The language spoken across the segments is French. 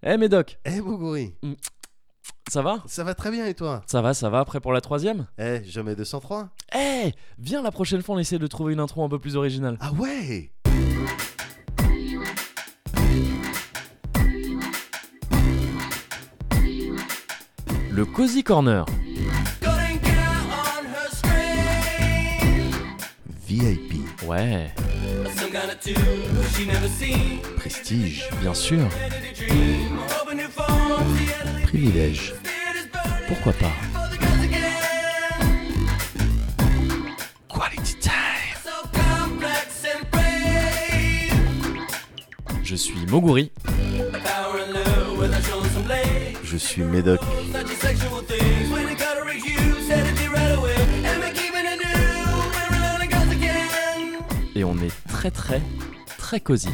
Eh Médoc, Moguri, ça va? ça va très bien et toi? Ça va, prêt pour la troisième? Jamais 203? Viens la prochaine fois on essaie de trouver une intro un peu plus originale. Ah ouais. Le Cozy Corner. VIP, Ouais, prestige, bien sûr. privilège. Pourquoi pas? Quality time. Je suis Moguri. Je suis Médoc. Et on est très cosy.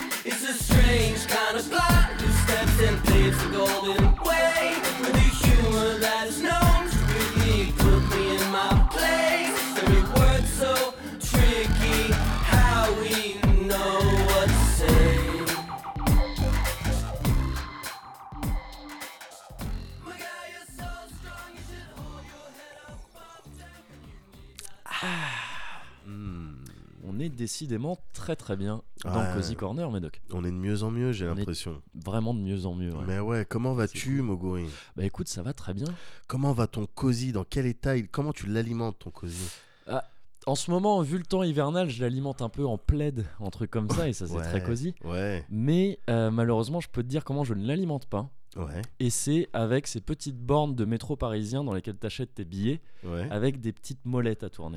On est décidément très bien dans le Cozy Corner, Médoc. On est de mieux en mieux, j'ai On est- l'impression. Vraiment de mieux en mieux. Ouais. Mais ouais, comment C'est vas-tu, cool. Moguri? Bah écoute, ça va très bien. Comment va ton cosy? Dans quel état comment tu l'alimentes, ton cosy? En ce moment, vu le temps hivernal, je l'alimente un peu en plaid, un truc comme ça, et ça c'est Ouais. très cosy. Ouais, Mais malheureusement, je peux te dire comment je ne l'alimente pas. ouais, Et c'est avec ces petites bornes de métro parisien dans lesquelles tu achètes tes billets, ouais. avec des petites molettes à tourner.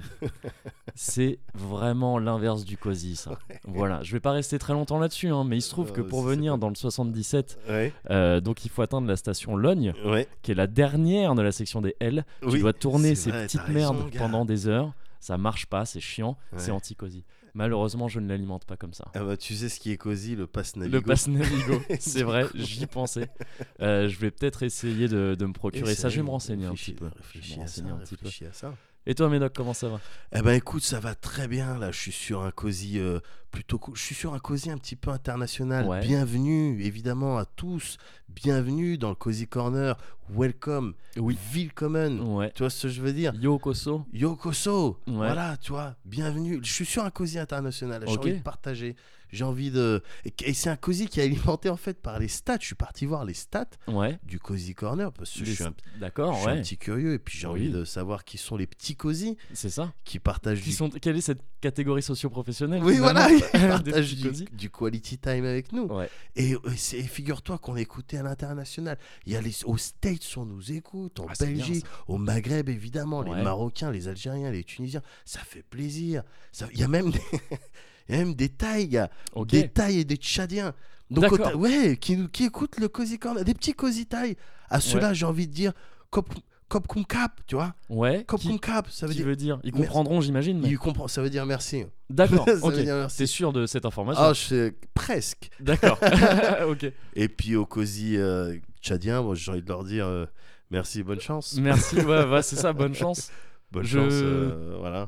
C'est vraiment l'inverse du cosy, ça. Voilà, je vais pas rester très longtemps là-dessus, hein, mais il se trouve que pour c'est venir pas- dans le 77, Ouais, donc il faut atteindre la station Logne, ouais. qui est la dernière de la section des L. Tu Oui, dois tourner c'est ces vrai, petites t'as raison, merdes gars. pendant des heures. Ça marche pas, c'est chiant, Ouais. c'est anti-cosy. Malheureusement, je ne l'alimente pas comme ça. Ah bah, tu sais ce qui est cosy, le pass Navigo. Le pass Navigo, c'est Du vrai, coup. j'y pensais. Je vais peut-être essayer de me procurer ça. Je vais me renseigner un petit peu. Je vais me renseigner un petit peu. Réfléchis à ça. Et toi, Médoc, comment ça va? Eh ben écoute, ça va très bien là. Je suis sur un cosy plutôt cool. Je suis sur un cosy un petit peu international. Ouais. Bienvenue évidemment à tous. Bienvenue dans le Cozy Corner. Welcome. Oui. Willkommen. Ouais. Tu vois ce que je veux dire? Yo Koso. Yokoso. Ouais. Voilà, tu vois. Bienvenue. Je suis sur un cosy international. J'ai Ok. envie de partager. J'ai envie de. Et c'est un cosy qui est alimenté en fait par les stats. Je suis parti voir les stats Ouais. du Cozy Corner parce que je suis un D'accord, je suis un ouais. petit curieux et puis j'ai Oui. envie de savoir qui sont les petits cosy C'est ça. qui partagent Quelle est cette catégorie socio-professionnelle? oui finalement voilà, ils Des partagent petits cosy. du quality time avec nous. Ouais. Et figure-toi qu'on est écouté à l'international. Il y a aux States on nous écoute, en Ah, c'est bien, Belgique, au Maghreb évidemment, Ouais. les Marocains, les Algériens, les Tunisiens, ça fait plaisir. Il y a même des il y a même des Thaïs, gars. Ok. Des Thaïs et des Tchadiens. Donc D'accord. ouais, qui écoutent le Cozy Corner, des petits Cozy Thaïs. À ceux-là, j'ai envie de dire Kop Kum Kap, tu vois. Ouais. Kop Kum Kap, ça veut Qui dire veut dire? Ils Merci. comprendront, j'imagine. mais- il comprend, ça veut dire merci. D'accord. Ça Ok. veut dire merci. T'es sûr de cette information? Ah, je sais presque. D'accord. Ok. Et puis au Cozy tchadien, moi j'ai envie de leur dire merci, bonne chance. Merci. Ouais, c'est ça. Bonne chance. Bonne Je- chance, voilà.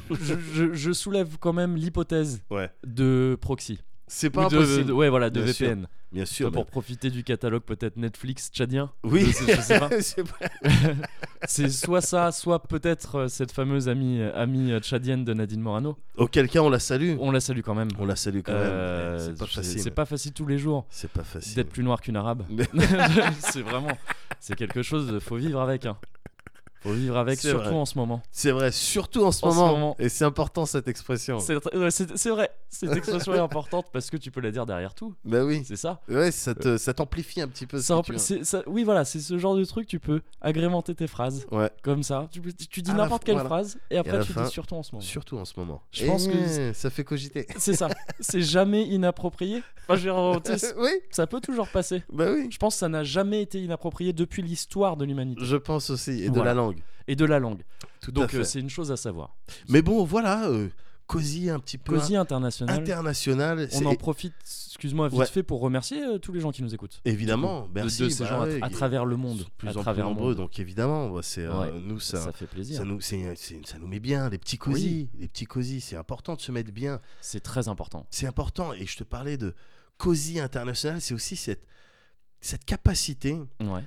Je soulève quand même l'hypothèse Ouais. de proxy. C'est pas Ou de- impossible. ouais, voilà, de Bien sûr. VPN. Bien sûr. Pour profiter du catalogue peut-être Netflix tchadien. Oui, Je sais pas. C'est vrai. C'est soit ça, soit peut-être cette fameuse amie tchadienne de Nadine Morano. Auquel cas, on la salue. On la salue quand même. On la salue quand même. C'est pas facile. C'est pas facile tous les jours C'est pas facile. d'être plus noir qu'une arabe. Mais- C'est vraiment, c'est quelque chose, faut vivre avec. Hein. Faut vivre avec, C'est surtout vrai. en ce moment. C'est vrai, surtout en ce En ce moment. moment. Et c'est important cette expression. C'est vrai, cette expression est importante parce que tu peux la dire derrière tout. Bah oui. C'est ça. Ouais, ça t'amplifie un petit peu. Ça, ce que tu veux. oui, voilà, c'est ce genre de truc. Tu peux agrémenter tes phrases Ouais, comme ça. Tu dis À la n'importe fin, quelle voilà. phrase et Et à après la tu fin, dis surtout en ce moment. surtout en ce moment. Je pense que ça fait cogiter. C'est ça. C'est jamais inapproprié. Enfin, je veux dire, tu sais, Oui, ça peut toujours passer. bah oui. Je pense que ça n'a jamais été inapproprié depuis l'histoire de l'humanité Je pense aussi. Et de Voilà. la langue. et de la langue. Tout à Donc fait. c'est une chose à savoir. Mais bon, voilà. Cosy un petit peu. Cosy international. International. On en profite, excuse-moi, vite Ouais. fait pour remercier tous les gens qui nous écoutent. Évidemment, De- merci. De ces bah gens ouais, à travers le monde. Ils sont de plus à en plus travers le nombreux, monde. donc évidemment, bah, c'est Ouais. nous Ça fait plaisir. ça nous met bien, les petits cosy, les petits cosy, c'est important de se mettre bien, C'est très important. c'est important. Et je te parlais de cosy international, c'est aussi cette capacité Ouais.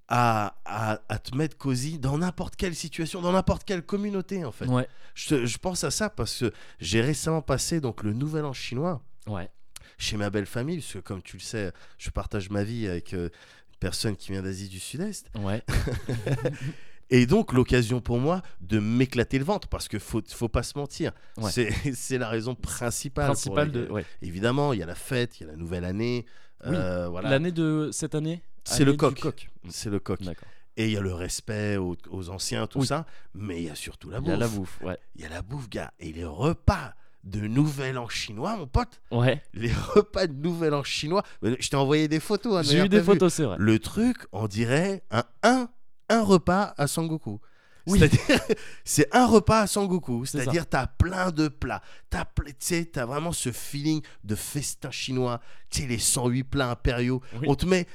à te mettre cosy dans n'importe quelle situation, dans n'importe quelle communauté en fait. Ouais. Je pense à ça parce que j'ai récemment passé donc le Nouvel An chinois Ouais. chez ma belle famille, parce que comme tu le sais, je partage ma vie avec une personne qui vient d'Asie du Sud-Est. Ouais. Et donc l'occasion pour moi de m'éclater le ventre, parce que faut pas se mentir, Ouais. c'est la raison principale. Principal pour de. Ouais. Évidemment, il y a la fête, il y a la nouvelle année. Oui. Voilà. L'année de cette année. C'est année le du coq. C'est le coq. D'accord. Et il y a le respect aux anciens, tout Oui. ça, mais il y a surtout la Il bouffe. y a la bouffe. Ouais. Il y a la bouffe, gars. Et les repas de Nouvel An chinois, mon pote, Ouais. les repas de Nouvel An chinois, je t'ai envoyé des photos. Hein, J'ai d'ailleurs, eu des t'as vu. photos, c'est vrai. Le truc, on dirait un repas à Sangoku. Oui. C'est-à-dire, c'est un repas à Sangoku. C'est C'est-à-dire, t'as plein de plats. T'as vraiment ce feeling de festin chinois. Tu sais, les 108 plats impériaux. Oui. On te met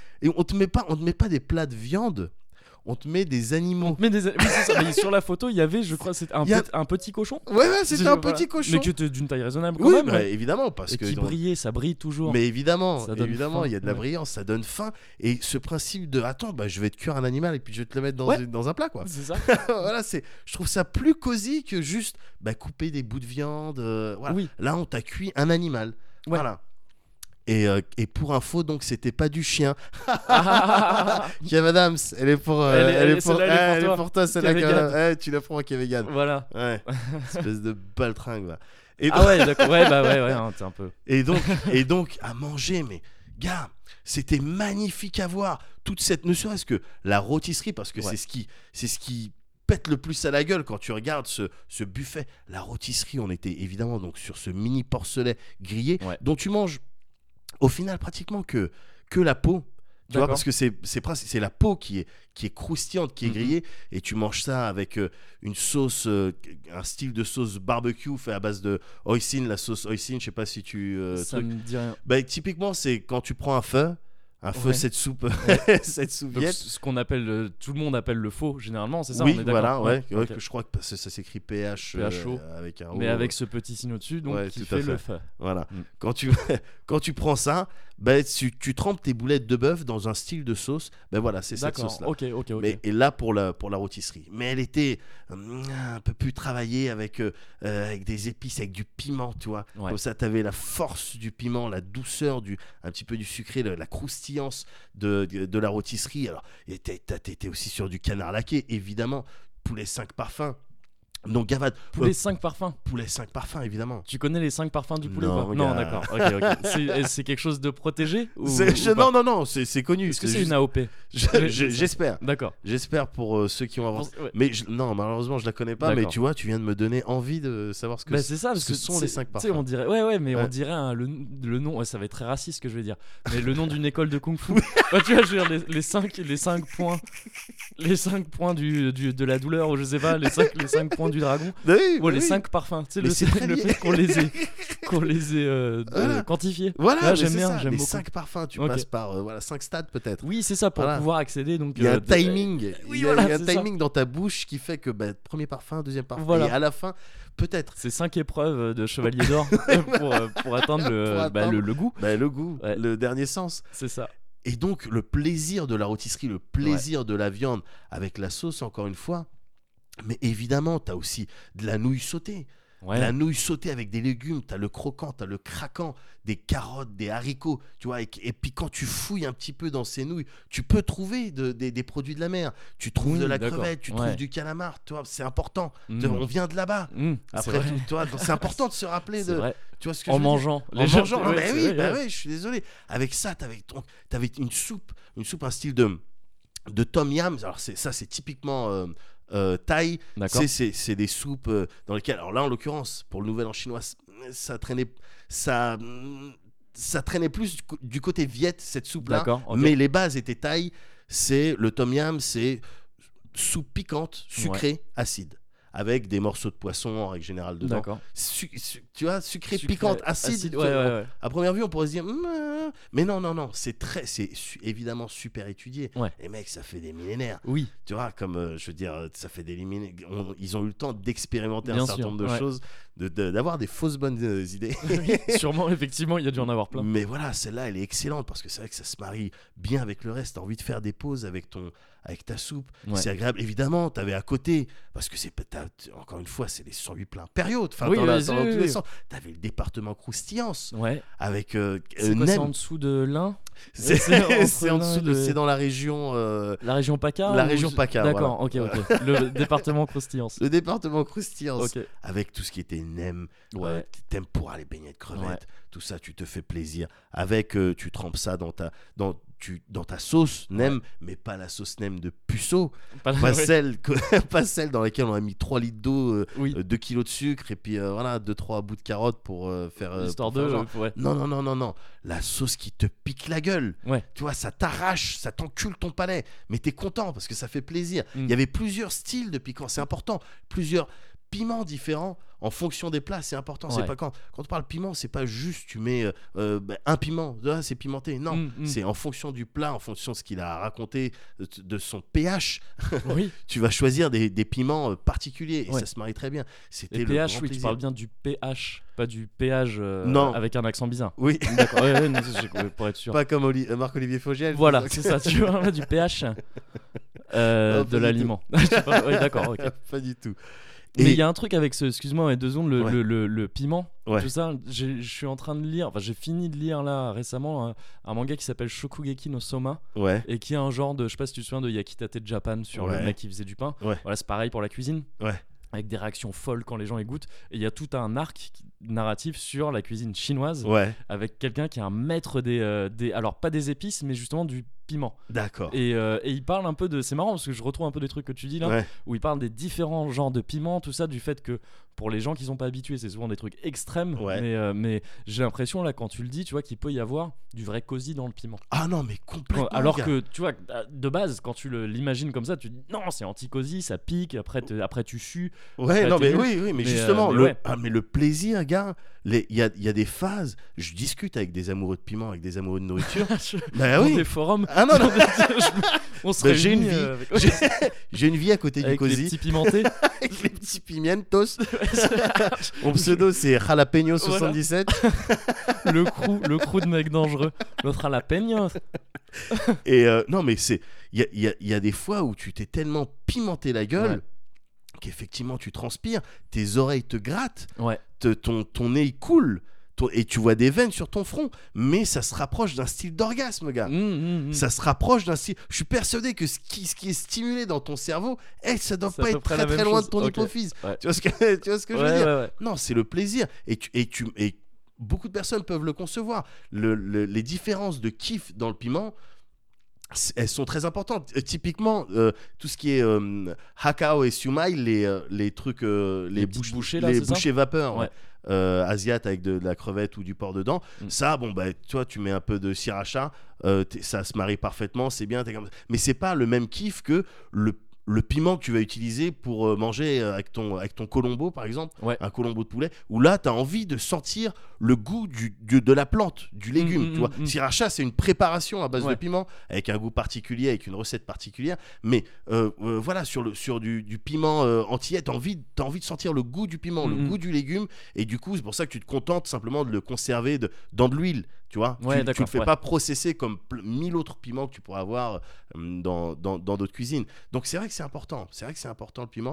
pas des plats de viande. On te met des animaux. Mais oui, c'est ça. Mais sur la photo, il y avait, je crois, c'était Il y a- un petit cochon. Ouais, c'était un Voilà. petit cochon. Mais qui était d'une taille raisonnable quand Oui, même. bah, Ouais. évidemment, parce Et que qui brillait, ça brille toujours. Mais évidemment, Ça donne faim, il y a de la ouais. brillance, ça donne faim. Et ce principe de attends, bah, je vais te cuire un animal et puis je vais te le mettre Ouais. dans un plat, quoi. C'est ça. Voilà, je trouve ça plus cosy que juste couper des bouts de viande. Voilà. Oui. Là, on t'a cuit un animal. Ouais. Voilà. Et pour info, donc, c'était pas du chien. Ah, Kev Adams, elle est pour, celle-là, elle est pour pour toi, celle-là. Qui est Kev vegan. Adams. Tu la prends qui est vegan. voilà. Ouais. Espèce de baltringue, va. Et Ah ouais, d'accord. Ouais, bah ouais, hein, t'es un peu. Et donc, à manger, mais gars, c'était magnifique à voir. Toute cette, ne serait-ce que la rôtisserie, parce que Ouais. c'est ce qui pète le plus à la gueule quand tu regardes ce buffet. La rôtisserie, on était évidemment donc sur ce mini porcelet grillé, Ouais. dont tu manges au final pratiquement que la peau. Tu vois, D'accord. parce que c'est la peau qui est croustillante, qui est Mhm. grillée, et tu manges ça avec une sauce, un style de sauce barbecue fait à base de hoisin, la sauce hoisin, je sais pas si tu... Ça truc. me dit rien. Bah, typiquement, c'est quand tu prends un feu, Ouais. cette soupe, cette soupe Donc, viette. ce qu'on appelle, tout le monde appelle le faux, généralement, c'est ça, Oui, on est d'accord. voilà, ouais, Ok. que je crois que ça s'écrit PH, PHO. avec un O. Mais avec ce petit signe au-dessus, donc Ouais, qui tout à fait le fait. feu. Voilà. Mm. Quand tu prends ça, bah, tu trempes tes boulettes de bœuf dans un style de sauce. Ben voilà, c'est cette D'accord, sauce-là. ok. Et là pour la rôtisserie. Mais elle était un peu plus travaillée avec des épices, avec du piment, tu vois. Ouais. Comme ça, tu avais la force du piment, la douceur, un petit peu du sucré, la croustillance de la rôtisserie. Alors, t'étais aussi sur du canard laqué, évidemment. Poulet 5 parfums. Donc, Gavad. Poulet 5 parfums. Poulet 5 parfums, évidemment. Tu connais les 5 parfums du poulet Non, ou pas? gars. Non, d'accord. Ok. C'est quelque chose de protégé ou pas? Non, c'est connu. Est-ce que c'est une AOP? J'espère. D'accord. J'espère pour ceux qui ont avancé. Ouais. Mais non, malheureusement, je la connais pas. Mais D'accord. tu vois, tu viens de me donner envie de savoir ce que Bah, c'est ça, parce ce que sont les 5 Tu sais, parfums. on dirait, ouais, mais Ouais. on dirait le nom, ouais, ça va être très raciste ce que je vais dire, mais le nom d'une école de kung-fu. Bah, tu vois, je veux dire, les 5 points, les 5 points de la douleur, ou je sais pas, les 5 points du dragon. Oui, Ouais, les oui. 5 parfums, tu sais, Mais c'est très le lié. fait qu'on les ait Voilà. quantifiés. Voilà, Là, mais j'aime c'est bien, ça, j'aime les beaucoup. 5 parfums, tu Ok. passes par 5 stades peut-être. Oui, c'est ça, pour Voilà. pouvoir accéder. Donc, Il y a un de- timing, Oui, il y a voilà, un c'est ça. timing dans ta bouche qui fait que premier parfum, deuxième parfum, Voilà. et à la fin, peut-être. C'est 5 épreuves de chevalier d'or pour atteindre Pour atteindre. le goût. Le goût, Ouais. le dernier sens. C'est ça. Et donc le plaisir de la rôtisserie, le plaisir de la viande avec la sauce, encore une fois. Mais évidemment, tu as aussi de la nouille sautée. Ouais. La nouille sautée avec des légumes, tu as le croquant, tu as le craquant, des carottes, des haricots, tu vois. Et puis quand tu fouilles un petit peu dans ces nouilles, tu peux trouver des produits de la mer. Tu trouves Oui, de la d'accord. crevette, tu Ouais. trouves du calamar, tu vois, c'est important. Mm. On vient de là-bas. C'est Après vrai. tout, tu vois, donc c'est important de se rappeler C'est de. vrai. Tu vois ce que En je veux dire mangeant. En mangeant, non, Ouais, mais c'est oui, vrai, bah ouais. oui, je suis désolé. Avec ça, t'avais une soupe, un style de tom yam. Alors c'est typiquement thaï. D'accord. C'est des soupes dans lesquelles, alors là en l'occurrence, pour le Nouvel An chinois, ça traînait plus du côté viet cette soupe là, D'accord, ok. mais les bases étaient thaï. C'est le tom yam, c'est soupe piquante, sucrée, acide, avec des morceaux de poisson en règle générale dedans. D'accord. Tu vois, sucré, Sucré, piquante, acide. ouais. À première vue, on pourrait se dire, mais non, c'est évidemment super étudié. Ouais. Et mec, ça fait des millénaires. Oui. Tu vois, comme je veux dire, ça fait des millénaires. Ils ont eu le temps d'expérimenter Bien un certain sûr, nombre de ouais. choses. d'avoir des fausses bonnes idées. Sûrement, effectivement, il y a dû en avoir plein. Mais voilà, celle-là, elle est excellente parce que c'est vrai que ça se marie bien avec le reste. T'as envie de faire des pauses avec ta soupe. Ouais. C'est agréable. Évidemment, t'avais à côté, parce que encore une fois, c'est les 108 pleins périodes. Enfin, Oui, dans vas-y, tous oui, les oui. sens. T'avais le département croustillance Ouais. avec C'est quoi, c'est Nem. en dessous de l'Ain C'est entre c'est en l'un dessous et de, le- c'est dans la région. La région PACA La ou- région PACA, D'accord, ok. Le département croustillance. Le département croustillance. Ok. Avec tout ce qui était Nem, Ouais. tempura, les beignets de crevettes, Ouais. tout ça, tu te fais plaisir. Avec, tu trempes ça dans ta sauce Nem, mais pas la sauce Nem de puceau, Pas pas, ouais. pas celle dans laquelle on a mis 3 litres d'eau, Oui. 2 kilos de sucre, et puis voilà, 2-3 bouts de carottes pour faire. Histoire pour faire de. genre. Ouais. Non. La sauce qui te pique la gueule. Ouais. Tu vois, ça t'arrache, ça t'encule ton palais. Mais t'es content parce que ça fait plaisir. Mm. Il y avait plusieurs styles de piquant, c'est important. Plusieurs piments différents en fonction des plats, c'est important. Ouais. C'est pas quand on parle piment, c'est pas juste tu mets un piment, c'est pimenté. Non, Mm. c'est en fonction du plat, en fonction de ce qu'il a raconté, de son pH. Oui. Tu vas choisir des piments particuliers et Ouais. ça se marie très bien. C'était Et le pH, grand oui, tu plaisir. parles bien du pH, pas du péage Non. avec un accent bizarre. Oui, D'accord, ouais, non, pour être sûr. pas comme Marc-Olivier Fogiel. Voilà, c'est ça, tu vois, là, du pH Non, de pas du l'aliment. Je sais pas, ouais, d'accord, ok. Pas du tout. Mais Et- il y a un truc avec ce, excuse-moi, 2 secondes, Ouais. le piment, Ouais. tout ça. Je suis en train de lire, enfin, j'ai fini de lire là récemment un manga qui s'appelle Shokugeki no Soma Ouais, et qui est un genre de, je sais pas si tu te souviens de Yakitate Japan sur Ouais. le mec qui faisait du pain. Ouais. Voilà, c'est pareil pour la cuisine. ouais. Avec des réactions folles quand les gens y goûtent. Et il y a tout un arc narratif sur la cuisine chinoise Ouais, avec quelqu'un qui est un maître des. Alors, pas des épices, mais justement du piment. d'accord. Et il parle un peu de. C'est marrant parce que je retrouve un peu des trucs que tu dis là, Ouais, où il parle des différents genres de piments, tout ça, du fait que pour les gens qui sont pas habitués, c'est souvent des trucs extrêmes. Ouais. Mais j'ai l'impression là, quand tu le dis, tu vois, qu'il peut y avoir du vrai cosy dans le piment. Ah non, mais complètement. Alors gars. que, tu vois, de base, quand tu l'imagines comme ça, tu dis non, c'est anti-cosy, ça pique, après tu sues. Ouais, Bah, non, t'es mais nul. oui, mais Mais, justement, mais ouais. mais le plaisir, gars, il y a des phases. Je discute avec des amoureux de piment, avec des amoureux de nourriture. Bah Dans oui. des forums. Ah non, non. On se Bah, j'ai une réunit, vie. avec, J'ai une vie à côté du avec les cosy, petits pimentés. avec les petits pimientos. Mon pseudo, c'est Jalapeno 77. le crew de mecs dangereux. L'autre à la peigne. Et non, mais il y a des fois où tu t'es tellement pimenté la gueule Ouais. qu'effectivement tu transpires, tes oreilles te grattent, Ouais. ton nez il coule, et tu vois des veines sur ton front, mais ça se rapproche d'un style d'orgasme, gars. Ça se rapproche d'un style. Je suis persuadé que ce qui est stimulé dans ton cerveau, ça doit C'est à pas peu être près très la même très loin chose. de ton Ok. hypophyse. Ouais. Tu vois ce que je veux Ouais, dire? ouais. Non, c'est le plaisir. Et beaucoup de personnes peuvent le concevoir. Les différences de kiff dans le piment, elles sont très importantes. Typiquement, tout ce qui est hakao et siumai, les trucs, les petites bouchées, là, les c'est ça bouchées vapeur, Ouais. asiates avec de la crevette ou du porc dedans. Ça, bon, bah, toi, tu mets un peu de sriracha, ça se marie parfaitement, c'est bien. Mais c'est pas le même kiff que le piment que tu vas utiliser pour manger avec ton colombo, par exemple, Ouais. un colombo de poulet, où là, tu as envie de sentir le goût de la plante, du légume. Tu vois. Sriracha, c'est une préparation à base Ouais. de piment, avec un goût particulier, avec une recette particulière. Mais voilà, sur du piment antillais, tu as envie de sentir le goût du piment, le goût du légume. Et du coup, c'est pour ça que tu te contentes simplement de le conserver dans de l'huile. Tu vois, Ouais, tu d'accord, le fais ouais. pas processer comme 1000 autres piments que tu pourrais avoir dans d'autres cuisines. Donc c'est vrai que c'est important. C'est vrai que c'est important le piment.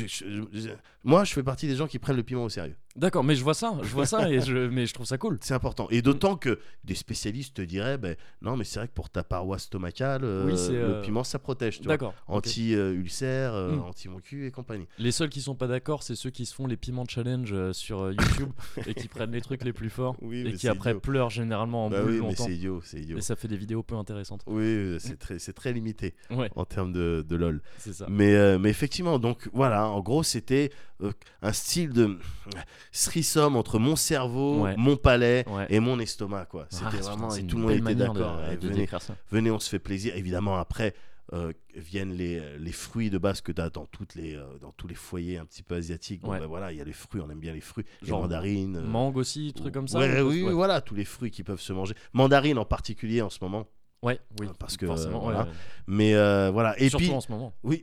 Moi, je fais partie des gens qui prennent le piment au sérieux. D'accord, mais je vois ça mais je trouve ça cool. C'est important. Et d'autant que des spécialistes te diraient, ben non, mais c'est vrai que pour ta paroisse stomacale, Oui, c'est, le piment ça protège. Tu vois. D'accord. ok. Anti-ulcère, anti-mon-cul et compagnie. Les seuls qui sont pas d'accord, c'est ceux qui se font les piments challenge sur YouTube et qui prennent les trucs les plus forts Oui, et mais qui c'est après idiot. pleurent généralement en Bah boule oui, mais longtemps. c'est idiot, c'est idiot. Et ça fait des vidéos peu intéressantes. Oui, c'est très limité Ouais, en termes de LOL. c'est ça. Mais effectivement, donc voilà, en gros, c'était un style de threesome entre mon cerveau, Ouais. mon palais Ouais. et mon estomac, quoi. C'était Ah, vraiment, c'est et une tout le monde belle était manière d'accord. de venez, décrire ça. venez, on se fait plaisir. Évidemment, après viennent les fruits de base que tu as dans tous les foyers un petit peu asiatiques. Bon, Ouais. ben voilà, il y a les fruits, on aime bien les fruits, les Genre mandarines. Mangue aussi, trucs comme ça. Ouais, ou- oui, ouais. voilà, tous les fruits qui peuvent se manger. Mandarine en particulier en ce moment. Ouais, oui. Parce que, forcément. voilà. Ouais. Mais voilà. Et Surtout puis, en ce moment. oui,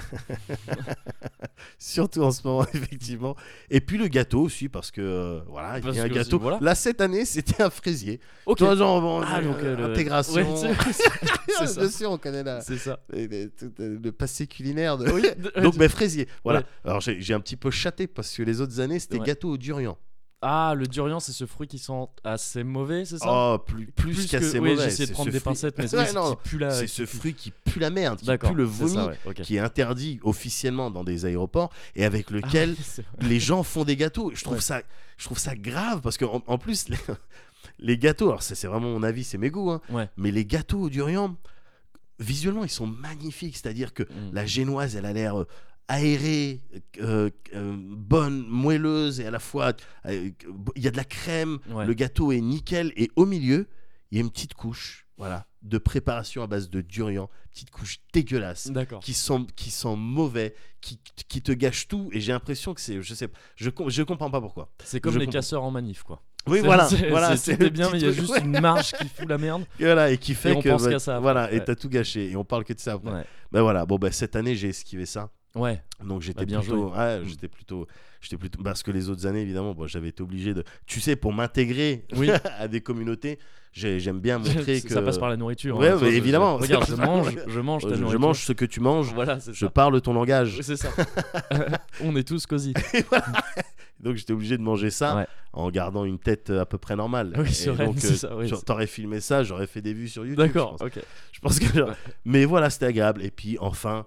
surtout en ce moment, effectivement. Et puis le gâteau aussi, parce que voilà, il y Parce a un que gâteau. voilà. Là, cette année, c'était un fraisier. Ok. Toi, genre, bon, Ah, donc, intégration. Ouais, c'est ça. Bien sûr, on connaît C'est ça. le passé culinaire de. Oui. Donc, fraisier. Voilà. Ouais. Alors, j'ai un petit peu chaté parce que les autres années, c'était Ouais. gâteau au durian. Ah, le durian, c'est ce fruit qui sent assez mauvais, c'est ça? Oh, plus qu'assez oui, mauvais. j'essayais de c'est prendre ce des fruit- pincettes, mais Ouais, oui, non, qui pue la. c'est ce fruit qui pue la merde, qui D'accord. pue le c'est vomi, ça, ouais, ok. qui est interdit officiellement dans des aéroports et avec lequel Ah, c'est vrai. les gens font des gâteaux. Je trouve Ouais. ça grave parce que en plus les gâteaux, alors c'est vraiment mon avis, c'est mes goûts, hein, Ouais. mais les gâteaux au durian, visuellement, ils sont magnifiques. C'est-à-dire que Mm. la génoise, elle a l'air aérée, bonne, moelleuse et à la fois il y a de la crème. Ouais. Le gâteau est nickel et au milieu, il y a une petite couche, voilà, de préparation à base de durian, petite couche dégueulasse. D'accord. Qui sent mauvais, qui te gâche tout, et j'ai l'impression que c'est, je sais pas, je comprends pas pourquoi. C'est comme Je les comprends. casseurs en manif, quoi. Oui, C'est- voilà, c'est le bien, petit mais il y a truc, juste ouais. une marge qui fout la merde. Et voilà, et qui fait Et on que pense qu'à ça après. voilà, et Ouais. t'as tout gâché, et on parle que de ça après. Ouais. Ben voilà, bon ben cette année j'ai esquivé ça, Ouais. donc j'étais bien plutôt, joué. ouais, j'étais plutôt, parce que les autres années évidemment, bon, j'avais été obligé de, tu sais, pour m'intégrer Oui. à des communautés, j'aime bien montrer que Ça passe par la nourriture. Ouais, hein. mais évidemment. Regarde, Ça je passe par- mange ta je nourriture. mange ce que tu manges, Voilà, c'est je ça. parle ton langage. C'est ça. On est tous cosy. Donc j'étais obligé de manger ça Ouais. en gardant une tête à peu près normale. Oui, Et c'est vrai, donc c'est ça, oui, c'est- t'aurais filmé ça, j'aurais fait des vues sur YouTube. D'accord, Je pense, ok. Je pense que Ouais. mais voilà, c'était agréable. Et puis enfin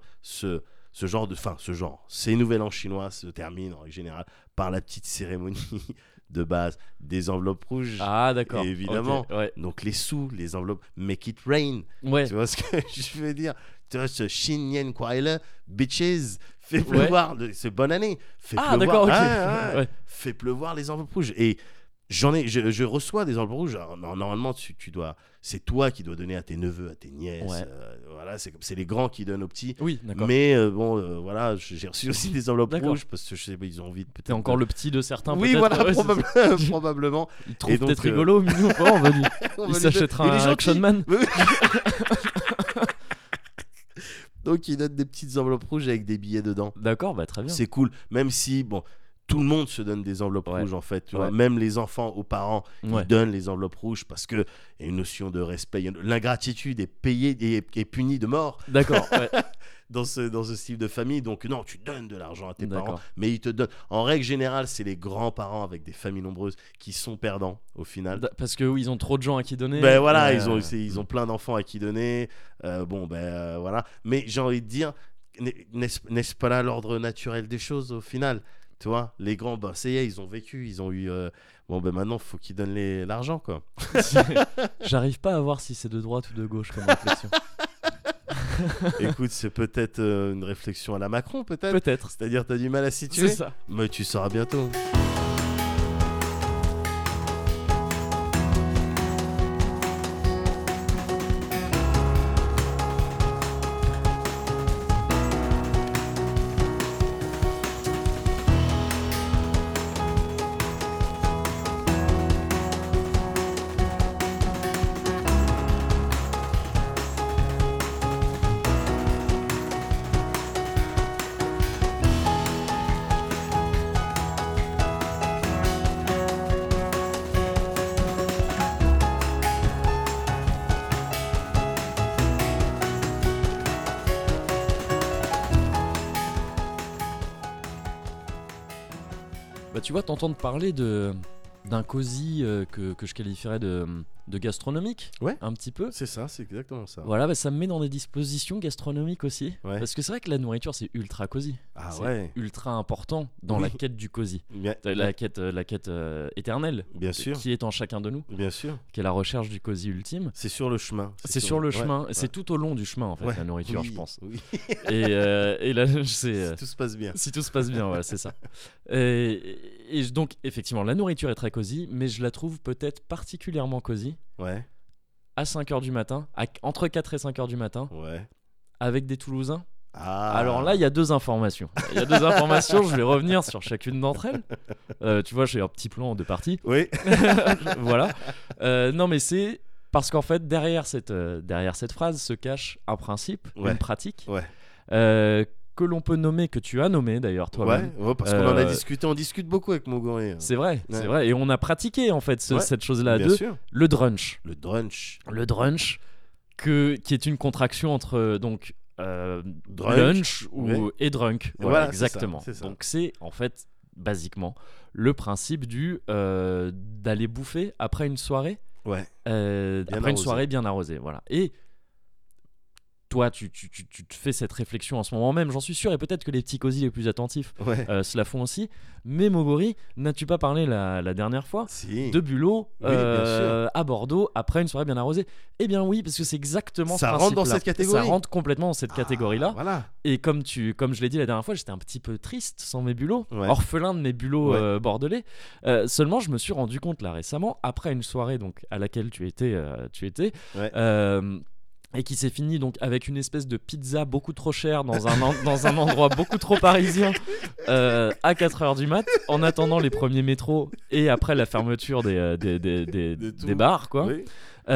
ces nouvel an chinois se terminent en règle générale par la petite cérémonie de base des enveloppes rouges. Ah, d'accord. Évidemment. Ok, ouais. Donc les sous, les enveloppes, make it rain. Ouais. Tu vois ce que je veux dire? Tu vois, ce Xin Yan Kuai Le, bitches, fait pleuvoir, c'est bonne année. Fait Ah, pleuvoir. d'accord, ok. Ouais. Ouais. Fait pleuvoir les enveloppes rouges. Et je reçois des enveloppes rouges. Alors, normalement, tu dois, c'est toi qui dois donner à tes neveux, à tes nièces. Ouais. Voilà, c'est les grands qui donnent aux petits. Oui, d'accord. Mais voilà, j'ai reçu aussi des enveloppes D'accord. rouges parce que je sais pas, ils ont envie de peut-être. T'es encore le petit de certains, Oui, peut-être. voilà, Ouais, c'est ça. probablement. Il trouve Et donc, peut-être rigolo, mignon. Oh, on va lui- On Il va lui s'achètera donner- il est un gentil. Action Man. Oui. Donc ils donnent des petites enveloppes rouges avec des billets dedans. D'accord, bah très bien. C'est cool, même si bon, tout le monde se donne des enveloppes Ouais. rouges en fait. Tu Ouais. vois, même les enfants aux parents, Ouais. ils donnent les enveloppes rouges parce que il y a une notion de respect. L'ingratitude est payée et punie de mort D'accord, ouais. dans ce style de famille. Donc non, tu donnes de l'argent à tes D'accord. parents, mais ils te donnent. En règle générale, c'est les grands-parents avec des familles nombreuses qui sont perdants au final. Parce que oui, ils ont trop de gens à qui donner. Ben voilà, Euh, ils ont plein d'enfants à qui donner. Voilà. Mais j'ai envie de dire, n'est-ce pas là l'ordre naturel des choses au final? Tu vois, les grands, bah, ça y est, ils ont vécu, ils ont eu. Maintenant, faut qu'ils donnent l'argent, quoi. J'arrive pas à voir si c'est de droite ou de gauche comme réflexion. Écoute, c'est peut-être une réflexion à la Macron, peut-être. Peut-être. C'est-à-dire, t'as du mal à situer. C'est ça. Mais tu sauras bientôt. Bah tu vois, t'entendre parler d'un cosy que je qualifierais de gastronomique, Ouais. un petit peu. C'est ça, c'est exactement ça. Voilà, bah, ça me met dans des dispositions gastronomiques aussi. Ouais. Parce que c'est vrai que la nourriture, c'est ultra cosy. Ah C'est ouais. ultra important dans Oui. la quête du cosy. Bien, La quête éternelle bien sûr. qui est en chacun de nous, Bien sûr. qui est la recherche du cosy ultime. C'est sur le chemin. C'est sur le ouais, chemin, ouais. c'est tout au long du chemin en fait, Ouais. la nourriture, Oui, je pense. Oui. Et là, c'est. Si tout se passe bien. Si tout se passe bien, voilà, c'est ça. Et donc, effectivement, la nourriture est très cosy, mais je la trouve peut-être particulièrement cosy Ouais. à 5h du matin, entre 4 et 5h du matin, Ouais. avec des Toulousains. Ah. Alors là, il y a deux informations. Je vais revenir sur chacune d'entre elles. Tu vois, j'ai un petit plan de partie. Oui. Voilà. Non, mais c'est Parce qu'en fait, derrière cette phrase se cache un principe, Ouais. une pratique, Ouais. que l'on peut nommer, que tu as nommé d'ailleurs toi-même. Ouais, parce qu'on en a discuté, on discute beaucoup avec Mogori. C'est vrai, Ouais. c'est vrai. Et on a pratiqué en fait Ouais. cette chose-là Bien de sûr. le drunch. Le drunch. Le drunch, qui est une contraction entre donc Drunk, lunch ouais. et drunk. Voilà, Exactement. c'est ça. Donc c'est en fait basiquement le principe d'aller bouffer après une soirée. Ouais. Après une arrosé. soirée bien arrosée, voilà. Et toi, tu te fais cette réflexion en ce moment même, j'en suis sûr, et peut-être que les petits cosy les plus attentifs Ouais. se la font aussi. Mais Mogori, n'as-tu pas parlé la dernière fois Si. de bulot Oui, bien sûr. à Bordeaux après une soirée bien arrosée? Eh bien oui, parce que c'est exactement Ça ce rentre dans principe-là. cette catégorie. Ça rentre complètement dans cette catégorie-là. Voilà. Et comme je l'ai dit la dernière fois, j'étais un petit peu triste sans mes bulots, Ouais. orphelin de mes bulots Ouais. bordelais. Seulement, je me suis rendu compte là récemment, après une soirée donc à laquelle tu étais, Ouais. et qui s'est fini donc avec une espèce de pizza beaucoup trop chère dans un endroit beaucoup trop parisien à 4h du mat, en attendant les premiers métros et après la fermeture des bars, quoi. Oui.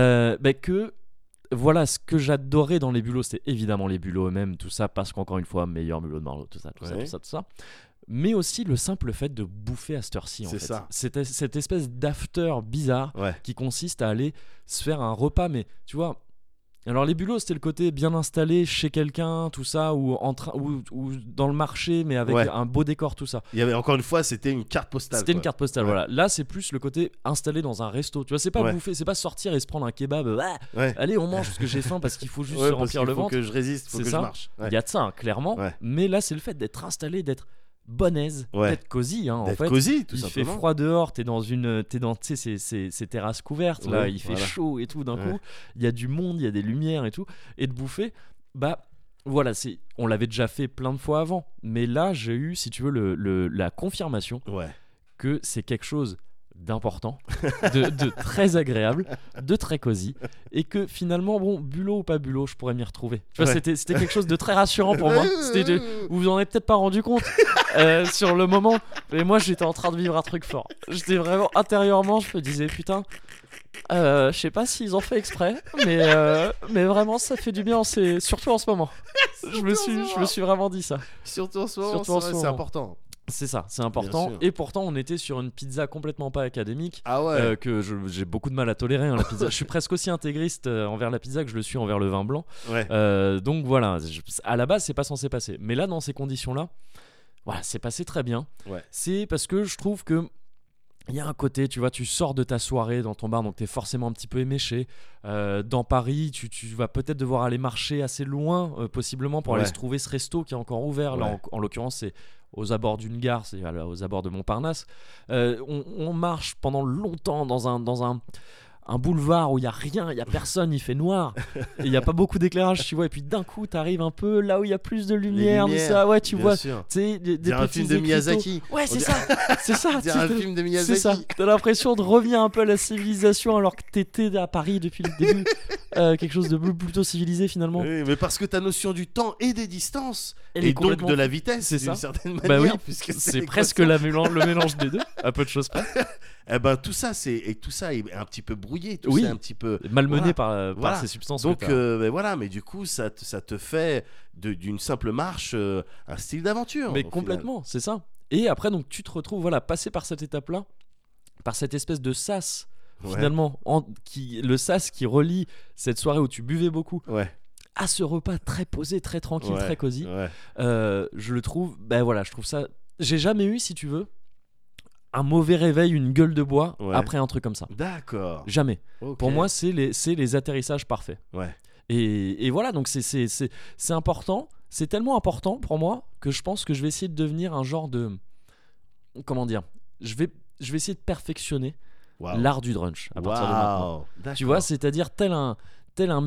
Que voilà, ce que j'adorais dans les bulots, c'était évidemment les bulots eux-mêmes, tout ça, parce qu'encore une fois, meilleur bulot de Marlowe, tout ça. Ouais. Tout ça. Mais aussi le simple fait de bouffer à cette heure-ci, en C'est fait. ça. Cette espèce d'after bizarre Ouais. qui consiste à aller se faire un repas, mais tu vois. Alors les bulots, c'était le côté bien installé chez quelqu'un, tout ça, ou dans le marché, mais avec Ouais. un beau décor, tout ça. Il y avait encore une fois, c'était une carte postale. C'était une quoi. carte postale, Ouais. voilà. Là, c'est plus le côté installé dans un resto. Tu vois, c'est pas Ouais. bouffer, c'est pas sortir et se prendre un kebab. Ouais. Allez, on mange parce que j'ai faim, parce qu'il faut juste Ouais, se parce remplir qu'il le faut ventre. que je résiste, faut C'est que ça. je marche. Ouais. Il y a de ça, hein, clairement. Ouais. Mais là, c'est le fait d'être installé, d'être bonne aise, Ouais. d'être cosy. Hein, en D'être fait. cosy, tout Il simplement. fait froid dehors, t'es dans tu sais, ces terrasses couvertes là, Ouais, il fait voilà. chaud et tout d'un Ouais. coup, il y a du monde, il y a des lumières et tout, et de bouffer, bah voilà, on l'avait déjà fait plein de fois avant, mais là j'ai eu, si tu veux, la confirmation Ouais. que c'est quelque chose d'important, de très agréable, de très cosy, et que finalement, bon, bulot ou pas bulot, je pourrais m'y retrouver. Tu vois, Ouais. c'était quelque chose de très rassurant pour moi. Vous vous en avez peut-être pas rendu compte sur le moment, mais moi j'étais en train de vivre un truc fort. J'étais vraiment intérieurement, je me disais putain. Je sais pas s'ils ont fait exprès, mais vraiment ça fait du bien, surtout en ce moment. Je me suis vraiment dit ça. Surtout en ce moment, Surtout en ce c'est moment. important. C'est ça, c'est important. sûr. Et pourtant, on était sur une pizza complètement pas académique. Ah ouais. Que j'ai beaucoup de mal à tolérer, hein, la pizza. Je suis presque aussi intégriste envers la pizza que je le suis envers le vin blanc. Ouais. Donc voilà, à la base, c'est pas censé passer. Mais là, dans ces conditions-là, voilà, c'est passé très bien. Ouais. C'est parce que je trouve que il y a un côté, tu vois, tu sors de ta soirée dans ton bar, donc t'es forcément un petit peu éméché. Dans Paris, tu vas peut-être devoir aller marcher assez loin, possiblement, pour aller Ouais. se trouver ce resto qui est encore ouvert. Là, Ouais. en l'occurrence, c'est aux abords d'une gare, c'est aux abords de Montparnasse. On marche pendant longtemps dans un boulevard où il y a rien, il y a personne, il fait noir et il y a pas beaucoup d'éclairage, tu vois. Et puis d'un coup, t'arrives un peu là où il y a plus de lumière, tout lumières, ça. Ouais, tu bien vois, sûr. tu sais, des Dire un petits film de écriteaux. Miyazaki. Ouais, On c'est dirait- ça, c'est ça. Dire tu un sais, film de c'est Miyazaki. ça. T'as l'impression de revenir un peu à la civilisation alors que t'étais à Paris depuis le début. Quelque chose de plutôt civilisé finalement. Oui, mais parce que ta notion du temps et des distances Elle et est donc complètement- de la vitesse, C'est d'une ça. certaine manière, Bah oui, puisque c'est l'équation. presque le mélange des deux, à peu de choses près. Eh ben tout ça est un petit peu brouillé, tout Oui. ça est un petit peu Malmené Voilà. par Voilà. ces substances. donc que t'as. ben voilà, mais du coup ça te fait d'une simple marche un style d'aventure. Mais au complètement, c'est ça. Et après, donc, tu te retrouves, voilà, passé par cette étape-là, par cette espèce de sas, final. finalement, le sas qui relie cette soirée où tu buvais beaucoup Ouais. à ce repas très posé, très tranquille, Ouais. très cosy. Ouais. Je le trouve, ben voilà, je trouve ça. J'ai jamais eu, si tu veux, un mauvais réveil, une gueule de bois Ouais. après un truc comme ça. D'accord. Jamais. Ok. Pour moi, c'est les atterrissages parfaits. Ouais. Et voilà, donc c'est important. C'est tellement important pour moi que je pense que je vais essayer de devenir un genre de. Comment dire, je vais essayer de perfectionner Waouh. l'art du drunch à partir de maintenant. Waouh. D'accord. Tu vois, c'est-à-dire tel un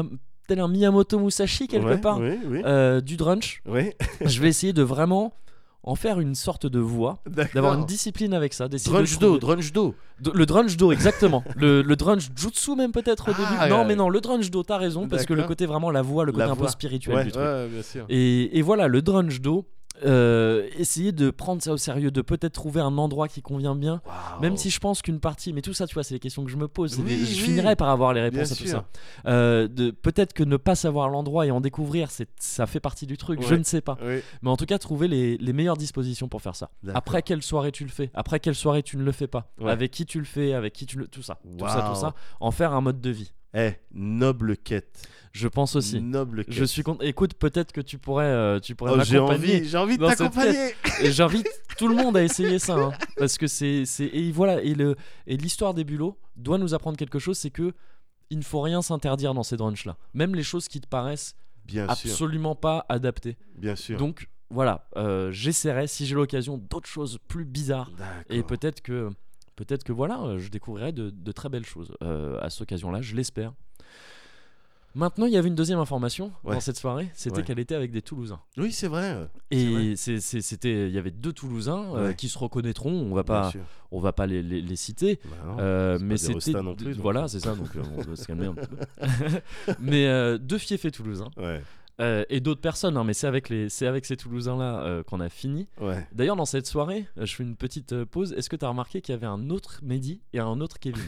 Miyamoto Musashi quelque Ouais, part Oui, oui. du drunch. Oui. Je vais essayer de vraiment en faire une sorte de voix, D'accord. d'avoir une discipline avec ça, d'essayer de Drunch trouver- do, drunch do. Le drunch do, exactement. le drunch jutsu même peut-être au début. Ah, Non, ouais. mais non, le drunch do, t'as raison, parce que le D'accord. côté vraiment la voix, le côté La un peu voix. spirituel Ouais, du truc. ouais, bien sûr. Et voilà, le drunch do, essayer de prendre ça au sérieux, de peut-être trouver un endroit qui convient bien. Waouh. Même si je pense qu'une partie, mais tout ça, tu vois, c'est les questions que je me pose. Oui, Je oui. finirai par avoir les Bien réponses à tout sûr. ça. Peut-être que ne pas savoir l'endroit et en découvrir, ça fait partie du truc. Je Ouais. ne sais pas. Oui. Mais en tout cas, trouver les meilleures dispositions pour faire ça. D'accord. Après quelle soirée tu le fais, après quelle soirée tu ne le fais pas, Ouais. avec qui tu le fais, avec qui tu le, tout ça, tout Waouh. ça, en faire un mode de vie. Noble quête. Je pense aussi. Noble quête. Je suis content. Écoute, peut-être que tu pourrais J'ai m'accompagner. j'ai envie de dans cette t'accompagner. Et j'invite tout le monde à essayer ça, hein, parce que et voilà, et l'histoire des bulots doit nous apprendre quelque chose, c'est que il ne faut rien s'interdire dans ces brunchs là, même les choses qui te paraissent Bien sûr, absolument pas adaptées. bien sûr. Donc voilà, j'essaierai si j'ai l'occasion d'autres choses plus bizarres, et D'accord. peut-être que voilà, je découvrirai de très belles choses à cette occasion-là, je l'espère. Maintenant, il y avait une deuxième information Ouais. dans cette soirée, c'était Ouais. qu'elle était avec des Toulousains. Oui, c'est vrai. Et il y avait 2 Toulousains Ouais. qui se reconnaîtront. On va pas les citer, Bah non, c'est mais pas des c'était restas non plus, donc. voilà, c'est ça. Donc on doit se calmer un peu. Mais 2 fiefés toulousains Ouais, et d'autres personnes. Hein, mais c'est avec ces Toulousains là qu'on a fini. ouais. D'ailleurs, dans cette soirée, je fais une petite pause. Est-ce que tu as remarqué qu'il y avait un autre Mehdi et un autre Kevin?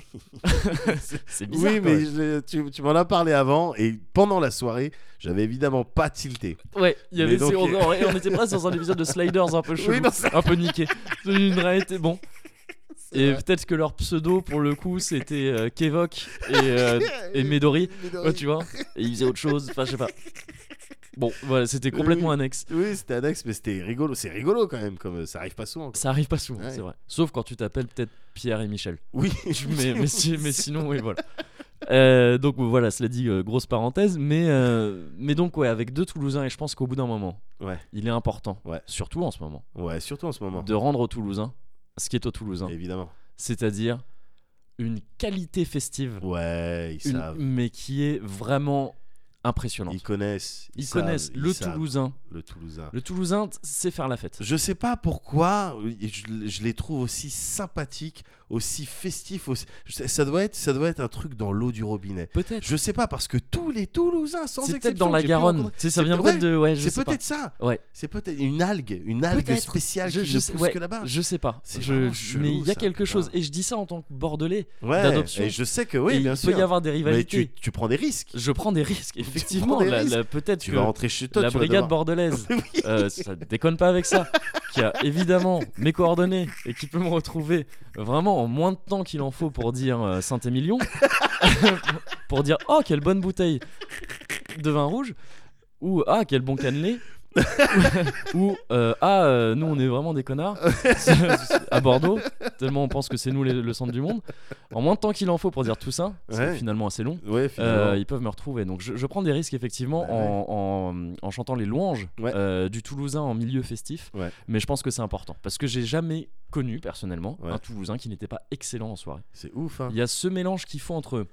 C'est bizarre. Oui, quand mais même. tu m'en as parlé avant et pendant la soirée, j'avais évidemment pas tilté. Ouais, il y avait, Mais donc- on était presque dans un épisode de Sliders un peu chelou, Oui, non, ça- un peu niqué. Une réalité, bon. Et peut-être que leur pseudo pour le coup c'était Kevok et Midori, ouais, tu vois. Et ils faisaient autre chose, enfin je sais pas. Bon, voilà, c'était complètement Oui. annexe. Oui, c'était annexe, mais c'était rigolo. C'est rigolo quand même, comme ça arrive pas souvent. quoi. Ça arrive pas souvent, Ouais. c'est vrai. Sauf quand tu t'appelles peut-être Pierre et Michel. Oui, Mais sinon, oui, voilà. Donc voilà, cela dit, grosse parenthèse. Mais donc, ouais, avec 2 Toulousains, et je pense qu'au bout d'un moment, Ouais. il est important, Ouais. surtout en ce moment, Ouais, surtout en ce moment. de rendre aux Toulousains ce qui est aux Toulousains, Évidemment. c'est-à-dire une qualité festive, Ouais, ils savent. mais qui est vraiment impressionnante. Ils connaissent. Ils savent, connaissent ils le savent. Toulousain. Le Toulousain. Le Toulousain sait faire la fête. Je sais pas pourquoi, je les trouve aussi sympathiques, aussi festifs. Ça doit être un truc dans l'eau du robinet. Peut-être. Je sais pas, parce que tous les Toulousains, sans C'est exception. peut-être dans la que j'ai pu Garonne. rencontrer- Tu sais, ça C'est- vient ouais, peut-être de. Ouais, je C'est sais pas. peut-être ça. Ouais. C'est peut-être une algue Peut-être. spéciale qui Je ne sais- pousse ouais, que là-bas. Je sais pas. C'est vraiment chelou, mais il y a ça, quelque putain. chose. Et je dis ça en tant que Bordelais. Ouais, d'adoption. et je sais que oui, et bien il sûr. peut y avoir des Mais rivalités. tu prends des risques. Je prends des risques, effectivement. prends des risques. Peut-être Tu que vas rentrer chez toi. la tu vas brigade devoir- bordelaise, ça déconne pas avec ça, qui a évidemment mes coordonnées et qui peut me retrouver vraiment en moins de temps qu'il en faut pour dire Saint-Émilion, pour dire oh quelle bonne bouteille de vin rouge, ou ah quel bon cannelé, ou nous on est vraiment des connards à Bordeaux, tellement on pense que c'est nous le centre du monde. En moins de temps qu'il en faut pour dire tout ça, c'est Ouais. finalement assez long. Ouais, finalement. Ils peuvent me retrouver. Donc je prends des risques effectivement Bah ouais. en chantant les louanges Ouais. du Toulousain en milieu festif. Ouais. Mais je pense que c'est important parce que j'ai jamais connu personnellement Ouais. un Toulousain qui n'était pas excellent en soirée. C'est ouf, hein. Il y a ce mélange qu'il faut entre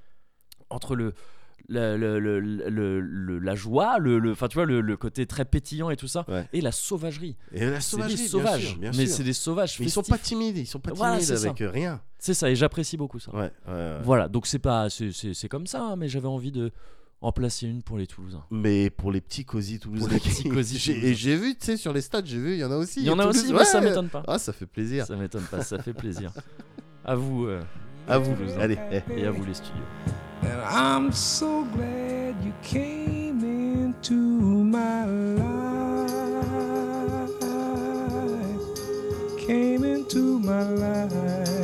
la joie, enfin tu vois le côté très pétillant et tout ça, Ouais. et la sauvagerie. Et la C'est sauvagerie, des bien sauvages, sûr, bien mais sûr. c'est des sauvages Mais ils sont festifs. pas timides, ils sont pas Voilà, timides c'est avec rien. C'est ça, et j'apprécie beaucoup ça. Ouais, ouais. Voilà, donc c'est comme ça, hein, mais j'avais envie de en placer une pour les Toulousains. Mais pour les petits cosy toulousains. Pour les petits cosy toulousains. Et j'ai vu, tu sais, sur les stades, il y en a aussi. Il y en a à aussi, Toulouse. mais ça Ouais. m'étonne pas. Ah, ça fait plaisir. Ça m'étonne pas, ça fait plaisir. À vous À vous, Toulousains. allez. et à vous les studios. And I'm so glad you came into my life. Came into my life.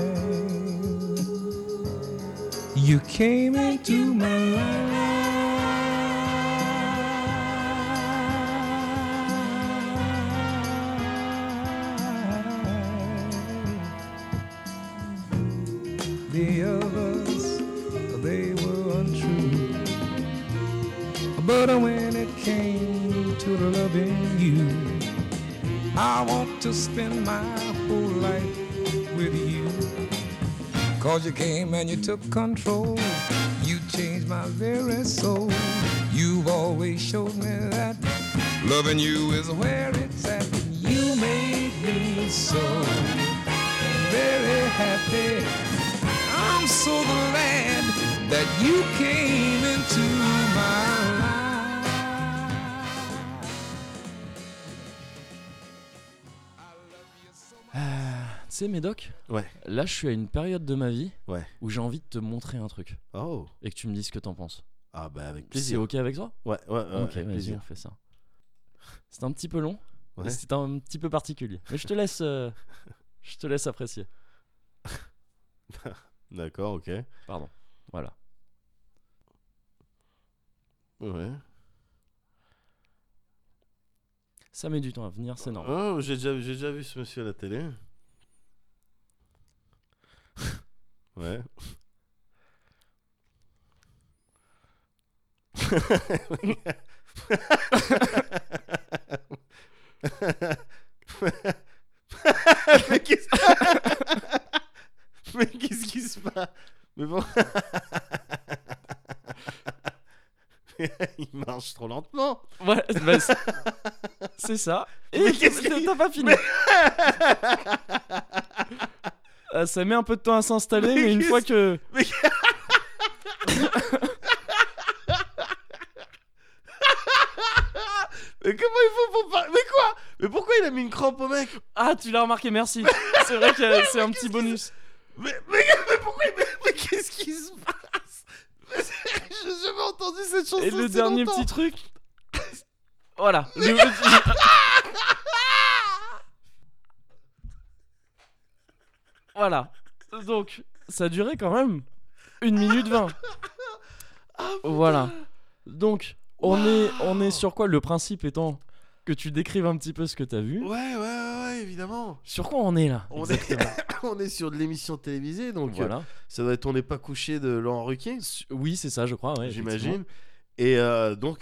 You came into my life. The others, they were untrue. But when it came to loving you, I want to spend my whole life with you. 'Cause you came and you took control. You changed my very soul. You've always showed me that loving you is where it's at. You made me so very happy. I'm so glad that you came into my life. sais, Médoc, Ouais. là, je suis à une période de ma vie Ouais. où j'ai envie de te montrer un truc Oh. et que tu me dises ce que t'en penses. Ah bah avec C'est plaisir. ok avec toi? Ouais, Ok, avec vas-y, plaisir. on fait ça. C'est un petit peu long, Ouais. c'est un petit peu particulier, mais je te laisse apprécier. D'accord, ok. Pardon. Voilà. Ouais. Ça met du temps à venir, c'est normal. Oh, j'ai déjà vu ce monsieur à la télé. Ouais. Mais qu'est-ce Mais qu'est-ce qui se passe? Mais bon. Il marche trop lentement. Ouais, bah, c'est ça. Et Mais qu'est-ce qu'il- t'as pas fini. Ça met un peu de temps à s'installer, Mais mais une qu'est-ce- fois que... Mais comment il faut pour pas... Mais quoi? Mais pourquoi il a mis une crampe au mec? Ah, tu l'as remarqué, merci. C'est vrai que c'est un petit bonus. Mais pourquoi mais qu'est-ce qui se passe? J'ai jamais entendu cette chanson. Et le si dernier longtemps. petit truc... Voilà. Voilà. Donc, ça a duré quand même 1 minute 20. Voilà. Donc, on est sur quoi? Le principe étant que tu décrives un petit peu ce que t'as vu. Ouais, évidemment. Sur quoi on est là? On exactement. on est sur de l'émission télévisée, donc Voilà. ça doit être On n'est pas couché de Laurent Ruquier, Oui, c'est ça, je crois. Ouais, j'imagine. Et donc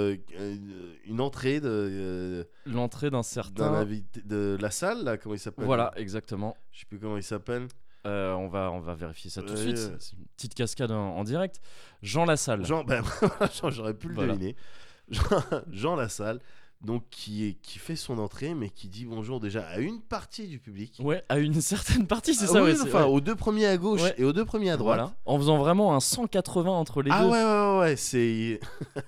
une entrée de L'entrée d'un d'un certain. invité de la salle là, comment il s'appelle? Voilà, exactement. Je sais plus comment il s'appelle. On va vérifier ça tout de Ouais, suite. ouais. C'est une petite cascade en direct. Jean Lassalle. Jean, j'aurais pu le Voilà. deviner. Jean Lassalle, donc qui fait son entrée, mais qui dit bonjour déjà à une partie du public. Ouais, à une certaine partie, c'est Ah ça. oui, Ouais, c'est- enfin ouais. aux deux premiers à gauche Ouais. et aux deux premiers à droite. Voilà. En faisant vraiment un 180 entre les Ah deux. ouais, c'est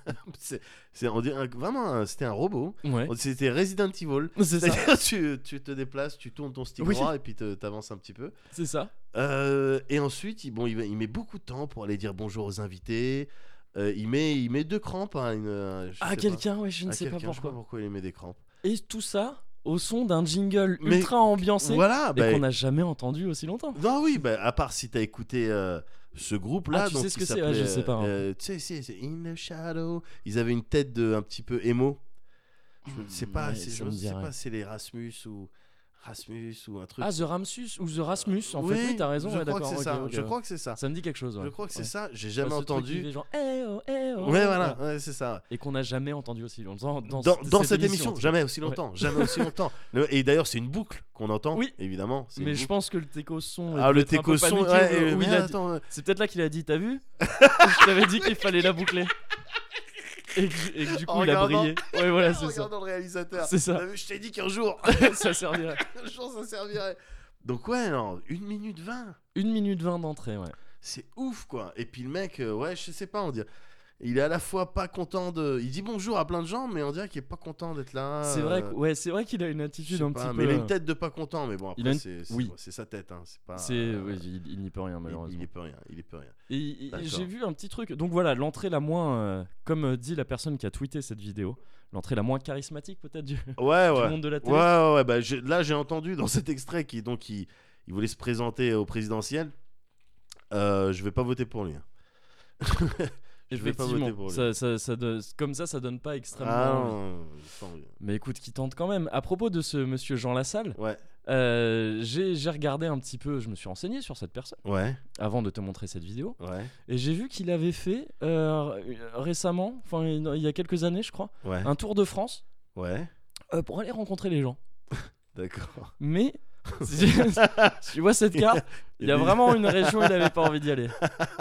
on dirait vraiment c'était un robot. Ouais. C'était Resident Evil. C'est ça. C'est-à-dire tu te déplaces, tu tournes ton stick Oui. droit et puis t'avances un petit peu. C'est ça. Et ensuite, il met beaucoup de temps pour aller dire bonjour aux invités. Il met 2 crampes à je sais Ah, pas. quelqu'un, ouais, je ne À sais pas quelqu'un, je sais pas pourquoi. pourquoi il met des crampes. Et tout ça au son d'un jingle Mais ultra ambiancé Voilà, et qu'on n'a jamais entendu aussi longtemps. non, oui, à part si t'as écouté ce groupe-là. Ah, tu donc, sais ce qui que c'est? s'appelait, Ouais, je sais pas, hein. Tu sais, c'est In the Shadow. Ils avaient une tête de un petit peu émo. Je sais pas, Ouais, je ça me dit sais rien. pas, c'est les Rasmus ou un truc. Ah, The Ramsus ou The Rasmus. En fait, oui, t'as raison. Je ouais, crois que d'accord. c'est ok, ça. ok. Je crois que c'est ça. Ça me dit quelque chose. Ouais. Je crois que c'est Ouais. ça. J'ai jamais Ouais, ce truc qui entendu. fait genre, eh oh, eh oh. Ouais, voilà, ouais, c'est ça. Et qu'on n'a jamais entendu aussi longtemps Dans cette émission, en tout cas. jamais aussi longtemps, jamais aussi longtemps. Et d'ailleurs, c'est une boucle qu'on entend, Oui. évidemment. c'est une Mais je boucle. pense que le Teco son. Ah, le devait être un peu Teco son, paniqué, ouais, où mais il a dit- attends, C'est peut-être là qu'il a dit, t'as vu? Je t'avais dit qu'il fallait la boucler. Et que du coup, En il a regardant- brillé. Ouais, voilà, en c'est ça. regardant le réalisateur. C'est ça. T'as vu, je t'ai dit qu'un jour, Ça servirait. un jour ça servirait. Donc ouais, non, 1 minute 20, 1 minute 20 d'entrée, ouais. c'est ouf quoi. Et puis le mec, ouais, je sais pas, on dirait, il est à la fois pas content de, il dit bonjour à plein de gens, mais on dirait qu'il est pas content d'être là. C'est vrai, ouais, c'est vrai qu'il a une je attitude sais un pas, petit peu. mais il a une tête de pas content, mais bon il a après une- c'est oui. c'est sa tête, hein, c'est pas. Ouais, il n'y peut rien il malheureusement. y peut rien, il y peut rien. Et D'accord. j'ai vu un petit truc. Donc voilà, l'entrée la moins, comme dit la personne qui a tweeté cette vidéo, l'entrée la moins charismatique peut-être du Ouais, ouais. monde de la télé. Ouais, bah, là j'ai entendu dans cet extrait qu'il il voulait se présenter au présidentiel. Je vais pas voter pour lui. hein. Je vais pas voter pour Effectivement, lui. comme ça donne pas extrêmement Ah envie. non, j'ai pas envie. Mais écoute, qui tente quand même. À propos de ce monsieur Jean Lassalle, Ouais, j'ai regardé un petit peu, je me suis renseigné sur cette personne ouais, avant de te montrer cette vidéo. ouais, Et j'ai vu qu'il avait fait récemment, enfin il y a quelques années je crois, ouais, un tour de France ouais. pour aller rencontrer les gens. D'accord. Mais si tu vois cette carte, il y a vraiment une région où il n'avait pas envie d'y aller.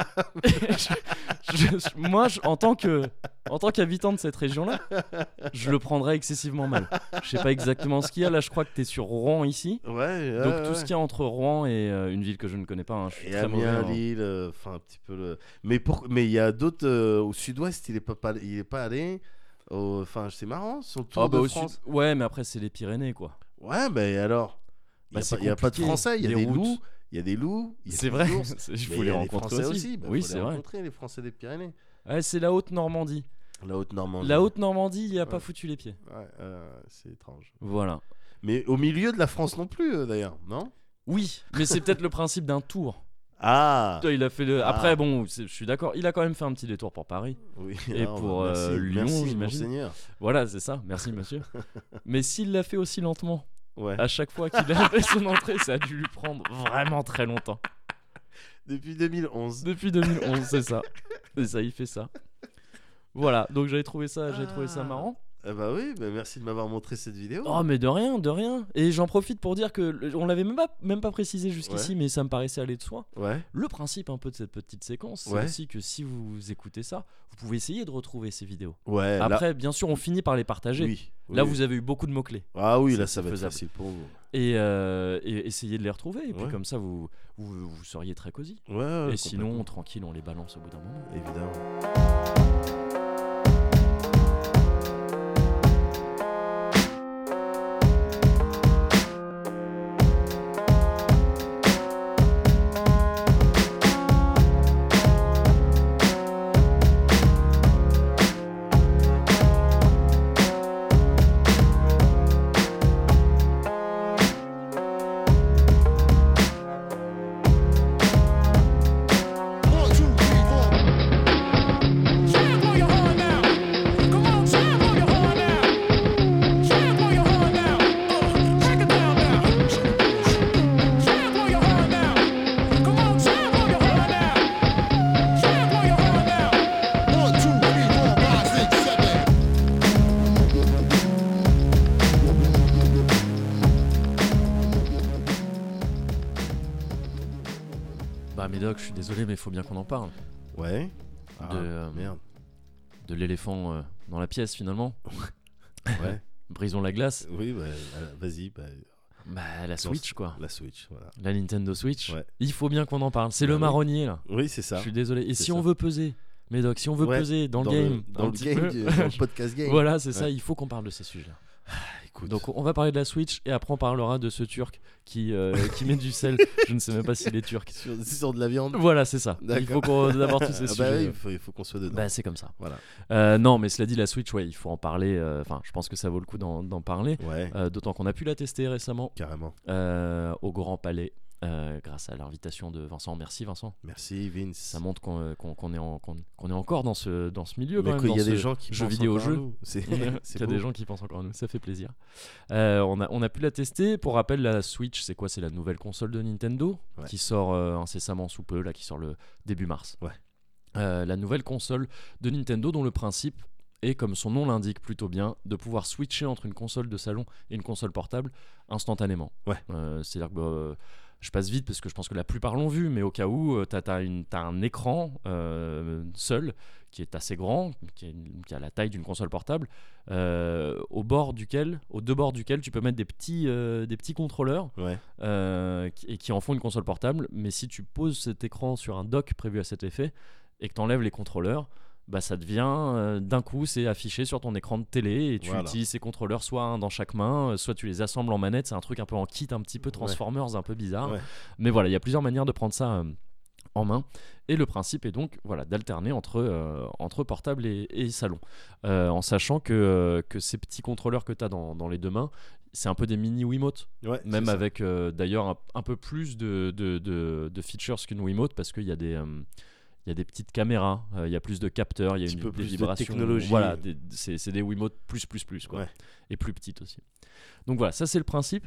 Moi, en tant qu'habitant de cette région-là, je le prendrais excessivement mal. Je sais pas exactement ce qu'il y a. Là, je crois que tu es sur Rouen ici. Ouais, Donc tout ce qu'il y a entre Rouen et une ville que je ne connais pas. Hein, je suis Et très mauvais. Amiens, hein. Lille, enfin un petit peu le. Mais il y a d'autres au sud-ouest, il est pas allé. Enfin, c'est marrant, son tour Ah, bah, de au France. sud. Ouais, mais après c'est les Pyrénées quoi. Ouais, mais alors. Bah, c'est Il y a pas de compliqué. Français, il y a Les des routes. loups, il y a des loups, il y a C'est des vrai, ours, il mais faut il y les a rencontrer Français aussi. Bah, Oui, faut c'est les vrai. rencontrer, les Français des Pyrénées. Ouais, c'est la Haute-Normandie. La Haute-Normandie. La Haute-Normandie, il n'y a Ouais. pas foutu les pieds. Ouais, c'est étrange. Voilà. Mais au milieu de la France non plus, d'ailleurs, non? Oui, mais c'est peut-être le principe d'un tour. Ah Toi, il a fait le. Ah. Après, bon, je suis d'accord. Il a quand même fait un petit détour pour Paris. Oui. Et alors, pour, merci, Lyon, merci, j'imagine. monseigneur. Voilà, c'est ça. Merci, monsieur. Mais s'il l'a fait aussi lentement, Ouais. à chaque fois qu'il a fait son entrée, ça a dû lui prendre vraiment très longtemps. Depuis 2011. Depuis 2011, c'est ça. C'est ça, il fait ça. Voilà, donc j'ai trouvé ça marrant. Ah bah oui, bah merci de m'avoir montré cette vidéo. Oh, mais de rien, de rien. Et j'en profite pour dire que on l'avait même pas précisé jusqu'ici, mais ça me paraissait aller de soi. Ouais. Le principe un peu de cette petite séquence, c'est Ouais. aussi que si vous écoutez ça, vous pouvez essayer de retrouver ces vidéos. Ouais. Après, bien sûr, on finit par les partager. Oui. Là, oui. vous avez eu beaucoup de mots-clés. Ah oui, là c'est ça va être faisable. facile pour vous. Et essayez de les retrouver. Et puis Ouais. comme ça, vous seriez très cosy. Ouais. Et sinon, tranquille, on les balance au bout d'un moment. évidemment. Bah, Médoc, je suis désolé, mais il faut bien qu'on en parle. Ouais. Ah, merde. De l'éléphant dans la pièce, finalement. Ouais. Brisons la glace. Oui, bah, vas-y. Bah, Bah, la Switch, quoi. la Switch, voilà. La Nintendo Switch. Ouais. Il faut bien qu'on en parle. C'est Bah le oui. marronnier, là. Oui, c'est ça. Je suis désolé. Et C'est si ça. on veut peser, Médoc, si on veut Ouais, peser dans le game, dans un le petit game, peu, dans le podcast game. voilà, c'est ça, Ouais. il faut qu'on parle de ces sujets-là. Écoute. Donc on va parler de la Switch et après on parlera de ce Turc qui met du sel. Je ne sais même pas s'il est turc. sur de la viande. Voilà, c'est ça. D'accord. Il faut qu'on d'abord tous ces Ah bah sujets. oui, il faut qu'on soit dedans. Bah, c'est comme ça. Voilà. Non, mais cela dit, la Switch, ouais, il faut en parler. Enfin, je pense que ça vaut le coup d'en parler. Ouais, D'autant qu'on a pu la tester récemment carrément. au Grand Palais grâce à l'invitation de Vincent. Merci Vincent. Merci Vince. Ça montre qu'on est encore dans ce milieu. Mais quand même, qu'il y dans a des ce gens qui jeu pensent vidéo encore à jeu. nous. C'est Il y a beau. des gens qui pensent encore à nous, ça fait plaisir. On a pu la tester. Pour rappel, la Switch, c'est quoi? C'est la nouvelle console de Nintendo qui sort incessamment sous peu, là, qui sort le début mars. Ouais. La nouvelle console de Nintendo dont le principe est, comme son nom l'indique plutôt bien, de pouvoir switcher entre une console de salon et une console portable instantanément. Ouais. C'est-à-dire que je passe vite parce que je pense que la plupart l'ont vu, mais au cas où, t'as un écran seul qui est assez grand, qui a la taille d'une console portable, aux deux bords duquel tu peux mettre des petits contrôleurs Ouais. qui en font une console portable. Mais si tu poses cet écran sur un dock prévu à cet effet et que tu enlèves les contrôleurs, bah ça devient d'un coup c'est affiché sur ton écran de télé et tu Voilà. utilises ces contrôleurs soit un dans chaque main, soit tu les assembles en manette. C'est un truc un peu en kit, un petit peu Transformers, un peu bizarre. Ouais. Mais voilà, il y a plusieurs manières de prendre ça en main. Et le principe est donc d'alterner entre portable et salon. En sachant que ces petits contrôleurs que tu as dans les deux mains, c'est un peu des mini Wiimote. Ouais, Même c'est ça. avec d'ailleurs un peu plus de features qu'une Wiimote parce qu'il y a des petites caméras, il y a plus de capteurs, il y a Un petit peu des plus de vibrations. technologie. Voilà, c'est des Wiimote plus quoi. Ouais. Et plus petites aussi. Donc voilà, ça c'est le principe.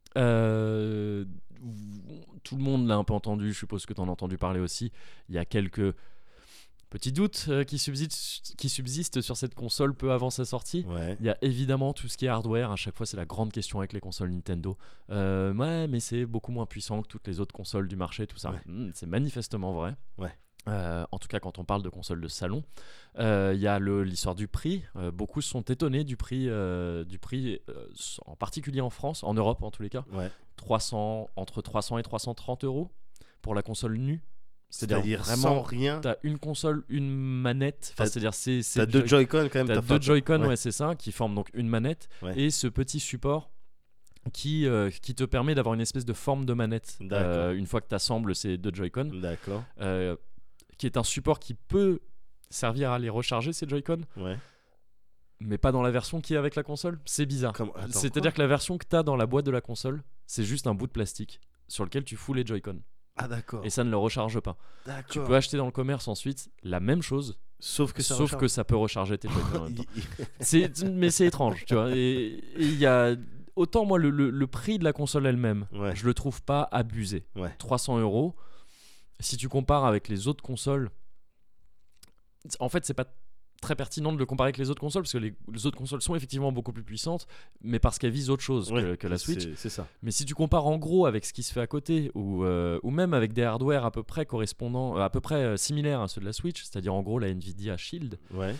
Tout le monde l'a un peu entendu, je suppose que tu en as entendu parler aussi. Il y a quelques petits doutes qui subsistent sur cette console peu avant sa sortie. Ouais. Il y a évidemment tout ce qui est hardware. À chaque fois, c'est la grande question avec les consoles Nintendo. Ouais, mais c'est beaucoup moins puissant que toutes les autres consoles du marché, tout ça. Ouais. C'est manifestement vrai. Ouais. En tout cas, quand on parle de consoles de salon, il y a l'histoire du prix. Beaucoup se sont étonnés du prix, en particulier en France, en Europe en tous les cas. Ouais. Entre 300 et 330 euros pour la console nue. C'est-à-dire vraiment, sans rien. t'as une console, une manette. Enfin, c'est-à-dire T'as deux Joy-Con quand même. T'as deux Joy-Con, ouais, c'est ça, qui forment donc une manette Ouais. et ce petit support qui te permet d'avoir une espèce de forme de manette D'accord. une fois que tu assembles ces deux Joy-Con, D'accord. qui est un support qui peut servir à les recharger, ces Joy-Con, Ouais. mais pas dans la version qui est avec la console. C'est bizarre. Attends, C'est-à-dire quoi que la version que tu as dans la boîte de la console, c'est juste un bout de plastique sur lequel tu fous les Joy-Con. Ah d'accord. Et ça ne le recharge pas. Tu D'accord. peux acheter dans le commerce ensuite la même chose, Sauf que ça sauf recharge. que ça peut recharger tes Joy-Con en même temps. Mais c'est étrange, tu vois. Et il y a... Autant moi, le prix de la console elle-même, Ouais. je le trouve pas abusé. Ouais. 300 €. Si tu compares avec les autres consoles, en fait, c'est pas très pertinent de le comparer avec les autres consoles parce que les autres consoles sont effectivement beaucoup plus puissantes, mais parce qu'elles visent autre chose Ouais, que la Switch. C'est ça. Mais si tu compares en gros avec ce qui se fait à côté ou même avec des hardware à peu près correspondants, à peu près similaires à ceux de la Switch, c'est-à-dire en gros la Nvidia Shield, Ouais.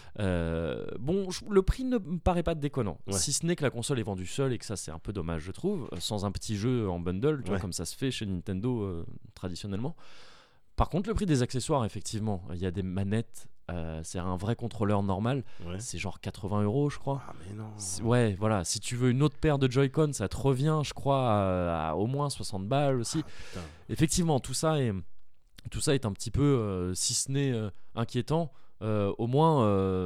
le prix ne me paraît pas déconnant. Ouais. Si ce n'est que la console est vendue seule et que ça c'est un peu dommage je trouve, sans un petit jeu en bundle, tu vois, Ouais. comme ça se fait chez Nintendo traditionnellement. Par contre le prix des accessoires, effectivement, il y a des manettes, c'est un vrai contrôleur normal, Ouais. c'est genre 80 € je crois. Ah mais non. Ouais, voilà. Si tu veux une autre paire de Joy-Con, ça te revient, je crois, à au moins 60 balles aussi. Putain. Effectivement, tout ça est un petit peu, si ce n'est inquiétant, au moins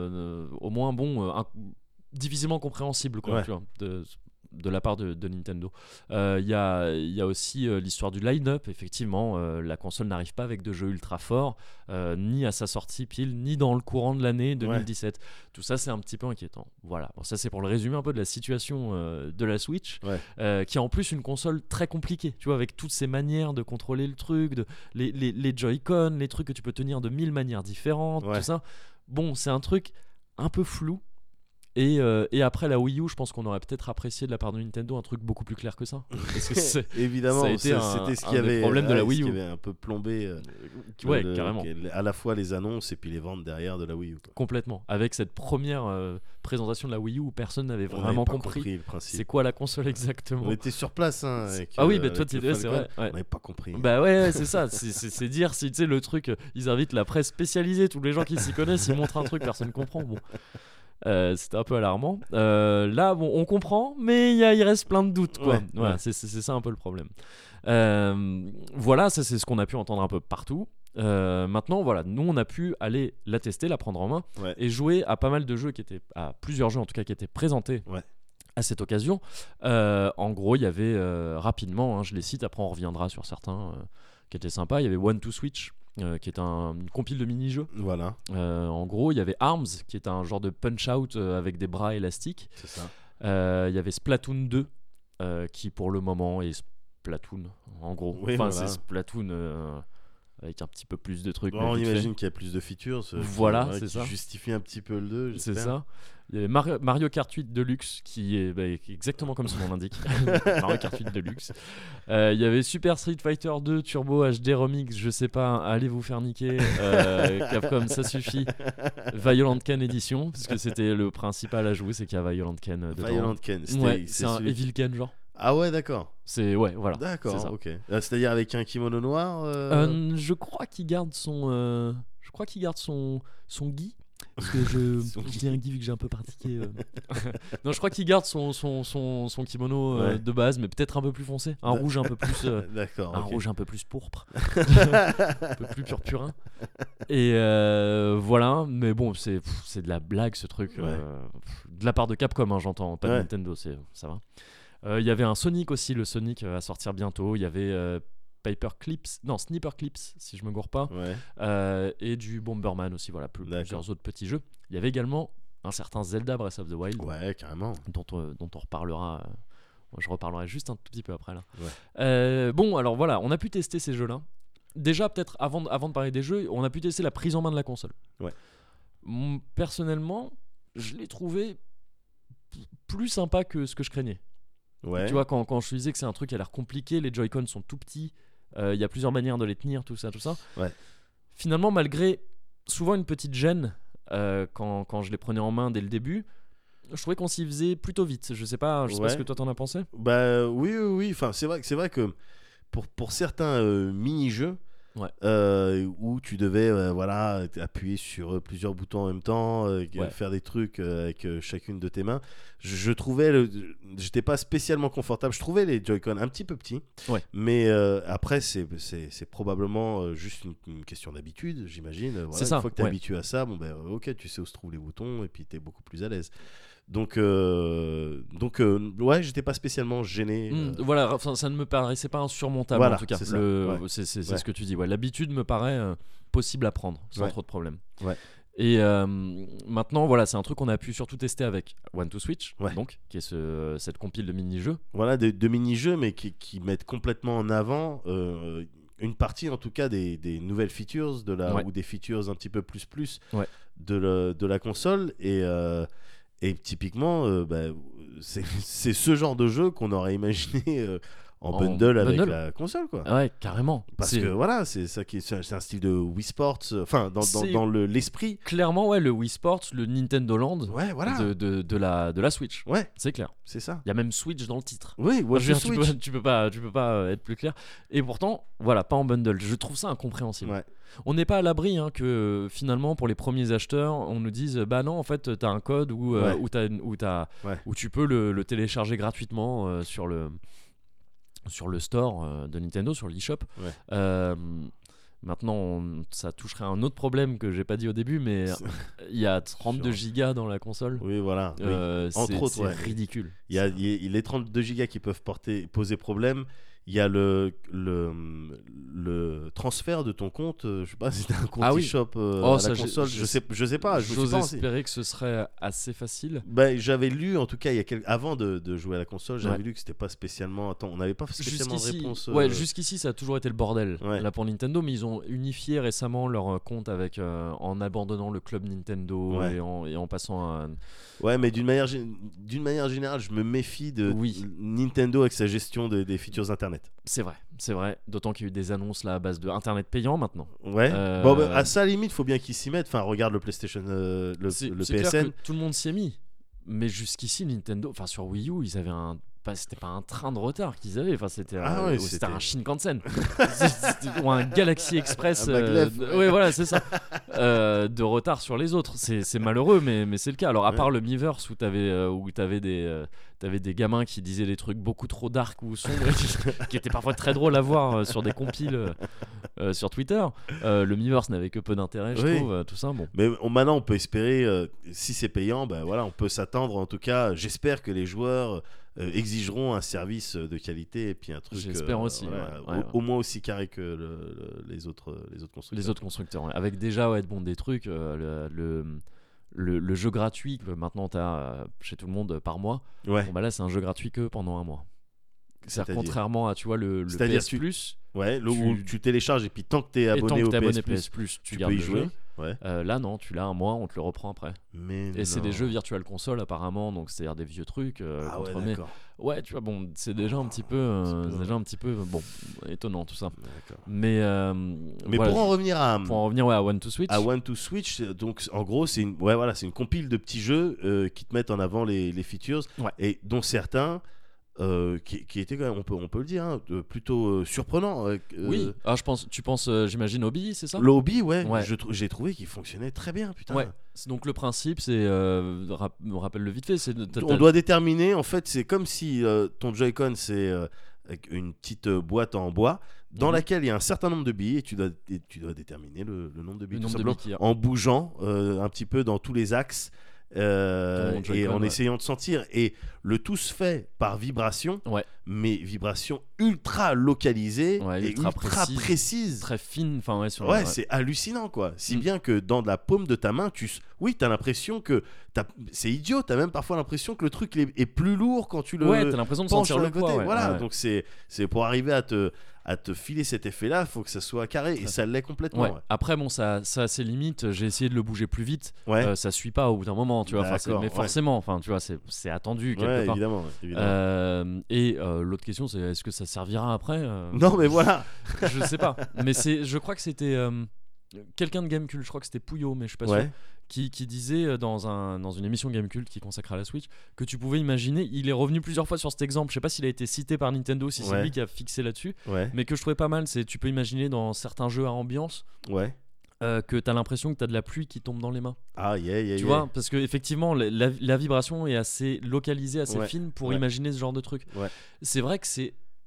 bon, difficilement compréhensible, quoi, Ouais. tu vois, de la part de Nintendo. Il y a aussi l'histoire du line-up. Effectivement, la console n'arrive pas avec de jeux ultra forts, ni à sa sortie pile, ni dans le courant de l'année 2017. Tout ça, c'est un petit peu inquiétant. Voilà. Bon, ça, c'est pour le résumé un peu de la situation de la Switch, qui est en plus une console très compliquée, tu vois, avec toutes ces manières de contrôler le truc, les Joy-Con, les trucs que tu peux tenir de 1000 manières différentes, Ouais. tout ça. Bon, c'est un truc un peu flou. Et après la Wii U, je pense qu'on aurait peut-être apprécié de la part de Nintendo un truc beaucoup plus clair que ça. Parce que Évidemment, ça a été c'était ce un qui des avait problèmes de la ce Wii qui U. avait un peu plombé Ouais, carrément. à la fois les annonces et puis les ventes derrière de la Wii U. Quoi. Complètement. Avec cette première présentation de la Wii U où personne n'avait On vraiment n'avait pas compris le principe. c'est quoi la console exactement. On était sur place. Hein, avec, Ah oui, bah toi avec tu le étais, c'est Falcon. vrai. Ouais. On n'avait pas compris. Bah ouais, c'est ça. C'est dire si tu sais le truc, ils invitent la presse spécialisée, tous les gens qui s'y connaissent, ils montrent un truc, personne comprend. Bon. C'était un peu alarmant. Là, bon, on comprend, mais il reste plein de doutes, quoi. Ouais, Voilà, ouais. c'est ça un peu le problème. Voilà, ça c'est ce qu'on a pu entendre un peu partout. Maintenant, voilà, nous on a pu aller la tester, la prendre en main Ouais. et jouer à pas mal de jeux à plusieurs jeux en tout cas qui étaient présentés. Ouais. À cette occasion, en gros, il y avait rapidement, hein, je les cite, après on reviendra sur certains qui étaient sympas. Il y avait One to Switch, qui est une compile de mini-jeux. Voilà, En gros, il y avait Arms, qui est un genre de punch-out avec des bras élastiques. c'est ça. Il y avait Splatoon 2, qui pour le moment est Splatoon, en gros. Oui, Enfin, voilà. c'est Splatoon avec un petit peu plus de trucs. Bon, mais on vite fait. imagine qu'il y a plus de features. Voilà, c'est qui ça. justifie un petit peu le 2. C'est j'espère. ça. Il y avait Mario Kart 8 Deluxe qui est exactement comme son nom l'indique. Mario Kart 8 Deluxe. Il y avait Super Street Fighter 2 Turbo HD Remix, je sais pas, allez vous faire niquer. Capcom, ça suffit. Violent Ken Edition, parce que c'était le principal à jouer, c'est qu'il y a Violent Ken dedans. Violent Ken. Ouais, c'est un celui- Evil Ken genre. Ah ouais, d'accord. C'est ouais, voilà. C'est D'accord, ça. ok. C'est-à-dire avec un kimono noir. Je crois qu'il garde son gi. Parce que Son je dis un gi vu que j'ai un peu pratiqué. Non, je crois qu'il garde son kimono Ouais. de base, mais peut-être un peu plus foncé, un rouge un peu plus, D'accord. un ok. rouge un peu plus pourpre, un peu plus purpurin. Et voilà, mais bon, c'est de la blague ce truc, Ouais. de la part de Capcom, hein, j'entends, pas de Ouais. Nintendo, ça va. Il y avait un Sonic aussi, le Sonic à sortir bientôt. Il y avait Sniper Clips, si je me gourre pas. Ouais. Et du Bomberman aussi, voilà, D'accord. plusieurs autres petits jeux. Il y avait également un certain Zelda Breath of the Wild, Ouais, carrément. dont on reparlera. Je reparlerai juste un tout petit peu après là. Ouais. Bon, alors voilà, on a pu tester ces jeux-là. Déjà, peut-être avant de parler des jeux, on a pu tester la prise en main de la console. Ouais. Personnellement, je l'ai trouvé plus sympa que ce que je craignais. Ouais. Tu vois, quand je te disais que c'est un truc qui a l'air compliqué, les Joy-Con sont tout petits, il y a plusieurs manières de les tenir, tout ça. Ouais. Finalement, malgré souvent une petite gêne quand je les prenais en main dès le début, je trouvais qu'on s'y faisait plutôt vite. Je sais pas Ouais. ce que toi t'en as pensé. Bah oui. Enfin, c'est vrai que pour certains mini-jeux, Ouais. où tu devais voilà, appuyer sur plusieurs boutons en même temps, faire des trucs avec chacune de tes mains. Je trouvais, j'étais pas spécialement confortable. Je trouvais les Joy-Con un petit peu petits, Ouais. mais après c'est probablement juste une question d'habitude, j'imagine. Voilà, C'est ça, une fois que tu es ouais. habitué à ça, bon ben ok, tu sais où se trouvent les boutons et puis tu es beaucoup plus à l'aise. Donc ouais, j'étais pas spécialement gêné. Voilà, enfin, ça ne me paraissait pas insurmontable Voilà, en tout cas. c'est ça, C'est Ouais. ce que tu dis. Ouais, l'habitude me paraît possible à prendre sans Ouais. trop de problèmes. Ouais. Et maintenant, voilà, c'est un truc qu'on a pu surtout tester avec One to Switch, Ouais. donc, qui est cette compile de mini-jeux. Voilà, de mini-jeux, mais qui mettent complètement en avant une partie, en tout cas, des nouvelles features Ouais. ou des features un petit peu plus Ouais. de la console. Et typiquement, c'est ce genre de jeu qu'on aurait imaginé en bundle avec bundle. la console, quoi. Ouais, carrément. Parce C'est que voilà, c'est un style de Wii Sports, enfin C'est- dans l'esprit. clairement, ouais, le Wii Sports, le Nintendo Land Ouais, voilà. de la Switch. Ouais, C'est clair. c'est ça. Il y a même Switch dans le titre. Oui, Enfin, je veux dire, Switch. tu peux pas être plus clair. Et pourtant, voilà, pas en bundle. Je trouve ça incompréhensible. Ouais. On n'est pas à l'abri que finalement, pour les premiers acheteurs, on nous dise bah non, en fait, t'as un code où, Ouais. où tu peux le télécharger gratuitement sur le store de Nintendo, sur l'eShop. Ouais. Maintenant, ça toucherait à un autre problème que j'ai pas dit au début, mais il y a 32 gigas dans la console. Oui, voilà. Oui. Entre autres, c'est ouais. ridicule. Il y a les 32 gigas qui peuvent poser problème. Il y a le transfert de ton compte. Je sais pas si t'as un compte Ah oui. eShop Oh, à ça, la console. Je sais pas. Je me suis J'ose pas renseigné. espérer que ce serait assez facile. Ben, j'avais lu, en tout cas, avant de jouer à la console, j'avais Ouais. lu que c'était pas spécialement. Attends, on n'avait pas spécialement de Jusqu'ici, réponse. ouais, jusqu'ici, ça a toujours été le bordel Ouais. là pour Nintendo, mais ils ont unifié récemment leur compte avec en abandonnant le club Nintendo Ouais. et en passant à Ouais, mais d'une manière générale, je me méfie de Oui. Nintendo avec sa gestion des features internet. C'est vrai, d'autant qu'il y a eu des annonces là à base de internet payant maintenant. Ouais. Euh, Bon, à ça limite, faut bien qu'ils s'y mettent. Enfin, regarde le PlayStation, le C'est PSN. clair que tout le monde s'y est mis, mais jusqu'ici Nintendo, enfin sur Wii U, ils avaient c'était pas un train de retard qu'ils avaient, enfin c'était Ah ouais, c'était c'était- un Shinkansen ou un Galaxy Express Un maglev, ouais. ouais voilà c'est ça de retard sur les autres. C'est malheureux mais c'est le cas. Alors à Ouais. part le Miiverse où t'avais des gamins qui disaient des trucs beaucoup trop dark ou sombres et qui étaient parfois très drôles à voir sur des compiles sur Twitter, le Miiverse n'avait que peu d'intérêt, je Oui. trouve, tout ça. Bon, Mais maintenant, on peut espérer, si c'est payant, ben voilà, on peut s'attendre. En tout cas, j'espère que les joueurs exigeront un service de qualité et puis un truc. J'espère aussi, voilà, ouais. au moins aussi carré que les autres constructeurs. les autres constructeurs, ouais. Avec déjà des trucs, le jeu gratuit que maintenant t'as chez tout le monde par mois. Ouais. Bon bah là c'est un jeu gratuit que pendant un mois. C'est-à-dire C'est-à-dire contrairement à tu vois le C'est-à-dire PS Plus, Ouais, où tu télécharges et puis tant que t'es et tant abonné que au t'es abonné PS Plus, PS Plus, tu tu gardes peux y le jouer. jeu. Ouais. Là non, tu l'as un mois, on te le reprend après. Mais Et c'est non. des jeux Virtual Console apparemment, donc c'est-à-dire des vieux trucs. Ah ouais, contre mais d'accord. ouais, tu vois, bon, c'est déjà un petit peu, bon, étonnant tout ça. D'accord. Mais Mais pour en revenir à ouais, à One to Switch. One to Switch, donc en gros c'est une compile de petits jeux qui te mettent en avant les features Ouais. et dont certains qui étaient quand même, on peut le dire, hein, plutôt surprenants. Oui. Ah, tu penses, j'imagine Hobby, c'est ça? Le hobby, ouais. Ouais. J'ai trouvé qu'il fonctionnait très bien, putain. Ouais. Donc le principe, c'est, me rappelle-le vite fait, c'est On doit déterminer, en fait, c'est comme si ton Joy-Con c'est une petite boîte en bois dans laquelle il y a un certain nombre de billes et tu dois déterminer le nombre de billes, Le tout nombre de simplement, billes qu'il y a. en bougeant un petit peu dans tous les axes et Joy-Con, en ouais. essayant de sentir. Et le tout se fait par vibration, Ouais. mais vibration ultra localisée Ouais, et ultra ultra précise. Très fine, enfin ouais, sur Ouais, ouais. c'est hallucinant quoi. Si Mm. bien que dans la paume de ta main, t'as l'impression que c'est idiot. T'as même parfois l'impression que le truc est plus lourd quand tu le Ouais, t'as l'impression de penches sentir sur le le côté. poids. Ouais, Voilà, ouais. donc c'est pour arriver à te filer cet effet-là, il faut que ça soit carré et ça l'est complètement. Ouais. Ouais. Après, bon, ça a ses limites. J'ai essayé de le bouger plus vite. Ouais. Ça suit pas au bout d'un moment, tu vois. Enfin, D'accord, mais ouais. forcément, enfin, tu vois, c'est attendu quelque Ouais, part. évidemment. Et l'autre question, c'est est-ce que ça servira après Non, mais voilà. Je sais pas. Mais je crois que c'était quelqu'un de Gamecult, je crois que c'était Pouillot, mais je suis pas sûr, Ouais. qui disait dans une émission Gamecult qui consacre à la Switch que tu pouvais imaginer. Il est revenu plusieurs fois sur cet exemple. Je sais pas s'il a été cité par Nintendo, si c'est Ouais. lui qui a fixé là-dessus, Ouais. mais que je trouvais pas mal. C'est tu peux imaginer dans certains jeux à ambiance Ouais. que t'as l'impression que t'as de la pluie qui tombe dans les mains. Ah, yeah. Tu vois, parce que effectivement la vibration est assez localisée, assez Ouais. fine pour Ouais. imaginer ce genre de truc. Ouais. C'est vrai que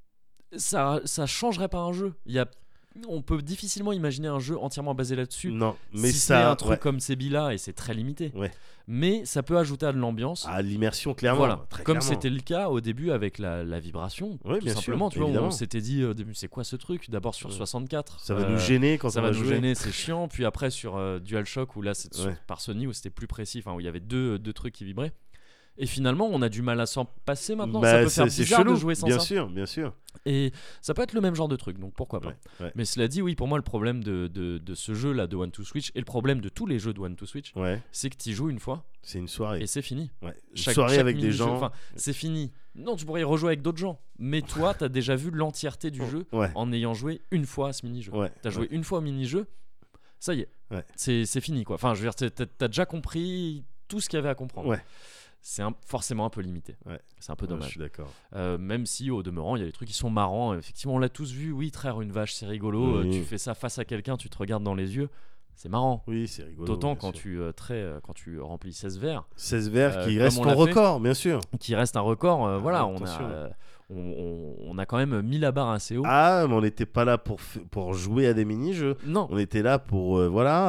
ça changerait pas un jeu. On peut difficilement imaginer un jeu entièrement basé là-dessus. Non, mais si ce n'est ça. un truc ouais. comme Sebila, et c'est très limité. Ouais. Mais ça peut ajouter à de l'ambiance. À l'immersion, clairement. Voilà, Très comme clairement. c'était le cas au début avec la vibration, Oui, tout bien simplement. sûr, Tu vois, on évidemment. s'était dit au début, c'est quoi ce truc ? D'abord sur Ouais. 64. Ça va nous gêner quand Ça on va va nous jouer. gêner, c'est chiant. Puis après sur DualShock, où là c'est Ouais. par Sony, où c'était plus précis, où il y avait deux trucs qui vibraient. Et finalement, on a du mal à s'en passer maintenant. Bah, Ça peut faire c'est bizarre chelou, de jouer sans bien ça. sûr, bien sûr. Et ça peut être le même genre de truc, donc pourquoi pas. Ouais. Mais cela dit, oui, pour moi, le problème de ce jeu-là de One to Switch, et le problème de tous les jeux de One to Switch, Ouais. c'est que tu joues une fois C'est une soirée. et c'est fini. Ouais. Une soirée avec des mini-jeu, gens. enfin, c'est fini. Non, tu pourrais y rejouer avec d'autres gens. Mais toi, t'as déjà vu l'entièreté du jeu Ouais. en ayant joué une fois à ce mini-jeu. Ouais. T'as joué une fois au mini-jeu, ça y est. Ouais. C'est fini, quoi. Enfin, je veux dire, t'as déjà compris tout ce qu'il y avait à comprendre. Ouais. C'est forcément un peu limité. Ouais. C'est un peu Ouais, je dommage. suis d'accord. Même si au demeurant il y a des trucs qui sont marrants. Effectivement, on l'a tous vu. Oui, traire une vache, c'est rigolo. Oui. Tu fais ça face à quelqu'un, tu te regardes dans les yeux, c'est marrant. Oui, c'est rigolo. D'autant bien quand sûr. quand tu remplis 16 verres, 16 verres qui comme reste on ton l'a fait. record, bien sûr. qui reste un record. Voilà, attention. on a quand même mis la barre assez haut. Ah, mais on n'était pas là pour jouer à des mini-jeux. Non, On était là pour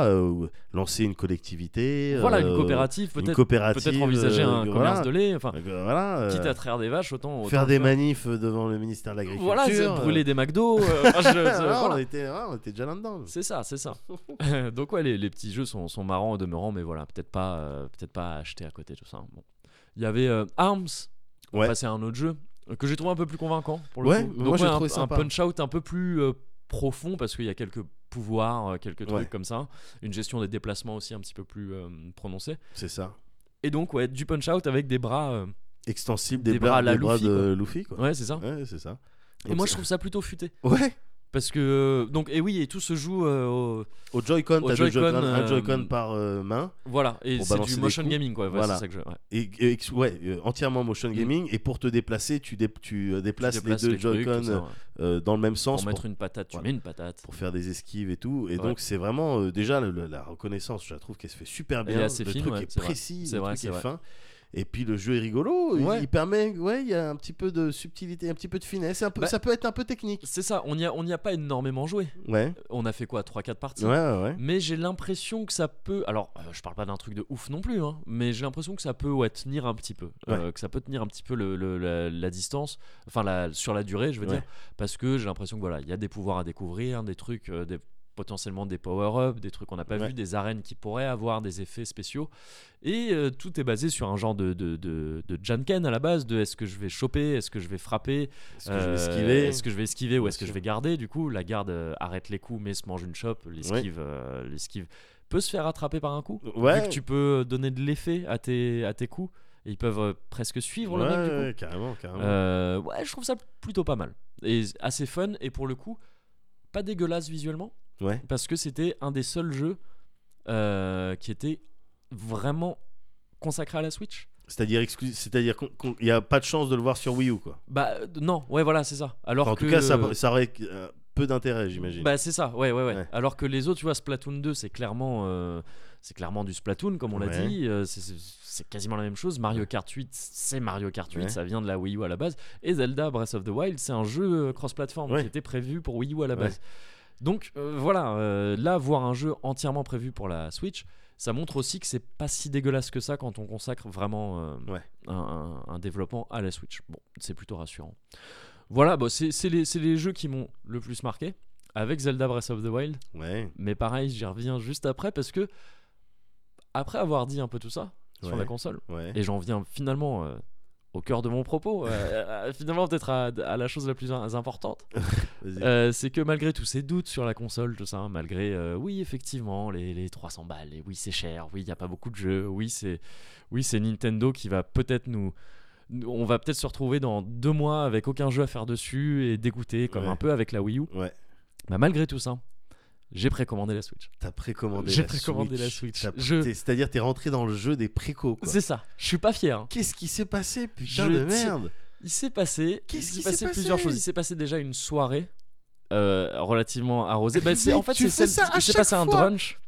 lancer une collectivité. voilà, une coopérative, une peut-être coopérative, envisager un voilà. commerce de lait. Enfin, Voilà, quitte à traire des vaches, autant faire des faire- manifs devant le ministère de l'Agriculture. Voilà, c'est brûler des McDo. Ah, voilà. on était déjà là-dedans. C'est ça. Donc ouais, les petits jeux sont marrants au demeurant, mais voilà, peut-être pas à acheter à côté de tout ça. Bon. Il y avait Arms, Ouais. enfin, c'est un autre jeu que j'ai trouvé un peu plus convaincant pour le Ouais, coup. moi, Donc j'ai ouais, trouvé un sympa. punch-out un peu plus profond parce qu'il y a quelques pouvoirs, quelques trucs Ouais. comme ça, une gestion des déplacements aussi un petit peu plus prononcée. C'est ça. Et donc ouais, du punch-out avec des bras. Extensible Des des bras à la des bras Luffy, de Luffy, quoi. Ouais, c'est ça. Ouais, c'est ça. Et Donc, moi je trouve ça plutôt futé Ouais. parce que donc et oui, et tout se joue Au Joy-Con, Au t'as deux Joy-Con, Joy-Con, un Joy-Con par main. voilà, et Pour c'est balancer du des motion coups. gaming quoi. Ouais, Voilà. c'est ça que je. Ouais. Et entièrement motion gaming. Et pour te déplacer, tu déplaces les déplaces deux les trucs, Joy-Con tout ça, ouais. dans le même sens Pour mettre une patate, tu voilà. mets une patate. pour faire des esquives et tout. Et Ouais. donc, c'est vraiment déjà la reconnaissance. Je la trouve qu'elle se fait super Elle est bien. assez Le fine, truc ouais, est c'est vrai. précis, C'est le vrai, truc c'est est vrai. fin. Et puis le jeu est rigolo, Ouais. il permet, il y a un petit peu de subtilité, un petit peu de finesse, ça peut être un peu technique. C'est ça, on y a pas énormément joué. Ouais, On a fait quoi, 3-4 parties. ouais. Mais j'ai l'impression que ça peut. Alors, je parle pas d'un truc de ouf non plus, hein, mais j'ai l'impression que ça peut tenir un petit peu. Que ça peut tenir un petit peu la distance, enfin sur la durée, je veux Ouais. dire. Parce que j'ai l'impression que voilà, il y a des pouvoirs à découvrir, des trucs, potentiellement des power-up, des trucs qu'on n'a pas Ouais. vu, des arènes qui pourraient avoir des effets spéciaux. Et tout est basé sur un genre de Janken à la base, de est-ce que je vais choper, est-ce que je vais frapper, Est-ce que je vais esquiver est-ce que je vais esquiver ou Bien est-ce que sûr. je vais garder. Du coup, la garde arrête les coups mais se mange une chope. L'esquive peut se faire attraper par un coup. Ouais. Vu que tu peux donner de l'effet à tes coups. Et ils peuvent presque suivre le mec du coup. Ouais, carrément. Ouais, je trouve ça plutôt pas mal. Et assez fun. Et pour le coup, pas dégueulasse visuellement. Ouais. Parce que c'était un des seuls jeux qui était vraiment consacré à la Switch. C'est-à-dire qu'il n'y a pas de chance de le voir sur Wii U, quoi. Bah non, ouais, voilà, c'est ça. Alors Enfin, en que, tout cas, ça aurait peu d'intérêt, j'imagine. bah c'est ça, ouais. Ouais. Alors que les autres, tu vois, Splatoon 2, c'est clairement du Splatoon, comme on l'a Ouais. dit. C'est quasiment la même chose. Mario Kart 8, c'est Mario Kart 8, Ouais. ça vient de la Wii U à la base. Et Zelda Breath of the Wild, c'est un jeu cross-platform Ouais. qui était prévu pour Wii U à la Ouais. base. Donc voilà, là, voir un jeu entièrement prévu pour la Switch, ça montre aussi que c'est pas si dégueulasse que ça quand on consacre vraiment Ouais. un développement à la Switch. Bon, c'est plutôt rassurant. Voilà, bon, c'est les jeux qui m'ont le plus marqué, avec Zelda Breath of the Wild. Ouais. Mais pareil, j'y reviens juste après, parce que après avoir dit un peu tout ça sur Ouais. la console, Ouais. et j'en viens finalement au cœur de mon propos, finalement peut-être à la chose la plus importante, Vas-y. c'est que malgré tous ces doutes sur la console, tout ça, malgré oui effectivement les 300 balles, et oui c'est cher, oui il n'y a pas beaucoup de jeux, oui c'est Nintendo qui va peut-être on va peut-être se retrouver dans 2 mois avec aucun jeu à faire dessus et dégoûté comme Ouais. un peu avec la Wii U. Ouais. Bah, malgré tout ça, J'ai précommandé la Switch. T'as précommandé J'ai la précommandé la Switch. C'est-à-dire t'es rentré dans le jeu des précos, quoi. C'est ça. Je suis pas fier. Hein. Qu'est-ce qui s'est passé, putain Je de tire- merde? Il s'est passé. Qu'est-ce il qui s'est s'est passé plusieurs passé choses. Il s'est passé déjà une soirée relativement arrosée. Bah, Mais en fait, tu c'est fais celle. ça à Il s'est chaque passé un fois. brunch.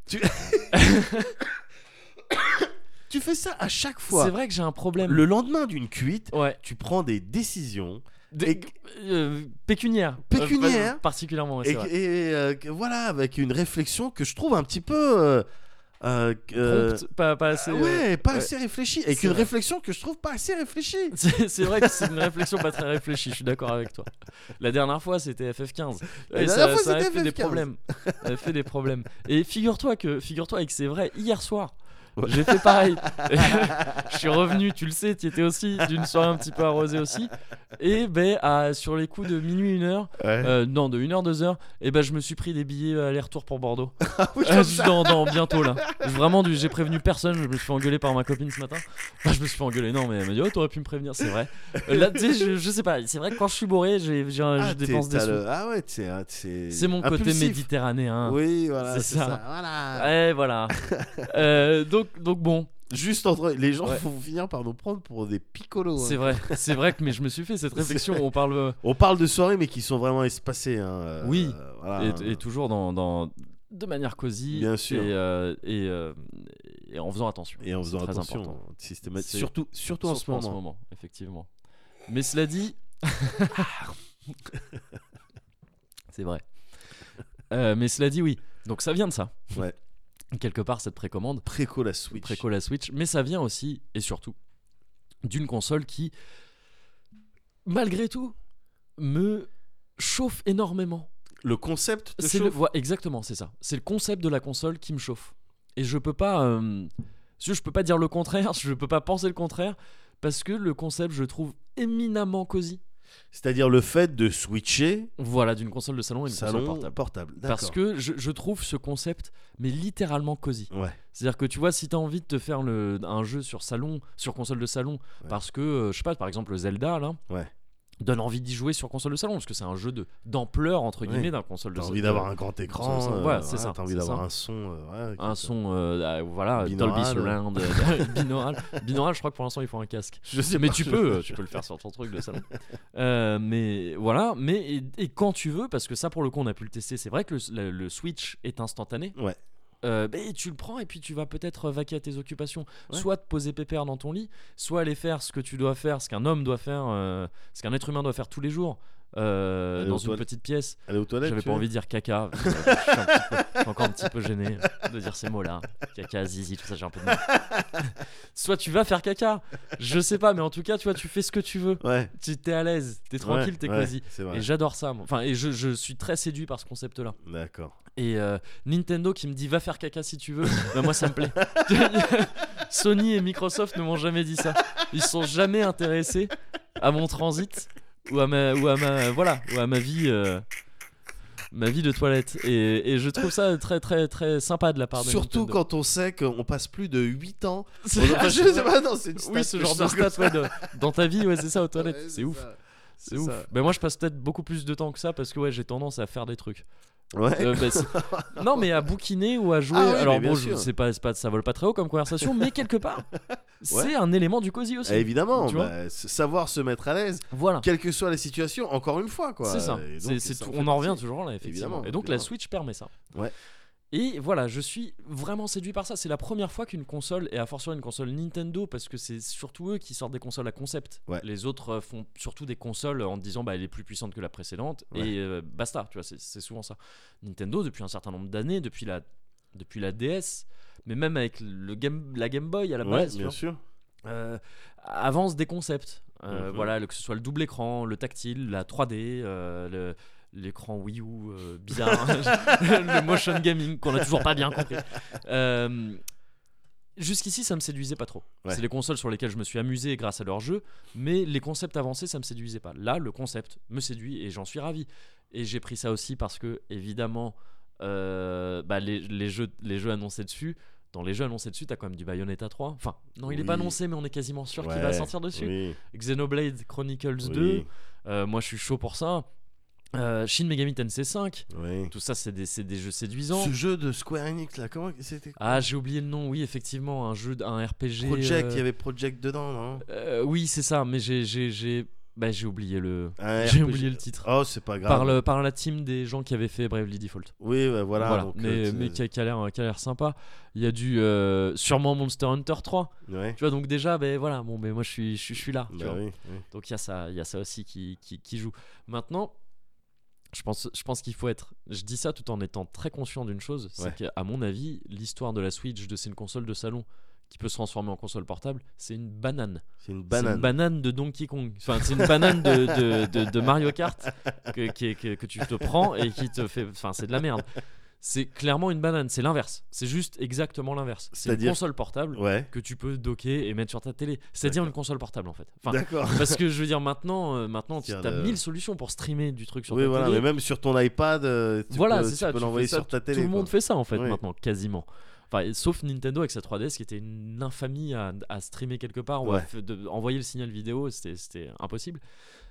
Tu fais ça à chaque fois. C'est vrai que j'ai un problème. Le lendemain d'une cuite, Ouais. tu prends des décisions Des- pécuniaires. Pécuniaires. Particulièrement, ouais, c'est vrai. voilà, avec une réflexion que je trouve un petit peu Prompte, pas assez. ouais, pas ouais. assez réfléchie, avec C'est une vrai. réflexion que je trouve pas assez réfléchie. C'est vrai que c'est une réflexion pas très réfléchie, je suis d'accord avec toi. La dernière fois c'était FF15. La Et dernière fois, ça a c'était fait des FF15. problèmes. Ça a fait des problèmes. Et figure-toi que c'est vrai, hier soir, Ouais. j'ai fait pareil. Je suis revenu, tu le sais, tu étais aussi, d'une soirée un petit peu arrosée aussi. Et sur les coups de minuit, 1h, non, de 1h, 2h, et je me suis pris des billets aller-retour pour Bordeaux. Oui, comme ça. Dans bientôt là. Vraiment, j'ai prévenu personne, je me suis fait engueuler par ma copine ce matin. Enfin, je me suis fait engueuler, non, mais elle m'a dit, oh, t'aurais pu me prévenir, c'est vrai. Là, tu sais, je sais pas, c'est vrai que quand je suis bourré, je dépense des sous. Ah ouais, C'est mon côté impulsif. méditerranéen. Oui, voilà, C'est c'est ça. ça. Voilà. Ouais, voilà. Donc bon, Juste entre les gens Ouais. vont finir par nous prendre pour des picolos. c'est vrai que mais je me suis fait cette réflexion. On parle On parle de soirées, mais qui sont vraiment espacées. Hein, Oui. voilà. et toujours de manière cosy. Bien sûr. Et en faisant attention. Et en faisant C'est très attention, important. systématiquement. C'est- Surtout en ce moment. effectivement. Mais cela dit, c'est vrai. Mais cela dit, oui. Donc ça vient de ça. Ouais. Quelque part cette précommande. Préco la Switch. Préco la Switch, mais ça vient aussi et surtout d'une console qui, malgré tout, me chauffe énormément. Le concept te C'est chauffe. exactement, c'est ça. C'est le concept de la console qui me chauffe. Et je peux pas, je peux pas dire le contraire, je peux pas penser le contraire, parce que le concept, je trouve éminemment cosy. C'est-à-dire le fait de switcher Voilà, d'une console de salon à une console salon portable. portable. Parce D'accord. que je trouve ce concept, mais littéralement cosy. Ouais. C'est-à-dire que tu vois, si t'as envie de te faire un jeu sur console de salon, Ouais. parce que, je sais pas, par exemple, le Zelda, là, Ouais. donne envie d'y jouer sur console de salon, parce que c'est un jeu d'ampleur, entre guillemets, Ouais. d'un console de T'as salon. envie d'avoir un grand écran. console de salon. Ouais, c'est ça, T'as envie c'est d'avoir ça. un son. Un son, voilà, Binaural. Dolby Surround, binaural. Binaural, je crois que pour l'instant, il faut un casque. Je sais Mais pas, tu peux le faire sur ton truc de salon. Mais voilà, et quand tu veux, parce que ça pour le coup on a pu le tester, c'est vrai que le Switch est instantané. Ouais. Tu le prends et puis tu vas peut-être vaquer à tes occupations, Ouais. soit te poser pépère dans ton lit, soit aller faire ce que tu dois faire, ce qu'un homme doit faire, ce qu'un être humain doit faire tous les jours, dans aux une toilettes. petite pièce. Aller aux toilettes. J'avais tu pas veux envie de dire caca. Je suis encore un petit peu gêné de dire ces mots-là. Caca, zizi, tout ça, j'ai un peu de mal. Soit tu vas faire caca, je sais pas, mais en tout cas, tu vois, tu fais ce que tu veux. Ouais. Tu t'es à l'aise, t'es tranquille, Ouais, t'es ouais, cosy. c'est vrai. Et j'adore ça. Moi. Enfin, et je suis très séduit par ce concept-là. D'accord. Et Nintendo qui me dit va faire caca si tu veux, bah moi ça me plaît. Sony et Microsoft ne m'ont jamais dit ça. Ils sont jamais intéressés à mon transit ou à ma vie. Ma vie de toilette, et je trouve ça très très très sympa de la part de Surtout Nintendo. quand on sait qu'on passe plus de 8 ans. C'est- Je sais pas, non, c'est une stat oui, ce que genre je de sors comme stat, ouais, dans ta vie, ouais, c'est ça, aux toilettes. Ouais, c'est ouf. ça. C'est ouf. Ben moi, je passe peut-être beaucoup plus de temps que ça parce que ouais, j'ai tendance à faire des trucs. Ouais. Non, mais à bouquiner ou à jouer. Ah oui, Alors mais bien bon, sûr. c'est pas, ça vole pas très haut comme conversation, mais quelque part, c'est un élément du cosy aussi. Évidemment, Tu vois savoir se mettre à l'aise, Voilà. quelle que soit la situation, encore une fois, quoi. C'est ça. Et donc, C'est ça tout- fait on en revient partie. toujours là, effectivement. Évidemment, Et donc la évidemment. Switch permet ça. Ouais. Et voilà, je suis vraiment séduit par ça. C'est la première fois qu'une console, et à fortiori une console Nintendo, parce que c'est surtout eux qui sortent des consoles à concept. Ouais. Les autres font surtout des consoles en disant bah elle est plus puissante que la précédente, Ouais. et basta. Tu vois, c'est souvent ça. Nintendo depuis un certain nombre d'années, depuis la DS, mais même avec la Game Boy à la Ouais, base, tu bien vois, sûr. avance des concepts. Mhm. Voilà, que ce soit le double écran, le tactile, la 3D, l'écran Wii U bizarre, le motion gaming qu'on a toujours pas bien compris. Jusqu'ici, ça me séduisait pas trop. Ouais. C'est les consoles sur lesquelles je me suis amusé grâce à leurs jeux, mais les concepts avancés, ça me séduisait pas. Là, le concept me séduit et j'en suis ravi. Et j'ai pris ça aussi parce que, évidemment, les jeux annoncés dessus. Dans les jeux annoncés dessus, t'as quand même du Bayonetta 3. Enfin, non, il est Oui. pas annoncé, mais on est quasiment sûr qu'il Ouais, va sortir dessus. Oui. Xenoblade Chronicles Oui. 2. Moi, je suis chaud pour ça. Shin Megami Tensei 5, Ouais. tout ça c'est des jeux séduisants. Ce jeu de Square Enix là, comment c'était? Ah, j'ai oublié le nom, oui, effectivement, un RPG. Project, il y avait Project dedans, non? Oui, c'est ça, mais j'ai oublié Un j'ai RPG. oublié le titre. Oh, c'est pas grave. Par la team des gens qui avaient fait Bravely Default. Oui, ouais, voilà. Donc, mais qui a l'air sympa. Il y a du sûrement Monster Hunter 3. Ouais. Tu vois, donc déjà, voilà, bon, moi je suis là. tu Bah vois. oui, oui. Donc il y a ça aussi qui joue. Maintenant, je pense qu'il faut être. Je dis ça tout en étant très conscient d'une chose, c'est Ouais. qu'à mon avis, l'histoire de la Switch, c'est une console de salon qui peut se transformer en console portable, c'est une banane. C'est une C'est banane. une banane de Donkey Kong. Enfin, c'est une banane de Mario Kart que tu te prends et qui te fait. Enfin, c'est de la merde. C'est clairement une banane. C'est l'inverse. C'est juste exactement l'inverse. C'est une C'est-à-dire- console portable Ouais. que tu peux docker et mettre sur ta télé. C'est-à-dire une console portable en fait. Enfin, D'accord. parce que je veux dire, maintenant tu C'est-à-dire as 1000 solutions pour streamer du truc sur Oui, ta voilà, télé. mais même sur ton iPad, tu Voilà, peux, c'est ça. tu peux tu l'envoyer fais ça, sur ta télé. Tout le monde fait ça en fait Oui. maintenant, quasiment. Enfin, sauf Nintendo avec sa 3DS qui était une infamie à streamer quelque part ou à envoyer le signal vidéo, c'était impossible.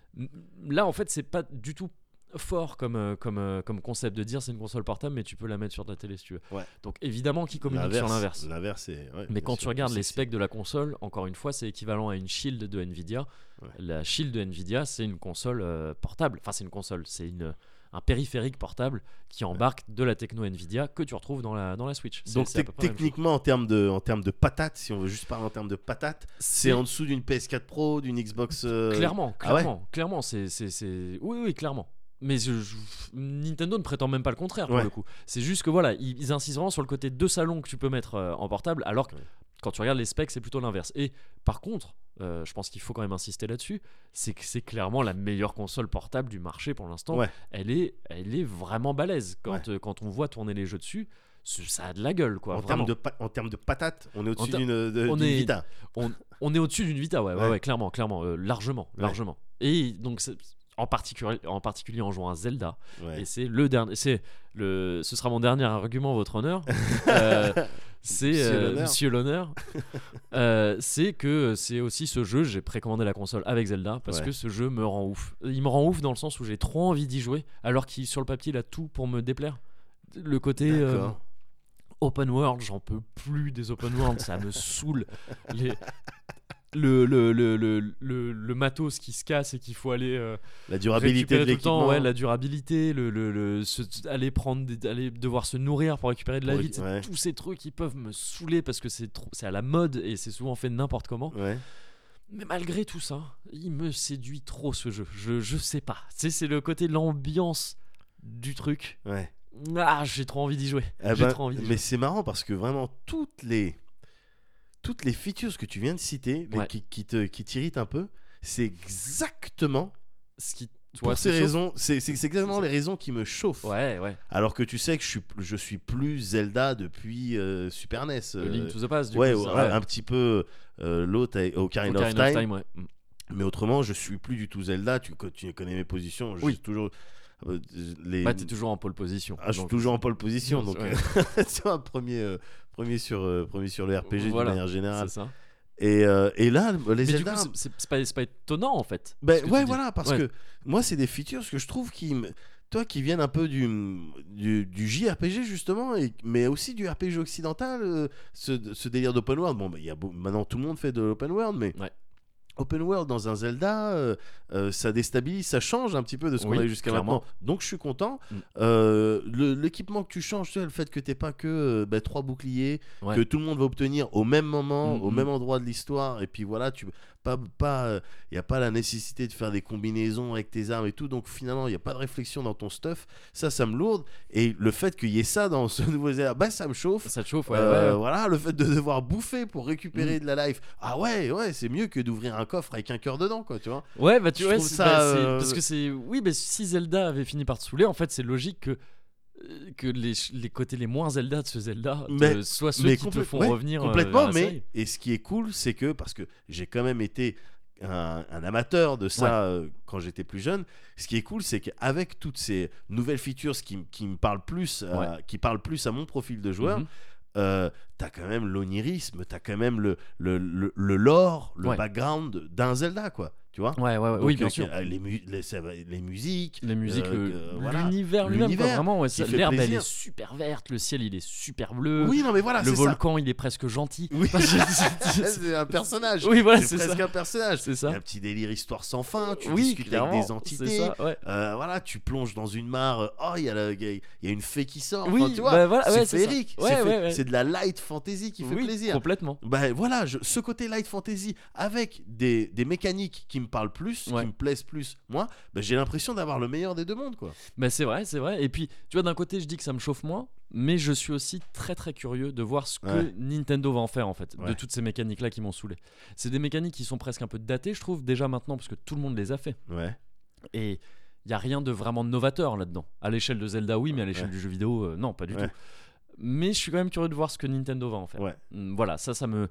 Là, en fait, c'est pas du tout fort comme concept de dire c'est une console portable, mais tu peux la mettre sur ta télé si tu veux. Ouais. Donc évidemment, qui communique sur l'inverse. L'inverse, c'est. Ouais, Mais bien quand sûr, tu regardes les c'est- specs de la console, encore une fois, c'est équivalent à une Shield de Nvidia. Ouais. La Shield de Nvidia, c'est une console portable. Enfin, c'est une console, c'est un périphérique portable qui embarque de la techno Nvidia que tu retrouves dans la Switch. Donc C'est à peu près la même chose. techniquement, en termes de patates, si on veut juste parler en termes de patates, c'est en dessous d'une PS4 Pro, d'une Xbox. Clairement, Ah ouais clairement, oui, clairement. Mais Nintendo ne prétend même pas le contraire pour Ouais. le coup. C'est juste que voilà, ils insistent vraiment sur le côté deux salons que tu peux mettre en portable, alors que Ouais. quand tu regardes les specs, c'est plutôt l'inverse. Et par contre, je pense qu'il faut quand même insister là-dessus, c'est que c'est clairement la meilleure console portable du marché pour l'instant. Ouais. Elle est vraiment balèze. Quand on voit tourner les jeux dessus, ça a de la gueule, quoi. En vraiment. termes de patates, on est au-dessus En ter- d'une on d'une est- Vita. On est au-dessus d'une Vita, Ouais. ouais, clairement, largement. Et donc, en particulier en jouant à Zelda. Ouais. Et c'est ce sera mon dernier argument, votre honneur. C'est Monsieur l'honneur. Monsieur l'honneur. C'est que c'est aussi ce jeu, j'ai précommandé la console avec Zelda parce Ouais. que ce jeu me rend ouf. Il me rend ouf dans le sens où j'ai trop envie d'y jouer, alors qu'il sur le papier il a tout pour me déplaire. Le côté D'accord. open world, j'en peux plus des open world, ça me saoule. Le matos qui se casse et qu'il faut aller La durabilité de récupérer tout le temps, l'équipement. ouais, la durabilité, aller aller devoir se nourrir pour récupérer de la Pour vie, ouais. tous ces trucs qui peuvent me saouler parce que c'est à la mode et c'est souvent fait n'importe comment. Ouais. Mais malgré tout ça, il me séduit trop ce jeu. Je sais pas. C'est le côté de l'ambiance du truc. Ouais. Ah, j'ai trop envie d'y jouer. Eh J'ai ben, trop envie d'y mais jouer. c'est marrant parce que vraiment toutes les features que tu viens de citer, Ouais. qui t'irritent un peu, c'est exactement Ce qui, pour ouais, ces c'est chaud. raisons, c'est exactement les raisons qui me chauffent. Ouais. Alors que tu sais que je suis plus Zelda depuis Super NES. Link to the Past, du Ouais, coup, ouais, ça, un petit peu l'autre Ocarina of Ocarina of Time. ouais. Mais autrement, je suis plus du tout Zelda. Tu connais mes positions. Je Oui. suis toujours les. Bah, t'es toujours en pole position. Ah, je suis donc- toujours en pole position. Donc, Ouais. c'est un premier sur le RPG Voilà, de manière générale. C'est ça. Et là, les Mais du Zelda. coup, c'est pas étonnant en fait. Ben, ce que ouais, tu dis. voilà, parce Ouais. que moi, c'est des features que je trouve qui viennent un peu du JRPG justement, mais aussi du RPG occidental, ce délire d'open world. Bon, maintenant tout le monde fait de l'open world, mais Ouais. open world dans un Zelda, ça déstabilise, ça change un petit peu de ce qu'on Oui, a eu jusqu'à clairement. maintenant. Donc je suis content. Mm. L'équipement que tu changes, tu sais, le fait que t'aies pas que 3 boucliers, Ouais. que tout le monde va obtenir au même moment, au Mhm. même endroit de l'histoire, et puis voilà, tu y a pas la nécessité de faire des combinaisons avec tes armes et tout, donc finalement il y a pas de réflexion dans ton stuff, ça me lourde, et le fait qu'il y ait ça dans ce nouveau Zelda, bah ça me chauffe. Ça te chauffe, ouais. Voilà, le fait de devoir bouffer pour récupérer Mm. de la life, ah ouais, c'est mieux que d'ouvrir un coffre avec un cœur dedans, quoi, tu vois. Ouais, bah tu Je vois, trouve c'est- ça, bah, c'est- parce que c'est. Oui, mais si Zelda avait fini par te saouler, en fait, c'est logique que les côtés les moins Zelda de ce Zelda soient ceux qui te font ouais, revenir. complètement, vers la série. et ce qui est cool, c'est que, parce que j'ai quand même été un amateur de ça quand j'étais plus jeune, ce qui est cool, c'est qu'avec toutes ces nouvelles features qui me parlent plus, qui parlent plus à mon profil de joueur, Mhm. t'as quand même l'onirisme, t'as quand même le lore, le Ouais. background d'un Zelda, quoi. tu vois. Ouais, Donc, oui, bien sûr. Les musiques, Les musiques, voilà. l'univers lui-même, quoi, L'univers vraiment. Ouais, qui fait l'herbe, elle plaisir. est super verte, le ciel, il est super bleu. Oui, non mais voilà, Le c'est ça. volcan, il est presque gentil. Oui. Parce que- C'est un personnage. Oui, voilà, c'est c'est presque ça. un personnage. C'est Il y ça. a un petit délire histoire sans fin. Tu Oui, discutes clairement, avec des c'est entités. ça, ouais. Voilà, tu plonges dans une mare. Oh, il y a une fée qui sort. Oui, Enfin, tu vois, bah voilà, c'est ouais, c'est ça. féerique. Ouais, ouais. C'est de la light fantasy qui fait Oui, plaisir. complètement. Bah voilà, ce côté light fantasy avec des mécaniques qui me parlent plus, Ouais. qui me plaisent plus, moi, bah, j'ai l'impression d'avoir le meilleur des deux mondes, quoi. Bah c'est vrai, c'est vrai. Et puis, tu vois, d'un côté, je dis que ça me chauffe moins, mais je suis aussi très très curieux de voir ce que Ouais. Nintendo va en faire, en fait, de Ouais. toutes ces mécaniques-là qui m'ont saoulé. C'est des mécaniques qui sont presque un peu datées, je trouve, déjà maintenant, parce que tout le monde les a fait. Ouais. Et il n'y a rien de vraiment novateur là-dedans. À l'échelle de Zelda, oui, mais à l'échelle Ouais. du jeu vidéo, non, pas du Ouais. tout. Mais je suis quand même curieux de voir ce que Nintendo va en faire. Ouais. Voilà, ça me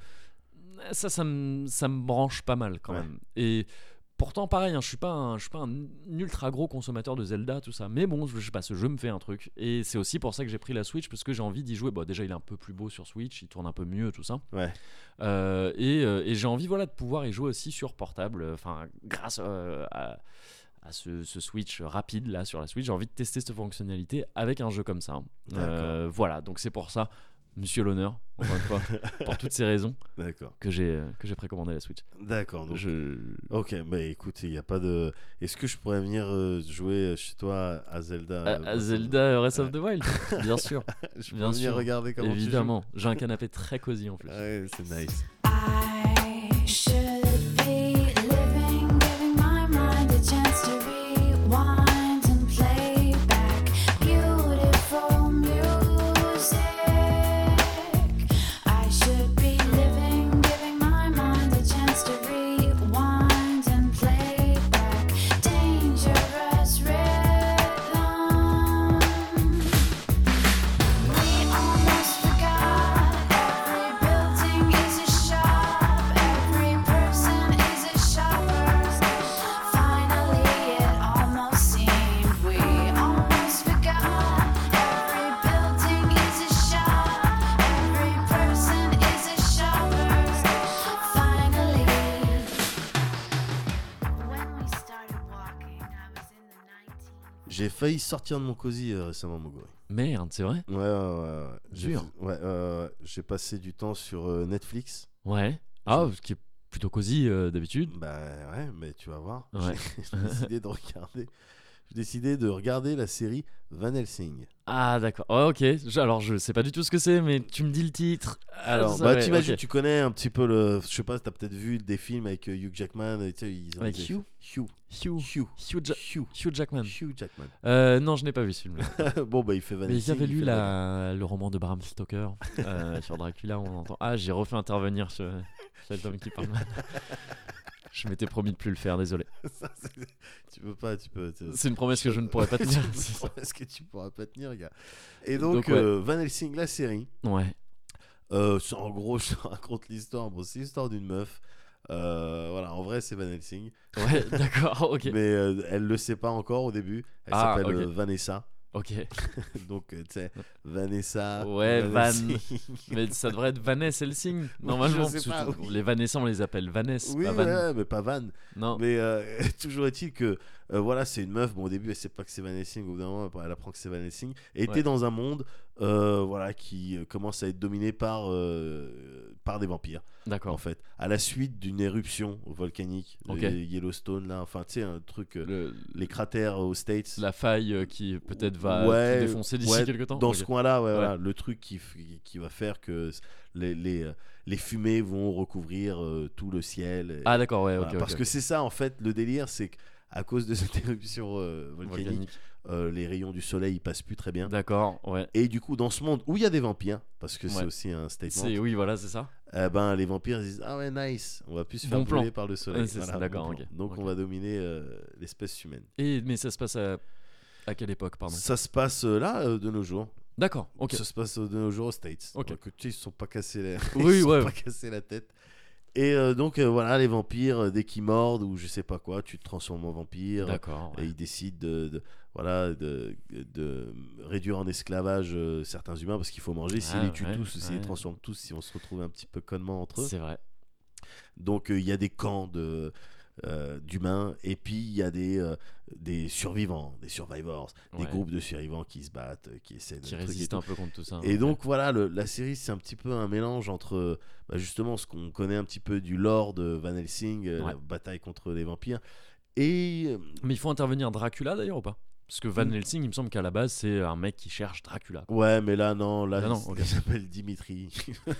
branche pas mal quand Ouais. même. Et pourtant, pareil, hein, je suis pas un ultra gros consommateur de Zelda, tout ça. Mais bon, je sais pas, ce jeu me fait un truc. Et c'est aussi pour ça que j'ai pris la Switch, parce que j'ai envie d'y jouer. Bon, déjà, il est un peu plus beau sur Switch, il tourne un peu mieux, tout ça. Ouais. Et j'ai envie, voilà, de pouvoir y jouer aussi sur portable. Enfin, grâce à ce Switch rapide là sur la Switch, j'ai envie de tester cette fonctionnalité avec un jeu comme ça. Voilà, donc c'est pour ça, monsieur l'honneur, encore une fois, pour toutes ces raisons D'accord. que j'ai précommandé la Switch. D'accord. Donc, Je... ok, bah écoute, il y a pas de. Est-ce que je pourrais venir jouer chez toi à Zelda à Zelda Breath of the Wild, bien sûr, Je peux bien venir sûr. regarder comment Évidemment. J'ai un canapé très cosy en plus. tu joues. Ouais, c'est nice. I should be living, giving my mind a chance to rewind and play back beautiful music. I should be living, giving my mind a chance to rewind and play back dangerous rhythm. We almost forgot every building is a shop, every person is a shopper. Finally, it almost seemed we almost forgot every building is a shop, every person is a shopper. Finally, when we started walking, I was in the 19. J'ai failli sortir de mon cosy récemment, Moguri. Merde, c'est vrai. Ouais. Dur. J'ai passé du temps sur Netflix. Ouais. Ah, ce qui est plutôt cosy d'habitude. Bah ouais, mais tu vas voir. Ouais. J'ai décidé de regarder la série Van Helsing. Ah d'accord. Oh, ok. Alors je sais pas du tout ce que c'est, mais tu me dis le titre. Alors, ça, bah ouais, t'imagines, ok. tu connais un petit peu le. Je sais pas, t'as peut-être vu des films avec Hugh Jackman. Tu sais, ils ont Avec des- Hugh Hugh Hugh Jackman. Hugh Jackman. Non, je n'ai pas vu ce film. Bon, bah il fait Van Mais Helsing. j'avais il lu fait le roman de Bram Stoker sur Dracula. On entend. Ah, j'ai refait intervenir cet homme qui parle mal. Je m'étais promis de plus le faire, désolé. Ça, tu peux pas, tu peux. C'est une promesse que je ne pourrais pas tenir. Est-ce que tu pourras pas tenir, gars? Et donc, ouais. Van Helsing, la série. Ouais. En gros, je te raconte l'histoire. Bon, c'est l'histoire d'une meuf. Voilà, en vrai, c'est Van Helsing. Ouais, d'accord, ok. Mais elle le sait pas encore au début. Elle Ah, s'appelle ok. Vanessa. Ok. Donc, tu sais, Vanessa. Ouais, Van. Helsing. Mais ça devrait être Vanessa Helsing, normalement. je sais parce que pas, oui. Les Vanessa, on les appelle Vanessa, Oui, pas Van. ouais, mais pas Van. Non. Mais toujours est-il que voilà, c'est une meuf. Bon, au début, elle sait pas que c'est Van Helsing. Au bout d'un moment, elle apprend que c'est Van Helsing. Et t'es Ouais. dans un monde voilà, qui commence à être dominé par des vampires. D'accord. En fait, à la suite d'une éruption volcanique, Ok. le Yellowstone, là, enfin, tu sais, un truc, les cratères aux States. La faille qui peut-être va Ouais, tout défoncer d'ici ouais, quelques temps. Dans Ok. ce coin-là, ouais, Ouais. voilà, le truc qui va faire que les fumées vont recouvrir tout le ciel. Ah d'accord, ouais, Voilà, ok. parce ok. que c'est ça, en fait, le délire, c'est qu'à cause de cette éruption volcanique, Volcanique. les rayons du soleil ils passent plus très bien. D'accord, ouais. Et du coup, dans ce monde où il y a des vampires, parce que c'est Ouais. aussi un statement, Oui, voilà, c'est ça. ben, les vampires disent ah ouais nice, on va plus se faire Bon plan. brûler par le soleil. Ouais, c'est ça, d'accord, bon plan. ok. Donc Ok. on va dominer l'espèce humaine. Mais ça se passe à quelle époque, pardon? Ça se passe là de nos jours. D'accord, ok. Ça se passe de nos jours aux States. Ok. Donc, tu sais, ils se sont pas cassés la... Oui, ils se ouais. sont pas cassés la tête. Et donc voilà, les vampires dès qu'ils mordent ou je sais pas quoi, tu te transformes en vampire. D'accord. Et ouais. ils décident de réduire en esclavage certains humains parce qu'il faut manger. S'ils Ah, les tuent ouais, tous, s'ils les ouais. transforment tous, si on se retrouve un petit peu connement entre eux. C'est vrai. Donc il y a des camps d'humains, et puis il y a des survivants, des survivors, des Ouais. groupes de survivants qui se battent, qui essaient de Qui trucs et résiste tout. un peu contre tout ça. Et donc voilà, la série c'est un petit peu un mélange entre justement ce qu'on connaît un petit peu du lore de Van Helsing, Ouais. la bataille contre les vampires, et Mais il faut intervenir Dracula d'ailleurs ou pas? Parce que Van Mm. Helsing, il me semble qu'à la base, c'est un mec qui cherche Dracula. ouais, mais là non, là Ah non, il ok. s'appelle Dimitri.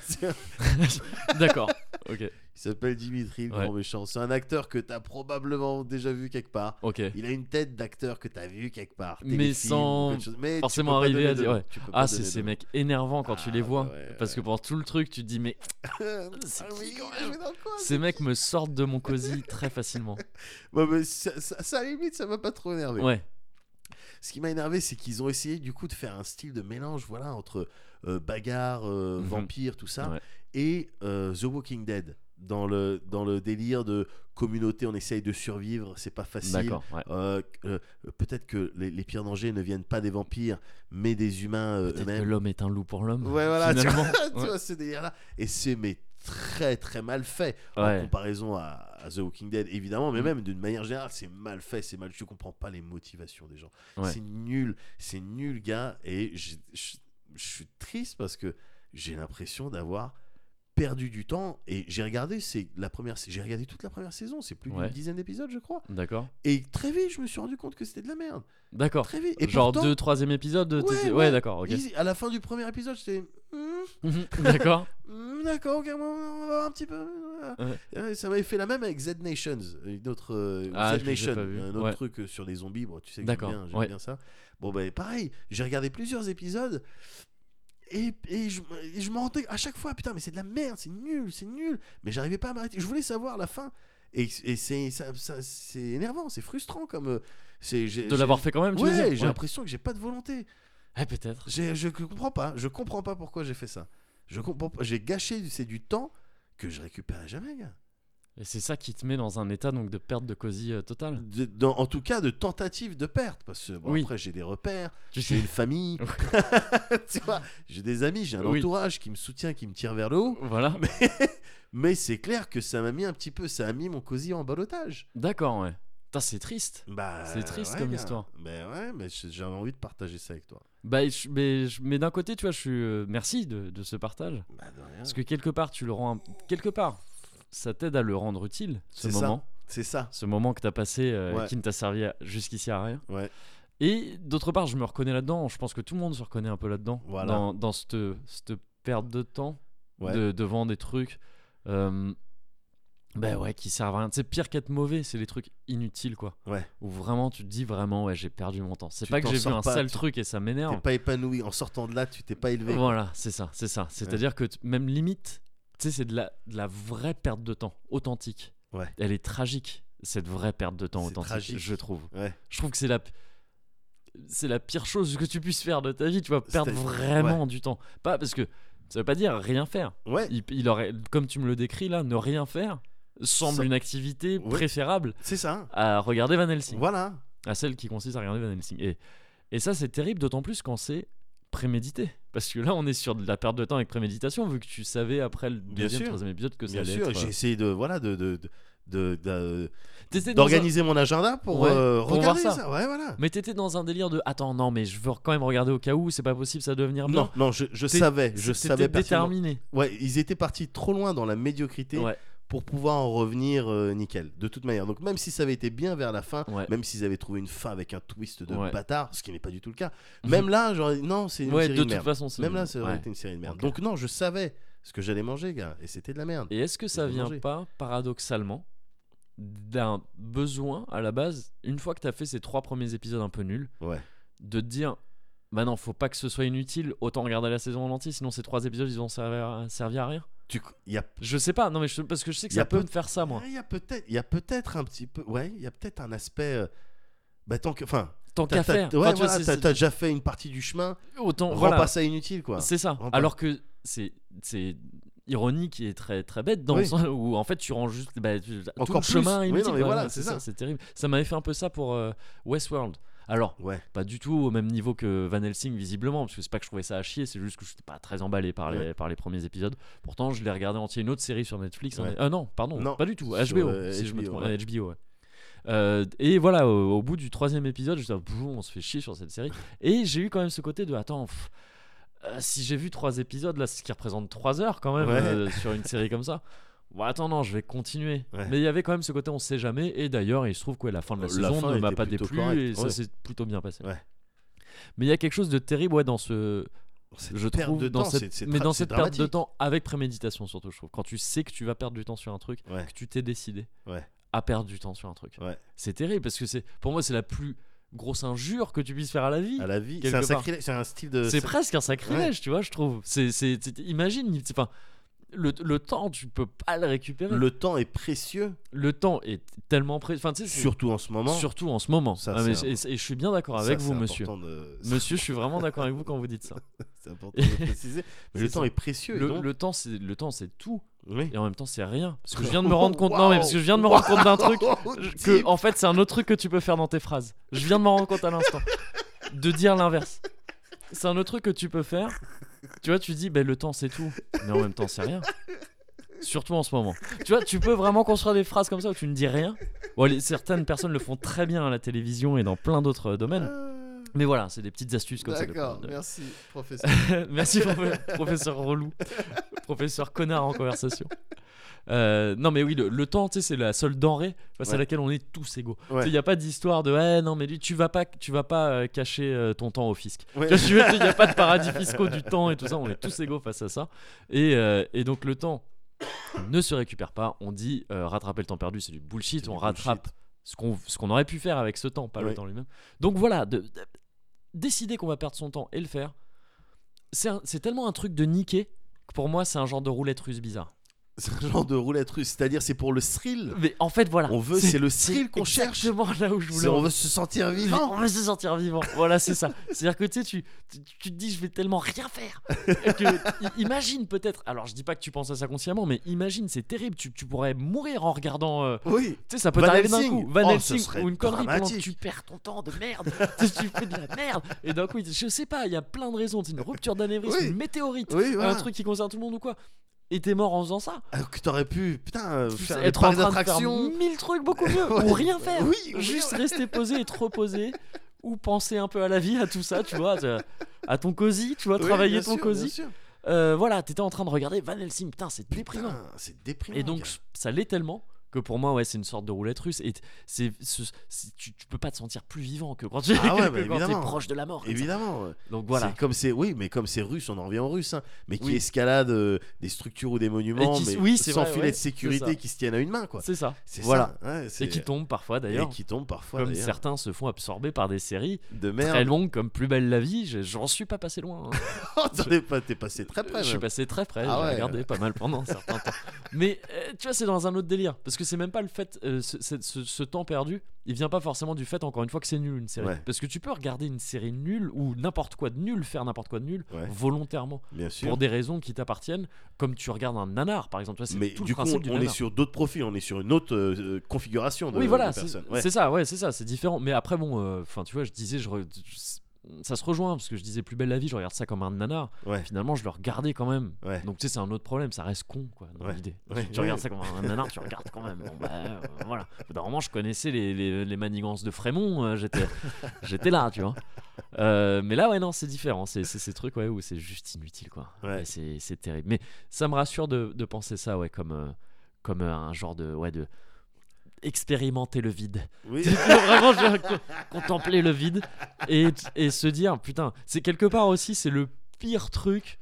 D'accord. Ok. Il s'appelle Dimitri, le Ouais. grand méchant. C'est un acteur que t'as probablement déjà vu quelque part. Ok. Il a une tête d'acteur que t'as vu quelque part. Mais téléfilm sans ou quelque chose. Mais tu forcément peux pas arriver donner à dire, de nom. ouais. Tu peux Ah, pas c'est donner ces de mecs énervants quand tu les Ah, vois. ouais, Parce que ouais. pendant tout le truc, tu te dis, mais nom. c'est Ah qui, oui, quand je même vais dans le coin, ces mecs me sortent de mon cosy très facilement. Ouais, mais ça, à la limite, ça m'a pas trop énervé. Ouais. Ce qui m'a énervé, c'est qu'ils ont essayé du coup de faire un style de mélange, voilà, entre bagarre, Mhm. vampire, tout ça, Ouais. et The Walking Dead. Dans le délire de communauté, on essaye de survivre, c'est pas facile. D'accord. Ouais. Peut-être que les pires dangers ne viennent pas des vampires, mais des humains Peut-être que eux-mêmes. l'homme est un loup pour l'homme. Ouais, voilà, tu Finalement. vois, tu Ouais. vois ce délire-là. Et c'est mais très très mal fait en Ouais. comparaison à The Walking Dead, évidemment, mais Mm. même d'une manière générale, c'est mal fait, c'est mal. Je comprends pas les motivations des gens. Ouais. C'est nul, gars. Et je suis triste parce que j'ai l'impression d'avoir perdu du temps. Et j'ai regardé, j'ai regardé toute la première saison, c'est plus d'une Ouais. dizaine d'épisodes, je crois. D'accord. Et très vite, je me suis rendu compte que c'était de la merde. D'accord. Très vite. Et Genre pourtant, 2, 3e épisode. Ouais, Ouais, ouais. d'accord. Ok. à la fin du premier épisode, j'étais. D'accord. D'accord, ok, on va voir un petit peu. Ça m'avait fait la même avec Z Nations, une autre Ah, Z je l'ai Nation, pas vu. un autre Ouais. truc sur des zombies. Bon, tu sais que D'accord, j'aime ouais. bien ça. Bon, ben pareil, j'ai regardé plusieurs épisodes et je me rendais à chaque fois, putain, mais c'est de la merde, c'est nul. Mais j'arrivais pas à m'arrêter. Je voulais savoir la fin. Et c'est énervant, c'est frustrant comme. De l'avoir fait quand même, tu veux Ouais, dire j'ai Ouais. l'impression que j'ai pas de volonté. Peut-être. Je comprends pas. Je comprends pas pourquoi j'ai fait ça. Je comprends pas. J'ai gâché du temps que je récupérerai jamais, gars. Et c'est ça qui te met dans un état donc de perte de cosy totale. En tout cas, de tentative de perte. Parce que bon, Oui. après, j'ai des repères, Tu j'ai sais. une famille, tu vois, j'ai des amis, j'ai un Oui. entourage qui me soutient, qui me tire vers le haut. Voilà. Mais c'est clair que ça m'a mis un petit peu, ça a mis mon cosy en balotage. D'accord, ouais. Putain, c'est triste. Bah, C'est triste ouais, comme gars. histoire. Mais ouais, mais j'avais envie de partager ça avec toi. Bah, mais d'un côté, tu vois, je suis. Merci de ce partage. Bah, de rien. Parce que quelque part, tu le rends. Quelque part, ça t'aide à le rendre utile, ce C'est ça. moment. C'est ça. Ce moment que t'as passé Ouais. qui ne t'a servi jusqu'ici à rien. Ouais. Et d'autre part, je me reconnais là-dedans. Je pense que tout le monde se reconnaît un peu là-dedans. Voilà. Dans cette perte de temps Ouais. devant des trucs. Ben ouais, qui servent à rien. C'est pire qu'être mauvais, c'est les trucs inutiles, quoi. Ouais. Où vraiment, tu te dis vraiment, ouais, j'ai perdu mon temps. C'est Tu pas que t'en j'ai vu sors un pas, sale tu- truc et ça T'es m'énerve. pas épanoui. En sortant de là, tu t'es pas élevé. Voilà, c'est ça, c'est ça. C'est-à-dire que même limite, tu sais, c'est de la vraie perte de temps, authentique. Ouais. Elle est tragique, cette vraie perte de temps C'est authentique, tragique. je trouve. Ouais. Je trouve que c'est la pire chose que tu puisses faire de ta vie, tu vas perdre C'est- vraiment du temps. Pas parce que ça veut pas dire rien faire. Ouais. Il aurait, comme tu me le décris là, ne rien faire semble Ça- une activité Ouais. préférable C'est ça. à regarder Van Helsing, Voilà. à celle qui consiste à regarder Van Helsing. Et ça, c'est terrible, d'autant plus quand c'est prémédité. Parce que là, on est sur de la perte de temps avec préméditation, vu que tu savais après le Bien deuxième, sûr. troisième épisode que ça Bien allait sûr. être. J'ai essayé de T'étais dans un- d'organiser mon agenda pour Ouais, pour regarder voir ça. ça. Ouais, voilà. Mais t'étais dans un délire de attends, non, mais je veux quand même regarder au cas où, c'est pas possible, ça doit venir bien. Non, non, je T'es- savais, je T'étais savais pertinemment. déterminé. Ouais, ils étaient partis trop loin dans la médiocrité Ouais, pour pouvoir en revenir nickel, de toute manière. Donc même si ça avait été bien vers la fin, ouais. même s'ils avaient trouvé une fin avec un twist de Ouais. bâtard, ce qui n'est pas du tout le cas, même là, genre, non, c'est une Ouais, série de de toute merde. façon, c'est Même là, ça aurait ouais. été une série de merde. Ok. Donc non, je savais ce que j'allais manger, gars, et c'était de la merde. Et est-ce que ça Je vais vient manger. pas, paradoxalement, d'un besoin à la base, une fois que t'as fait ces 3 premiers épisodes un peu nuls, Ouais. de te dire bah non, faut pas que ce soit inutile, autant regarder la saison en entier, sinon ces 3 épisodes ils vont servir à rien. Il y a Je sais pas, non mais parce que je sais que Il y a ça peut peu- me faire ça, moi. il y a peut-être un petit peu, ouais, il y a peut-être un aspect. Bah tant que, enfin, Tant qu'à faire, ouais, enfin, tu vois, voilà, t'as déjà fait une partie du chemin, autant rends voilà, pas ça inutile, quoi. c'est ça. Rends pas- Alors que c'est ironie qui est très très bête dans Oui. le sens où en fait tu rends juste tout Encore le chemin plus. Oui, inutile. non, mais Ouais, voilà, ouais, c'est ça. c'est terrible. Ça m'avait fait un peu ça pour Westworld. Alors, Ouais. pas du tout au même niveau que Van Helsing visiblement, parce que c'est pas que je trouvais ça à chier, c'est juste que je n'étais pas très emballé par Ouais. les premiers épisodes. Pourtant, je l'ai regardé entier, une autre série sur Netflix. Ouais. Non, pardon, Non, pas du tout. sur, HBO, si je me HBO, trompe. ouais. HBO, ouais. Et voilà, au bout du 3e épisode, je me disais, on se fait chier sur cette série. Et j'ai eu quand même ce côté de attends. Si j'ai vu 3 épisodes, là, ce qui représente 3 heures quand même Ouais. sur une série comme ça. Bon, attends, non, je vais continuer. Ouais. Mais il y avait quand même ce côté, on sait jamais. Et d'ailleurs, il se trouve que la fin de la La saison fin ne m'a était pas plutôt déplu correcte, et ça ouais. s'est plutôt bien passé. Ouais. Mais il y a quelque chose de terrible dans ce. Cette Je perte trouve de dans temps, cette, c'est mais dans c'est cette perte de dramatique. temps avec préméditation surtout, je trouve. Quand tu sais que tu vas perdre du temps sur un truc, Ouais. que tu t'es décidé Ouais. à perdre du temps sur un truc. Ouais. C'est terrible parce que pour moi c'est la plus grosse injure que tu puisses faire à la vie. À la vie, Quelque c'est un part. sacrilège, c'est un style de. C'est presque un sacrilège, tu vois, je trouve. Imagine, enfin, le temps, tu peux pas le récupérer. Le temps est précieux, Le temps est tellement précieux. Enfin, tu sais, surtout en ce moment. surtout en ce moment. Ça, Ah, mais c'est et je suis bien d'accord Ça, avec c'est vous, monsieur. important de- Monsieur, je suis vraiment d'accord avec vous quand vous dites ça. C'est important de préciser. Mais C'est le temps ça. est précieux. et donc- Le temps, c'est tout. Oui. Et en même temps, c'est rien. Parce que je viens de me rendre compte. Non, mais parce que je viens de me Wow. rendre compte d'un truc. Que, Type. en fait, c'est un autre truc que tu peux faire dans tes phrases. Je viens de m'en rendre compte à l'instant. De dire l'inverse. C'est un autre truc que tu peux faire. Tu vois, tu dis, le temps, c'est tout. Mais en même temps, c'est rien. Surtout en ce moment. Tu vois, tu peux vraiment construire des phrases comme ça où tu ne dis rien. Bon, certaines personnes le font très bien à la télévision et dans plein d'autres domaines. Mais voilà, c'est des petites astuces comme ça. D'accord, de- merci, professeur. Merci professeur relou, professeur connard en conversation. Non mais oui, le temps, tu sais, c'est la seule denrée face à Ouais. laquelle on est tous égaux. Ouais. Il n'y a pas d'histoire de non mais lui, tu vas pas cacher ton temps au fisc. Ouais. Tu vois, il n'y a pas de paradis fiscaux du temps et tout ça. On est tous égaux face à ça. Et donc le temps ne se récupère pas. On dit rattraper le temps perdu, c'est du bullshit. C'est On du rattrape ce qu'on aurait pu faire avec ce temps, pas le Ouais. temps lui-même. Donc voilà, décider qu'on va perdre son temps et le faire, c'est tellement un truc de niquer que pour moi c'est un genre de roulette russe bizarre. C'est un genre de roulette russe, c'est-à-dire c'est pour le thrill. Mais en fait voilà, On veut, c'est le thrill qu'on cherche. exactement là où je voulais. On veut se sentir vivant. On veut se sentir vivant. Voilà, c'est ça. C'est-à-dire que tu sais, tu te dis, je vais tellement rien faire. Imagine peut-être. Alors, je dis pas que tu penses à ça consciemment, mais imagine, c'est terrible. Tu pourrais mourir en regardant. Oui. Tu sais, ça peut Van t'arriver d'un Helsing. coup. Van Oh, Helsing ce serait ou une connerie pendant que dramatique. tu perds ton temps de merde. Tu fais de la merde. Et d'un coup, je sais pas, il y a plein de raisons. C'est une rupture d'anévrisme, Oui. une météorite, Oui, voilà. un truc qui concerne tout le monde ou quoi. Et t'es mort en faisant ça. Alors que t'aurais pu, putain, faire des Être en parcs train de faire d'attractions. 1000 trucs beaucoup mieux. Ouais. Ou rien faire. Oui, ou Juste rien. rester posé et te reposer. Ou penser un peu à la vie, à tout ça, tu vois. À ton cosy, tu vois, Oui, travailler bien ton sûr, cosy. bien sûr. Voilà, t'étais en train de regarder Van Helsing. Putain, c'est déprimant. Putain, c'est déprimant. Et donc, gars. ça l'est tellement que pour moi, ouais, c'est une sorte de roulette russe. Et tu peux pas te sentir plus vivant que quand tu Ah ouais, que bah, quand t'es évidemment. proche de la mort. comme ça. Évidemment. Donc voilà. Oui, mais comme c'est russe, on en revient aux Russes, hein, mais qui Oui. escaladent des structures ou des monuments, Et qui- mais oui, c'est sans vrai, filet ouais, de c'est sécurité ça. qui se tiennent à une main, quoi. C'est ça. C'est Voilà. ça. Ouais, c'est- Et qui tombent parfois Et d'ailleurs. qui tombent parfois Comme d'ailleurs. certains se font absorber par des séries De très merde. longues comme Plus belle la vie. J'en suis pas passé loin. hein. Oh, t'es passé très près. Je suis même. passé très près, Ah j'ai ouais. regardé pas mal pendant un certain temps. Mais tu vois, c'est dans un autre délire. Parce que c'est même pas le fait, ce temps perdu, il vient pas forcément du fait, encore une fois, que c'est nul une série. Ouais. Parce que tu peux regarder une série nulle ou n'importe quoi de nul, faire n'importe quoi de nul, Ouais. volontairement, Bien sûr. pour des raisons qui t'appartiennent, comme tu regardes un nanar par exemple. Tu vois, c'est Mais tout du le coup, principe du on est nanar. sur d'autres profils, on est sur une autre configuration de, Oui, voilà, de c'est personnes. Ouais. c'est ça, ouais, c'est ça, c'est différent. Mais après, bon, enfin, tu vois, je disais, ça se rejoint parce que je disais Plus belle la vie, je regarde ça comme un nanar. Ouais. Finalement, je le regardais quand même. Ouais. Donc tu sais, c'est un autre problème, ça reste con quoi dans Ouais. l'idée. Ouais, Tu ouais. regardes ça comme un nanar, tu regardes quand même. Bon, bah, voilà. Normalement, je connaissais les manigances de Frémont, j'étais là, tu vois. Mais là, ouais, non, c'est différent. C'est ces trucs ouais, où c'est juste inutile quoi. Ouais. Et c'est terrible. Mais ça me rassure de penser ça, ouais, comme un genre de expérimenter le vide. Oui. Vraiment, je vais contempler le vide et se dire, putain, c'est quelque part aussi, c'est le pire truc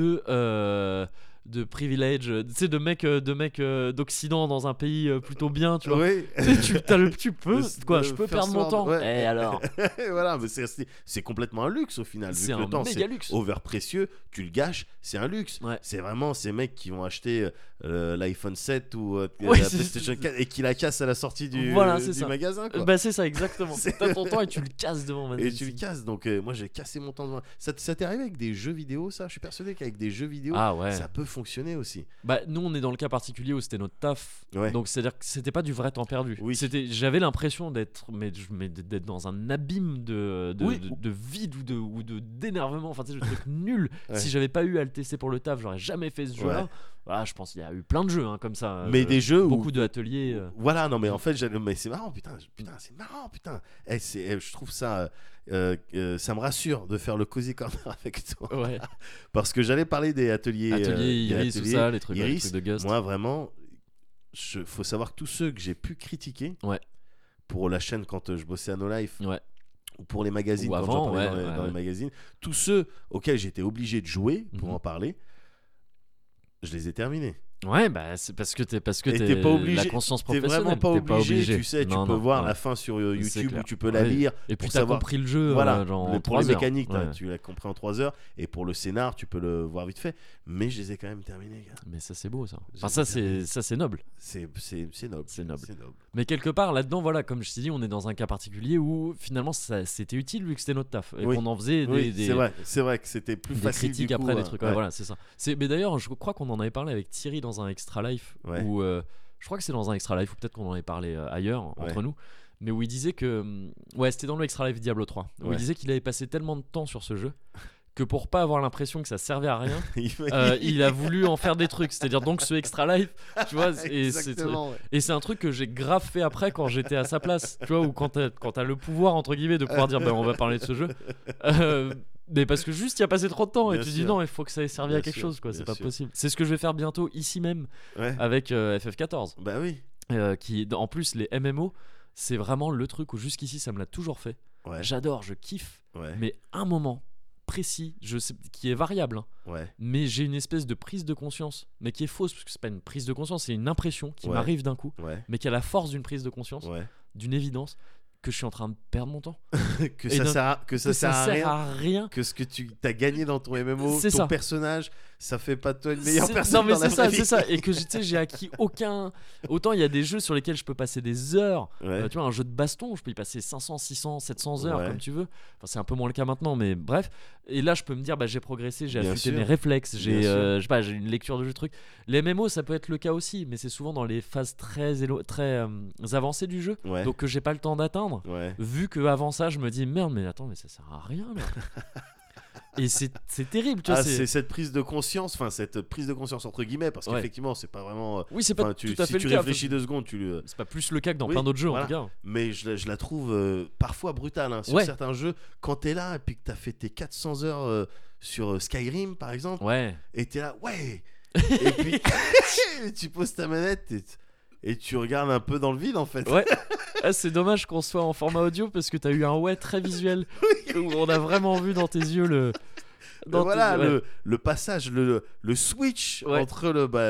de privilège, tu sais, de mec d'Occident dans un pays plutôt bien, tu vois. Oui. Tu sais, tu peux, quoi, je peux faire perdre mon semblant, temps. ouais. Et alors, Voilà, mais c'est complètement un luxe au final. Vu c'est que le un temps, méga luxe. over précieux, tu le gâches, c'est un luxe. Ouais. C'est vraiment ces mecs qui vont acheter l'iPhone 7 ou Ouais, la c'est- PlayStation 4 et qui la cassent à la sortie du, Voilà, c'est du ça. magasin. Quoi. Bah c'est ça exactement. C'est- T'as ton temps et tu le casses devant Van Et tu Helsing. le casses, donc moi j'ai cassé mon temps devant. Ça t'est arrivé avec des jeux vidéo, ça? Je suis persuadé qu'avec des jeux vidéo, Ah ouais. ça peut fonctionner aussi. Bah, nous, on est dans le cas particulier où c'était notre taf. Ouais. Donc, c'est-à-dire que c'était pas du vrai temps perdu. Oui. J'avais l'impression d'être dans un abîme Oui. de vide ou d'énervement. Enfin, tu sais, le truc nul. Ouais. Si j'avais pas eu à le tester pour le taf, j'aurais jamais fait ce jeu-là. Ouais. Voilà, je pense qu'il y a eu plein de jeux comme ça. Mais des jeux où beaucoup d'ateliers. voilà, non mais en fait mais c'est marrant, putain, c'est marrant, putain. Je trouve ça ça me rassure de faire le cozy corner avec toi. Ouais. Parce que j'allais parler des ateliers des Iris, tout ateliers ça, les trucs Iris. de Ghost. Moi vraiment faut savoir que tous ceux que j'ai pu critiquer Ouais. pour la chaîne quand je bossais à No Life Ouais. ou pour les magazines Ou quand avant, j'en parlais ouais, dans les ouais. magazines, tous ceux auxquels j'étais obligé de jouer pour Mhm. en parler, je les ai terminés. Ouais, bah c'est parce que Et t'es pas obligé, la conscience t'es professionnelle. vraiment pas t'es obligé, tu sais, tu Non, peux non, voir ouais. la fin sur C'est YouTube clair. où tu peux la Ouais. lire Et puis pour t'as savoir. compris le jeu, Voilà, genre en pour les 3 heures. mécaniques, Ouais. tu l'as compris en 3 heures, et pour le scénar, tu peux le voir vite fait. Mais je les ai quand même terminés, gars. Mais ça c'est beau ça. J'ai Enfin ça terminé. c'est noble. C'est noble. C'est noble. C'est noble. Mais quelque part là-dedans, voilà, comme je t'ai dit, on est dans un cas particulier où finalement c'était utile vu que c'était notre taf et Oui. qu'on en faisait Oui, des c'est vrai que c'était plus des facile critiques du coup, après des trucs. Ouais, ouais. voilà, c'est ça. Mais d'ailleurs, je crois qu'on en avait parlé avec Thierry dans un Extra Life Ouais. où je crois que c'est dans un Extra Life ou peut-être qu'on en avait parlé ailleurs entre Ouais. nous. Mais où il disait que ouais, c'était dans le Extra Life Diablo 3 où Ouais. il disait qu'il avait passé tellement de temps sur ce jeu que pour pas avoir l'impression que ça servait à rien, il a voulu en faire des trucs. C'est-à-dire donc ce Extra Life, tu vois, et c'est Exactement, ouais. et c'est un truc que j'ai grave fait après quand j'étais à sa place, tu vois, ou quand t'as le pouvoir entre guillemets de pouvoir dire ben on va parler de ce jeu. Mais parce que juste il y a passé trop de temps et Bien tu sûr. dis non, il faut que ça ait servi Bien à quelque sûr, chose quoi, bien c'est pas sûr. possible. C'est ce que je vais faire bientôt ici même Ouais. avec FF14 Bah oui. qui en plus les MMO, c'est vraiment le truc où jusqu'ici ça me l'a toujours fait. Ouais. J'adore, je kiffe, Ouais. mais un moment précis, je sais qui est variable hein, Ouais. mais j'ai une espèce de prise de conscience, mais qui est fausse parce que c'est pas une prise de conscience, c'est une impression qui Ouais. m'arrive d'un coup, Ouais. mais qui a la force d'une prise de conscience, Ouais. d'une évidence que je suis en train de perdre mon temps, Que Et ça donc, sert à, que ça que sert ça à sert rien. à rien. Que ce que tu as gagné dans ton MMO, C'est ton ça. personnage, ça fait pas de toi une meilleure C'est- personne non mais dans la c'est ça, vraie vie. c'est ça, et que tu sais j'ai acquis aucun. Autant il y a des jeux sur lesquels je peux passer des heures. Ouais. Tu vois, un jeu de baston, je peux y passer 500, 600, 700 heures Ouais. comme tu veux. Enfin, c'est un peu moins le cas maintenant, mais bref. Et là, je peux me dire, bah, j'ai progressé, j'ai Bien affûté sûr. mes réflexes, j'ai, Bien sûr. je sais pas, j'ai une lecture de jeu, truc. Les MMO, ça peut être le cas aussi, mais c'est souvent dans les phases très avancées du jeu, Ouais. donc que j'ai pas le temps d'atteindre. Ouais. Vu que avant ça, je me dis merde, mais attends, mais ça sert à rien là. Et c'est terrible, tu vois. Ah, c'est cette prise de conscience, enfin cette prise de conscience entre guillemets, parce Ouais. qu'effectivement c'est pas vraiment. Oui, c'est pas Enfin, tout à si fait tu le cas. réfléchis 2 secondes, C'est pas plus le cas que dans Oui, plein d'autres jeux voilà. en tout cas. mais je la trouve parfois brutale hein, sur Ouais. certains jeux. Quand t'es là et puis que t'as fait tes 400 heures sur Skyrim par exemple, Ouais. et t'es là, ouais. Et puis tu poses ta manette et tu regardes un peu dans le vide en fait. Ouais. Ah, c'est dommage qu'on soit en format audio parce que t'as eu un ouais très visuel où on a vraiment vu dans tes yeux le. Voilà ouais. le passage, le switch Ouais. entre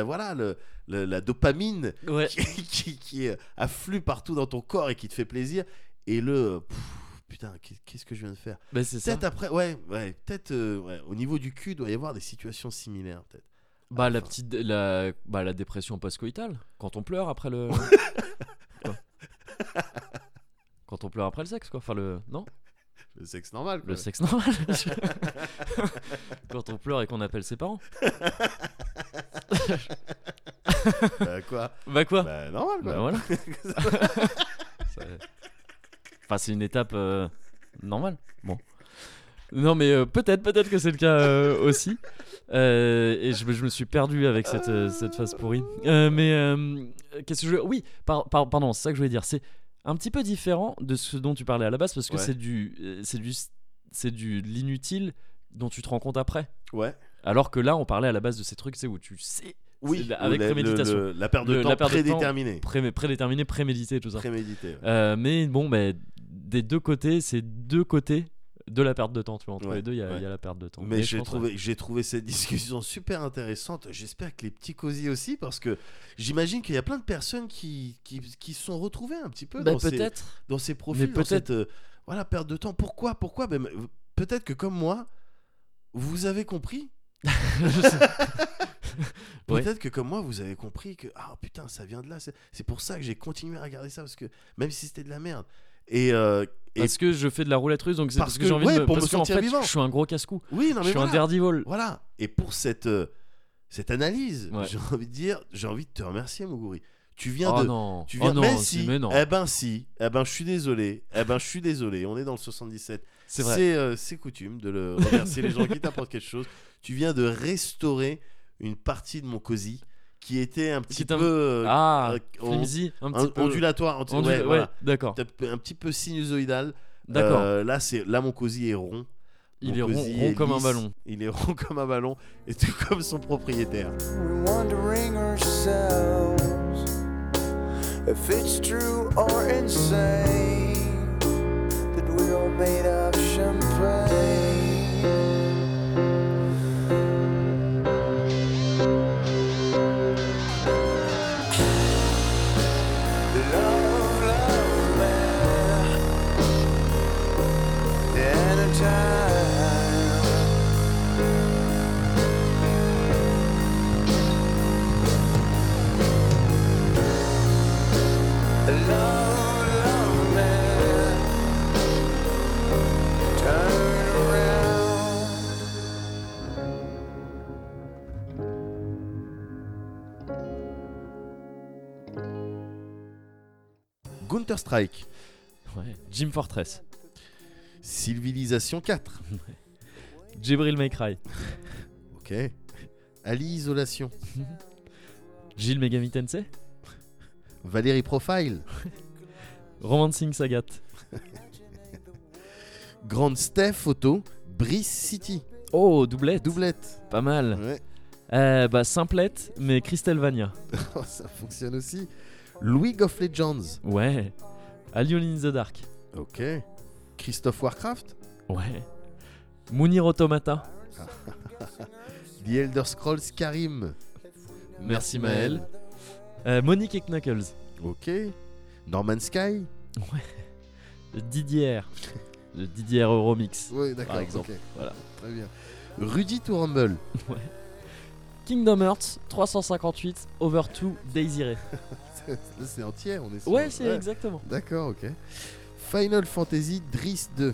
la dopamine Ouais. qui afflue partout dans ton corps et qui te fait plaisir, et putain, qu'est-ce que je viens de faire. Bah, c'est ça. Peut-être après, peut-être au niveau du cul, il doit y avoir des situations similaires peut-être. Bah, la Enfin. petite. La dépression post-coïtale. Quand on pleure après le. Quoi Quand on pleure après le sexe, quoi. Enfin, le. Non Le sexe normal, quoi. Le sexe normal. Quand on pleure et qu'on appelle ses parents. Bah, quoi Bah, quoi Bah, normal, quoi. Bah, voilà. Enfin, c'est une étape normale. Bon. Non, mais peut-être que c'est le cas aussi. Et je me suis perdu avec cette phase pourrie. Qu'est-ce que je. Oui, pardon, c'est ça que je voulais dire. C'est un petit peu différent de ce dont tu parlais à la base parce que Ouais. c'est de l'inutile dont tu te rends compte après. Ouais. Alors que là, on parlait à la base de ces trucs, c'est où tu sais. Oui, C'est avec préméditation. la perte de La temps perte de temps, prédéterminée. Prédéterminé, prémédité, tout ça. Prémédité. Ouais. Mais bon, des deux côtés, c'est deux côtés de la perte de temps. Tu vois, entre Ouais, les deux, il y ouais. a la perte de temps. Mais je pense, j'ai trouvé cette discussion super intéressante. J'espère que les petits cosy aussi, parce que j'imagine qu'il y a plein de personnes qui se sont retrouvées un petit peu Bah, dans peut-être. ces profils, dans peut-être. cette perte de temps. Pourquoi Ben, peut-être que comme moi, vous avez compris. Je sais. Ouais. Peut-être que comme moi, vous avez compris que ah putain, ça vient de là. C'est pour ça que j'ai continué à regarder ça, parce que même si c'était de la merde. Et Parce que je fais de la roulette russe, donc c'est Parce parce que, que j'ai envie ouais, de pour me parce qu'en sentir fait, vivant. je suis un gros casse-cou. oui, non Je mais suis un voilà. daredevil. Voilà. Et pour cette cette analyse, Ouais. j'ai envie de te remercier, Moguri. Tu viens Oh de. non. Tu viens Oh non, mais si, si. mais non. Eh ben si. Eh ben je suis désolé. On est dans le 77. C'est vrai. C'est coutume de le remercier les gens qui t'apportent quelque chose. Tu viens de restaurer une partie de mon cosy qui était un petit Qui t'a- peu Flimsy, un petit peu. ondulatoire. Ouais, Voilà. d'accord. Un petit peu sinusoïdal. D'accord. Là mon cosy est rond. Il Mon est rond, cosy rond comme un lisse. ballon. Il est rond comme un ballon et tout comme son propriétaire. We're wondering ourselves if it's true or insane that we're all made of champagne. Love, love, man, anytime. Love, love, man, turn around. Counter Strike, Ouais. Jim Fortress. Civilisation 4. Jibril May Cry. Ok. Ali Isolation. Jill Megami Tensei. Valérie Profile. Romancing Sagat. Grande Steph Auto. Brice City. Oh, doublette. Doublette. Pas mal. Ouais. Bah, simplette, mais Castlevania. Oh, ça fonctionne aussi. League of Legends. Ouais. Alien in the Dark. Ok. Christophe Warcraft. Ouais. Munir Automata. The Elder Scrolls Skyrim. Merci Maël. Monique et Knuckles. Ok. Norman Sky. Didier. Le Didier Euromix. Oui, d'accord. Par exemple. ok. Voilà. Très bien. Rudy to Rumble. Kingdom Hearts 358 Over 2 Daisy. Là, c'est entier, on est sur... Ouais, c'est exactement. D'accord, ok. Final Fantasy Driss 2.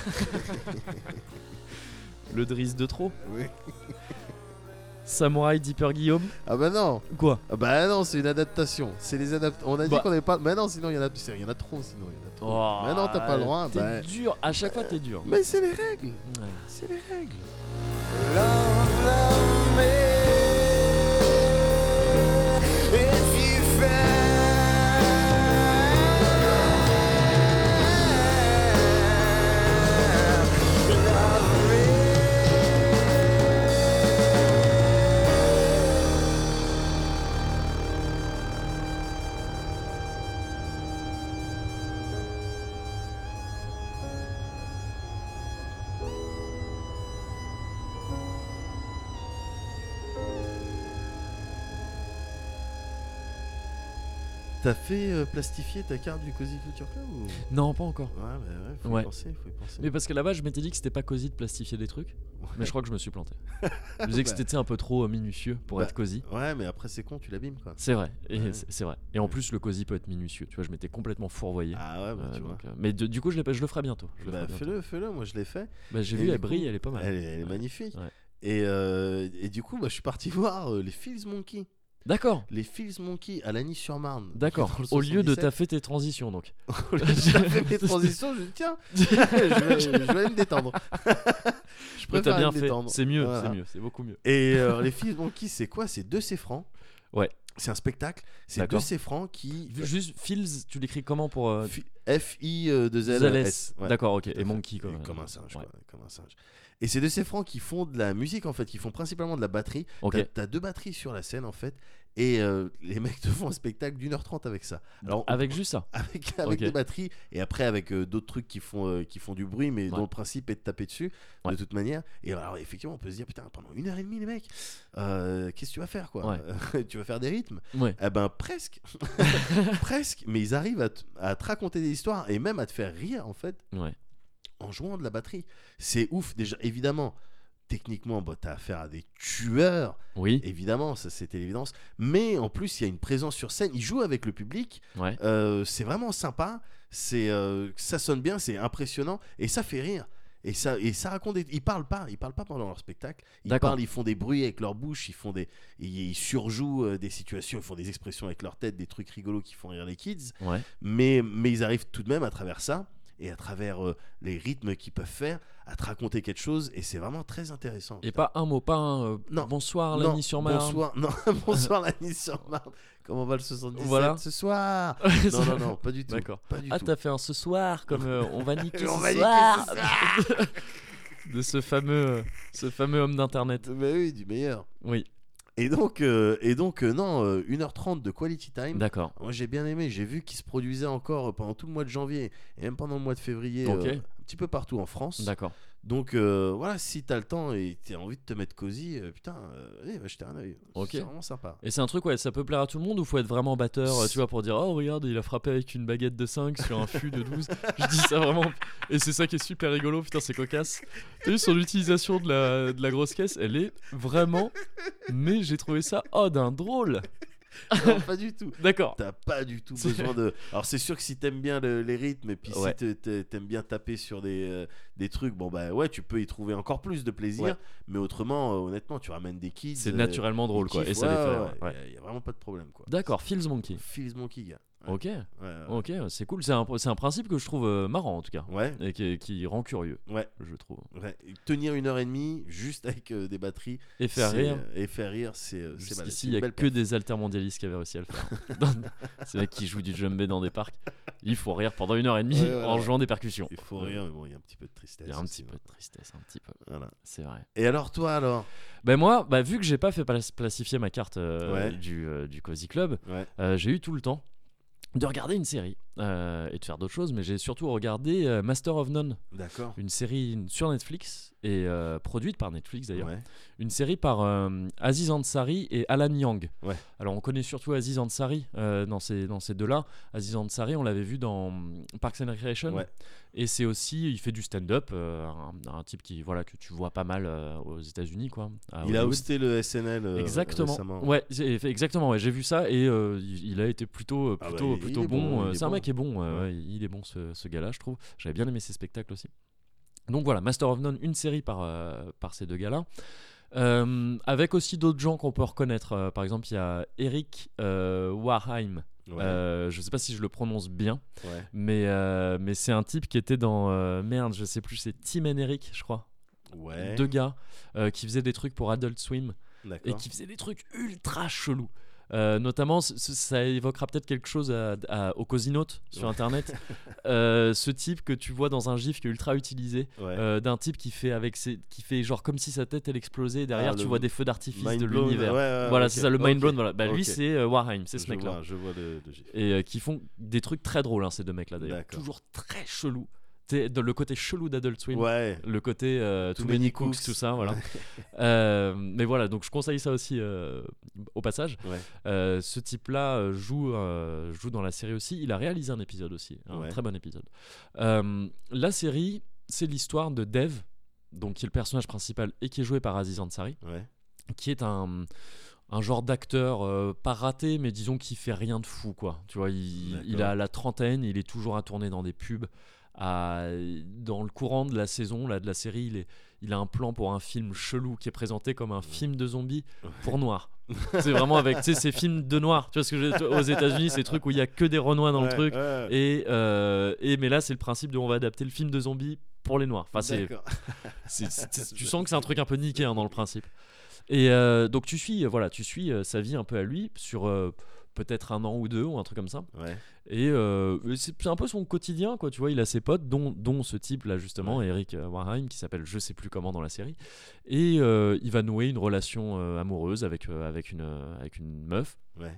Le Driss de trop. Oui. Samurai Deeper Guillaume. Ah bah non. Quoi? Ah bah non, c'est une adaptation. C'est les On a dit Bah. qu'on n'avait pas. Mais non, sinon il y en a trop. Sinon il y en a trop. Oh, Mais non, t'as pas le droit. T'es Bah. dur. À chaque fois, t'es dur. Mais c'est les règles. Ouais. C'est les règles. Love, love me. If you found love me. T'as fait plastifier ta carte du Cozy Culture Club ou... Non, pas encore. Ouais, bah ouais, faut Ouais. y penser, faut y penser. Mais parce que là-bas, je m'étais dit que c'était pas cosy de plastifier des trucs. Mais je crois que je me suis planté. Je disais que Bah. c'était un peu trop minutieux pour Bah. être cosy. Ouais, mais après c'est con, tu l'abîmes quoi. C'est vrai. Et Ouais. c'est vrai. Et en plus, le cosy peut être minutieux. Tu vois, je m'étais complètement fourvoyé. Ah ouais, bah tu vois. Donc, mais du coup, je le ferai bientôt. Je le Bah ferai bientôt. fais-le, moi je l'ai fait. Bah, j'ai Et vu, du elle brille, coup, elle est pas mal. Elle est Ouais. magnifique. Ouais. Et du coup, bah, je suis parti voir les Fils Monkey. D'accord. Les Fils Monkey à Lagny-sur-Marne. D'accord. Dans le Au lieu de 77. taffer tes transitions, donc. Au lieu de faire mes transitions, je dis tiens, je vais aller me détendre. Je Ouais, préfère t'as bien aller me fait. détendre. C'est mieux, Voilà. c'est mieux, c'est beaucoup mieux. Et les Fils Monkey, c'est quoi? C'est 2 C-francs. Ouais. C'est un spectacle. C'est D'accord. 2 C-francs qui. Juste, Fields, tu l'écris comment pour. F-I-2-L-S. Zales. Ouais. D'accord, ok. Tout à Et fait. Monkey, quoi. Comme un singe, Ouais. quoi, comme un singe. Et c'est 2 C-francs qui font de la musique en fait, qui font principalement de la batterie. Ok. T'as 2 batteries sur la scène en fait, et les mecs te font un spectacle d'1h30 avec ça. Alors Avec juste ça. avec Ok. des batteries et après avec d'autres trucs qui font du bruit, mais Ouais. dont le principe est de taper dessus Ouais. de toute manière. Et alors effectivement, on peut se dire putain, pendant 1h30 les mecs, qu'est-ce que tu vas faire quoi? Tu vas faire des rythmes? Ouais. Eh ben presque, presque. Mais ils arrivent à te raconter des histoires et même à te faire rire en fait Ouais. en jouant de la batterie. C'est ouf déjà, évidemment. Techniquement, bah, t'as affaire à des tueurs, Oui. évidemment, ça c'était l'évidence. Mais en plus, il y a une présence sur scène. Ils jouent avec le public. Ouais. C'est vraiment sympa. Ça sonne bien, c'est impressionnant et ça fait rire. Et ça raconte. Ils parlent pas pendant leur spectacle. Ils D'accord. parlent, ils font des bruits avec leur bouche, ils surjouent des situations, ils font des expressions avec leur tête, des trucs rigolos qui font rire les kids. Ouais. Mais ils arrivent tout de même à travers ça et à travers les rythmes qu'ils peuvent faire à te raconter quelque chose, et c'est vraiment très intéressant. Et putain. pas un mot, pas un Non. bonsoir Non, Lagny sur Marne. Bonsoir, non, bonsoir Lagny sur Marne. Comment va le 77 Voilà. ce soir? Non, pas du tout. D'accord. Pas du Ah, tout. t'as fait un ce soir comme on va niquer On ce va niquer soir. ce soir. De ce fameux homme d'internet. Bah oui, du meilleur. Oui, Et donc, non, 1h30 de quality time. d'accord. Moi j'ai bien aimé, j'ai vu qu'il se produisait encore pendant tout le mois de janvier et même pendant le mois de février, Ok. un petit peu partout en France. D'accord. Donc voilà, si t'as le temps et t'as envie de te mettre cosy, putain, allez, va jeter un œil. Ok. C'est vraiment sympa. Et c'est un truc, ouais, ça peut plaire à tout le monde ou faut être vraiment batteur, tu vois, pour dire oh regarde, il a frappé avec une baguette de 5 sur un fût de 12. Je dis ça vraiment. Et c'est ça qui est super rigolo, putain, c'est cocasse. T'as vu son utilisation de la grosse caisse, elle est vraiment. Mais j'ai trouvé ça d'un drôle. Non, pas du tout. D'accord. T'as pas du tout besoin de. Alors c'est sûr que si t'aimes bien les rythmes et puis Ouais. si t'aimes bien taper sur des trucs, bon bah ouais, tu peux y trouver encore plus de plaisir. Ouais. Mais autrement, honnêtement, tu ramènes des kids. C'est naturellement drôle, quoi. Et ça les fait. Ouais. Y a vraiment pas de problème, quoi. D'accord, Feels Monkey. Feels Monkey, gars. Ok, Ouais. ok, c'est cool. C'est un principe que je trouve marrant en tout cas. Ouais. Et qui rend curieux, Ouais. je trouve. Ouais. Tenir 1h30 juste avec des batteries Et faire c'est- rire. et faire rire, c'est balèze. Jusqu'ici, C'est il une n'y a belle que perf. des altermondialistes qui avaient réussi à le faire. C'est là qui jouent du djembé dans des parcs. Il faut rire pendant 1h30 Ouais, voilà. en jouant des percussions. Il faut rire, mais bon, il y a un petit peu de tristesse. Il y a un aussi, petit peu ouais. de tristesse, un petit peu. Voilà. C'est vrai. Et alors, toi, alors? Ben moi, vu que j'ai pas fait placifier ma carte Ouais. du Cozy Club, Ouais. j'ai eu tout le temps de regarder une série et de faire d'autres choses, mais j'ai surtout regardé Master of None, D'accord. une série sur Netflix et produite par Netflix d'ailleurs. Ouais. Une série par Aziz Ansari et Alan Yang. Ouais. Alors on connaît surtout Aziz Ansari dans ces deux-là. Aziz Ansari, on l'avait vu dans Parks and Recreation. Ouais. Et c'est aussi, il fait du stand-up, un type qui, voilà, que tu vois pas mal aux États-Unis, quoi. à Il a Hollywood. hosté le SNL Exactement. récemment. Ouais, exactement. Ouais, j'ai vu ça et il a été plutôt Ah bah, il est bon. bon, il est C'est un bon. mec qui est bon. Ouais. Ouais, il est bon ce gars-là, je trouve. J'avais bien aimé ses spectacles aussi. Donc voilà, Master of None, une série par ces deux gars-là. Avec aussi d'autres gens qu'on peut reconnaître. Par exemple, il y a Eric Warheim. Ouais. Je sais pas si je le prononce bien, Ouais. mais c'est un type qui était dans merde, je sais plus, c'est Tim and Eric, je crois. Ouais. Deux gars qui faisaient des trucs pour Adult Swim et D'accord. qui faisaient des trucs ultra chelous. Notamment, ça évoquera peut-être quelque chose au Cosinote sur internet. Ce type que tu vois dans un gif qui est ultra utilisé, Ouais. d'un type qui fait genre comme si sa tête elle explosait. Et derrière, Ah, tu le vois des feux d'artifice Mind de blown, l'univers. ouais, Voilà, ok, c'est ça, le mind ok, blown. Voilà. Bah, lui, ok. c'est Warheim, c'est ce mec-là. Je vois le gif. Et qui font des trucs très drôles, hein, ces deux mecs-là d'ailleurs. D'accord. Toujours très chelous. T'es dans le côté chelou d'Adult Swim. Ouais. Le côté Too Many Cooks, tout ça, voilà. Mais voilà, donc je conseille ça aussi au passage. Ouais. Ce type-là joue dans la série aussi. Il a réalisé un épisode aussi, un Ouais. très bon épisode. La série, c'est l'histoire de Dev, donc qui est le personnage principal et qui est joué par Aziz Ansari, Ouais. qui est un genre d'acteur pas raté, mais disons qu'il fait rien de fou, quoi. Tu vois, il a la trentaine, il est toujours à tourner dans des pubs. Dans le courant de la saison là, de la série, il a un plan pour un film chelou qui est présenté comme un film de zombies pour noirs. C'est vraiment avec ces films de noirs. Tu vois ce que aux États-Unis, ces trucs où il y a que des renois dans le truc. Ouais. Et mais là, c'est le principe de on va adapter le film de zombies pour les noirs. Enfin, D'accord. tu sens que c'est un truc un peu niqué dans le principe. Et donc tu suis sa vie un peu à lui sur peut-être un an ou deux ou un truc comme ça. Ouais. Et c'est un peu son quotidien, quoi. Tu vois, il a ses potes, dont ce type là justement, Ouais. Eric Warheim, qui s'appelle je sais plus comment dans la série. Et il va nouer une relation amoureuse avec une meuf. Ouais.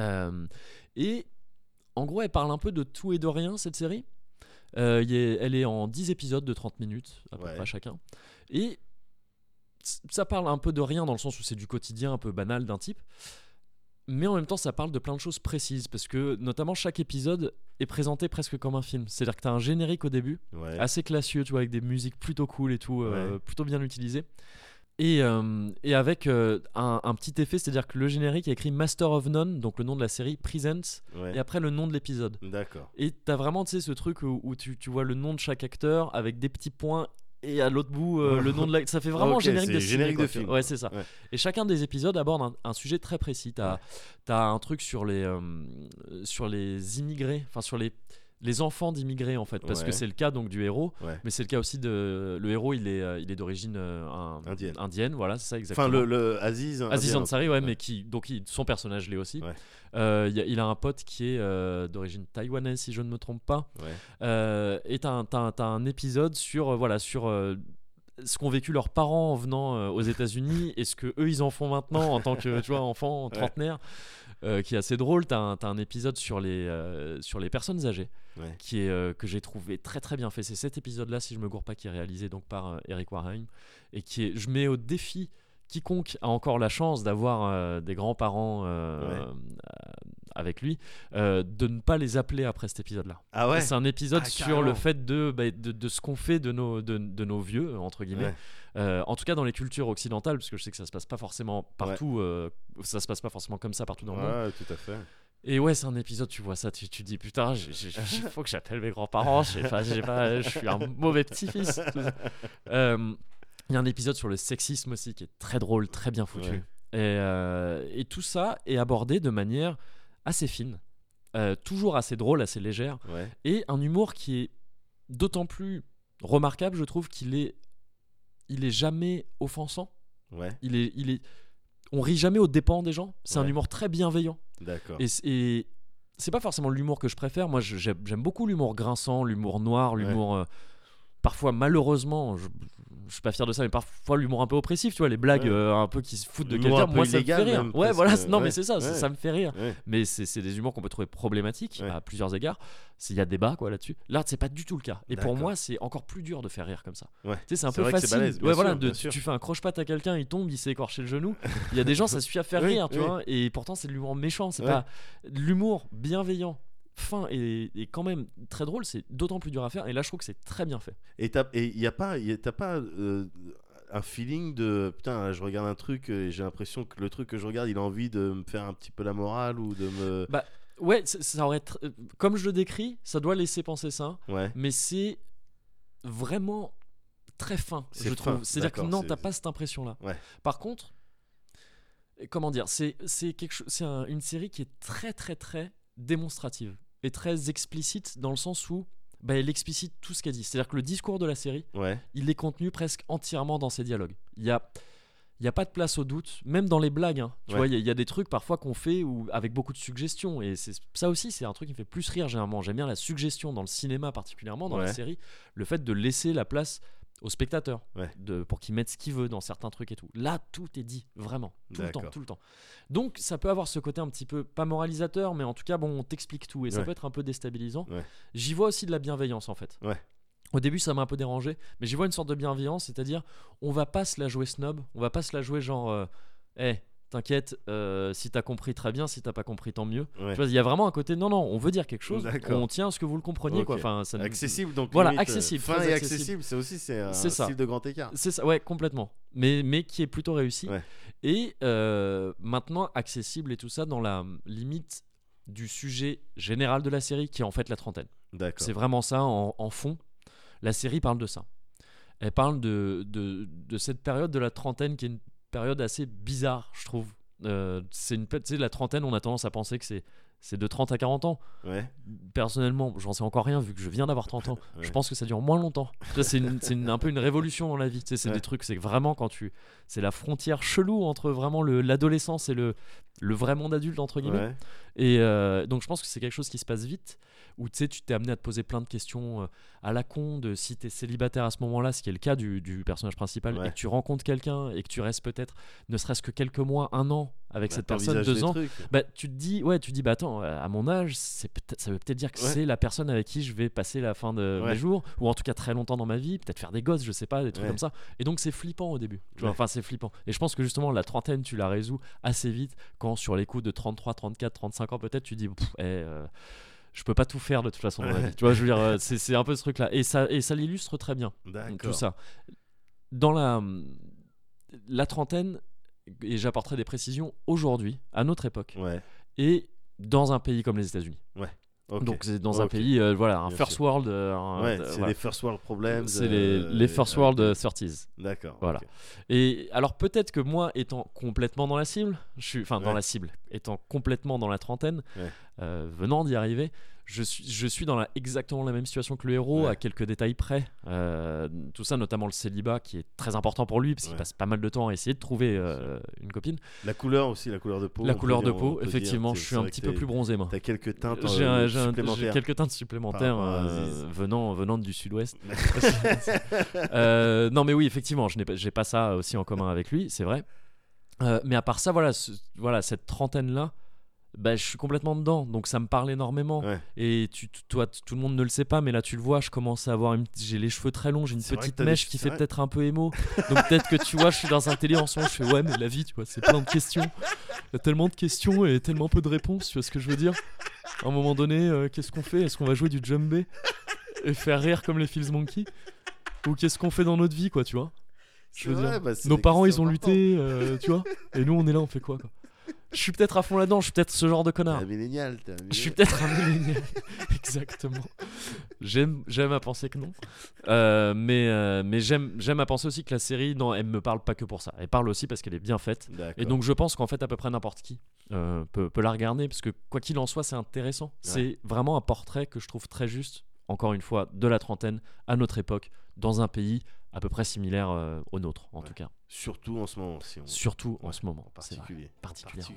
Et en gros, elle parle un peu de tout et de rien, cette série. Elle est en 10 épisodes de 30 minutes à peu Ouais. près chacun. Et ça parle un peu de rien dans le sens où c'est du quotidien un peu banal d'un type. Mais en même temps, ça parle de plein de choses précises parce que notamment chaque épisode est présenté presque comme un film. C'est-à-dire que tu as un générique au début, Ouais. assez classieux, tu vois, avec des musiques plutôt cool et tout, Ouais. plutôt bien utilisées. Et avec un petit effet, c'est-à-dire que le générique est écrit Master of None, donc le nom de la série, Presents, Ouais. et après le nom de l'épisode. D'accord. Et t'as vraiment, tu sais, ce truc où tu vois le nom de chaque acteur avec des petits points et à l'autre bout le nom de la. Ça fait vraiment Ok, générique c'est de générique ciné, de quoi. film. Ouais, c'est ça. Ouais. Et chacun des épisodes aborde un sujet très précis. T'as un truc sur les immigrés, enfin sur les enfants d'immigrés en fait, parce Ouais. que c'est le cas donc du héros, Ouais. mais c'est le cas aussi de le héros. Il est d'origine indienne, voilà, c'est ça exactement. Enfin, le Aziz. Aziz indien, Ansari, ouais, ouais. mais son personnage l'est aussi. Ouais. Il a un pote qui est d'origine taïwanaise, si je ne me trompe pas. Ouais. Et t'as un épisode sur ce qu'ont vécu leurs parents en venant aux États-Unis et ce que eux ils en font maintenant en tant que tu vois enfant trentenaire, qui est assez drôle. T'as un épisode sur les personnes âgées, Ouais. qui est que j'ai trouvé très très bien fait. C'est cet épisode-là, si je me gourre pas, qui est réalisé donc par Eric Warheim et je mets au défi quiconque a encore la chance d'avoir des grands-parents avec lui, de ne pas les appeler après cet épisode-là. Ah ouais. C'est un épisode Ah, sur carrément. le fait de ce qu'on fait de nos vieux, entre guillemets. En tout cas dans les cultures occidentales, parce que je sais que ça se passe pas forcément partout, ça se passe pas forcément comme ça partout dans le monde. Ouais, tout à fait. Et ouais, c'est un épisode, tu vois ça, tu dis putain, il faut que j'appelle mes grands-parents, je suis un mauvais petit-fils. Il y a un épisode sur le sexisme aussi qui est très drôle, très bien foutu. Ouais. Et tout ça est abordé de manière assez fine, toujours assez drôle, assez légère, Ouais. et un humour qui est d'autant plus remarquable, je trouve, qu'il est jamais offensant. Ouais. On rit jamais aux dépens des gens. C'est un Ouais. humour très bienveillant. D'accord. Et c'est pas forcément l'humour que je préfère. Moi, j'aime beaucoup l'humour grinçant, l'humour noir, l'humour parfois, malheureusement, je suis pas fier de ça, mais parfois l'humour un peu oppressif, tu vois, les blagues Ouais. Un peu qui se foutent de L'humour quelqu'un. un peu Moi, ça me illégal, fait rire. même, Ouais, presque. voilà. Non, Ouais. mais c'est ça, Ouais. ça me fait rire. Ouais. Mais c'est des humours qu'on peut trouver problématiques Ouais. à plusieurs égards. Il y a débat quoi là-dessus. Là, c'est pas du tout le cas. Et pour D'accord. moi, c'est encore plus dur de faire rire comme ça. Ouais. Tu sais, c'est un C'est peu vrai que c'est facile. balèze, bien Ouais, voilà, sûr, bien sûr. tu fais un croche-patte à quelqu'un, il tombe, il s'est écorché le genou. Il y a des gens, ça suffit à faire Oui, rire, tu oui. vois. Et pourtant, c'est de l'humour méchant. C'est Ouais. pas de l'humour bienveillant, fin et quand même très drôle. C'est d'autant plus dur à faire. Et là, je trouve que c'est très bien fait. Et t'as pas un feeling de putain, je regarde un truc et j'ai l'impression que le truc que je regarde, il a envie de me faire un petit peu la morale ou de me. Bah ouais, ça aurait comme je le décris, ça doit laisser penser ça. Ouais. Mais c'est vraiment très fin, C'est je fin, trouve. C'est-à-dire que d'accord, non, c'est- t'as pas cette impression-là. Ouais. Par contre, comment dire, c'est quelque chose, une série qui est très très très démonstrative et très explicite dans le sens où elle explicite tout ce qu'elle dit. C'est-à-dire que le discours de la série, Ouais. il est contenu presque entièrement dans ses dialogues. Il y a pas de place au doute, même dans les blagues. Hein. Tu Ouais. vois, il y a des trucs parfois qu'on fait avec beaucoup de suggestions. Et ça aussi, c'est un truc qui me fait plus rire généralement. J'aime bien la suggestion dans le cinéma, particulièrement dans la Ouais. série. Le fait de laisser la place au spectateur Ouais. pour qu'il mette ce qu'il veut dans certains trucs et tout. Là, tout est dit, vraiment. Tout le temps, D'accord. tout le temps. Donc, ça peut avoir ce côté un petit peu, pas moralisateur, mais en tout cas, bon, on t'explique tout. Et ça Ouais. peut être un peu déstabilisant. Ouais. J'y vois aussi de la bienveillance, en fait. Ouais. Au début, ça m'a un peu dérangé, mais j'y vois une sorte de bienveillance, c'est-à-dire, on va pas se la jouer snob, on va pas se la jouer genre, t'inquiète, si t'as compris très bien, si t'as pas compris tant mieux. Ouais. Tu vois, il y a vraiment un côté, non, on veut dire quelque chose, D'accord. on tient à ce que vous le compreniez, quoi. Ok. Enfin, ça, Accessible donc. Voilà, limite, accessible, Fin très et accessible. accessible, c'est un C'est ça. style de grand écart. C'est ça, ouais, complètement. Mais qui est plutôt réussi. Ouais. Et maintenant, accessible et tout ça dans la limite du sujet général de la série, qui est en fait la trentaine. D'accord. C'est vraiment ça en fond. La série parle de ça. Elle parle de cette période de la trentaine qui est une période assez bizarre, je trouve. Tu sais, la trentaine, on a tendance à penser que c'est de 30 à 40 ans. Ouais. Personnellement, j'en sais encore rien vu que je viens d'avoir 30 ans. Ouais. Je pense que ça dure moins longtemps. Tu vois, c'est un peu une révolution dans la vie. Tu sais, c'est Ouais. des trucs, c'est vraiment c'est la frontière chelou entre vraiment l'adolescence et le vrai monde adulte, entre guillemets. Ouais. Et donc je pense que c'est quelque chose qui se passe vite, où tu sais, tu t'es amené à te poser plein de questions à la con, de si t'es célibataire à ce moment-là, ce qui est le cas du personnage principal, Ouais. et que tu rencontres quelqu'un et que tu restes peut-être ne serait-ce que quelques mois, un an avec cette personne, T'envisages 2 des ans. trucs. Bah, tu te dis, bah attends, à mon âge, ça veut peut-être dire que Ouais. c'est la personne avec qui je vais passer la fin de Ouais. mes jours, ou en tout cas très longtemps dans ma vie, peut-être faire des gosses, je sais pas, des trucs Ouais. comme ça. Et donc c'est flippant au début. Tu vois, Ouais. enfin, c'est flippant. Et je pense que justement, la trentaine, tu la résous assez vite quand sur les coups de 33, 34, 35 ans, peut-être, tu dis, je peux pas tout faire de toute façon dans la Ouais. vie. Tu vois, je veux dire, c'est un peu ce truc-là. Et ça l'illustre très bien, D'accord. tout ça. Dans la trentaine, et j'apporterai des précisions aujourd'hui, à notre époque, Ouais. et dans un pays comme les États-Unis. Ouais. Ok. Donc c'est dans un Ok. pays, voilà, un Bien first sûr. world. Ouais, c'est voilà. les first world problems. C'est les first world 30s. D'accord. Voilà. ok. Et alors peut-être que moi, étant complètement dans la cible, dans Ouais. la cible, étant complètement dans la trentaine, Ouais. venant d'y arriver, je suis dans exactement la même situation que le héros, Ouais. à quelques détails près. Tout ça, notamment le célibat, qui est très important pour lui, parce qu'il Ouais. passe pas mal de temps à essayer de trouver une copine. La couleur aussi, la couleur de peau. La on peut couleur de dire- on peau, peut dire, effectivement, c'est- je suis c'est un vrai petit que peu plus bronzé, moi. T'as quelques teintes J'ai supplémentaires. quelques teintes supplémentaires Par rapport à Aziz. venant du sud-ouest. Non mais oui, effectivement, j'ai pas ça aussi en commun avec lui, c'est vrai. Mais à part ça, voilà, cette trentaine là, bah, je suis complètement dedans, donc ça me parle énormément. Ouais. Et toi, tout le monde ne le sait pas, mais là tu le vois, je commence à avoir j'ai les cheveux très longs, j'ai une C'est vrai petite que t'as des mèche cheveux- qui c'est fait vrai. peut-être un peu émo. Donc peut-être que tu vois, je suis dans un télé en ce moment, je fais ouais, mais la vie, tu vois, c'est plein de questions. Il y a tellement de questions et tellement peu de réponses, tu vois ce que je veux dire. À un moment donné, qu'est-ce qu'on fait? Est-ce qu'on va jouer du djembé et faire rire comme les Feels Monkey? Ou qu'est-ce qu'on fait dans notre vie, quoi, tu vois? C'est veux dire, vrai, bah, c'est Nos des parents, ils questions ont importantes. lutté, tu vois, et nous, on est là, on fait quoi, quoi? Je suis peut-être à fond là-dedans, je suis peut-être ce genre de T'es connard. un millénial. Je suis peut-être un millénial. Exactement. J'aime à penser que non. Mais j'aime à penser aussi que la série, non, elle me parle pas que pour ça. Elle parle aussi parce qu'elle est bien faite. D'accord. Et donc je pense qu'en fait à peu près n'importe qui peut la regarder, parce que quoi qu'il en soit, c'est intéressant. C'est vraiment un portrait que je trouve très juste, encore une fois, de la trentaine à notre époque, dans un pays à peu près similaire au nôtre, en tout cas. Surtout en ce moment. Si on... Surtout en Ouais, ce moment. En c'est vrai. particulier. Particulièrement.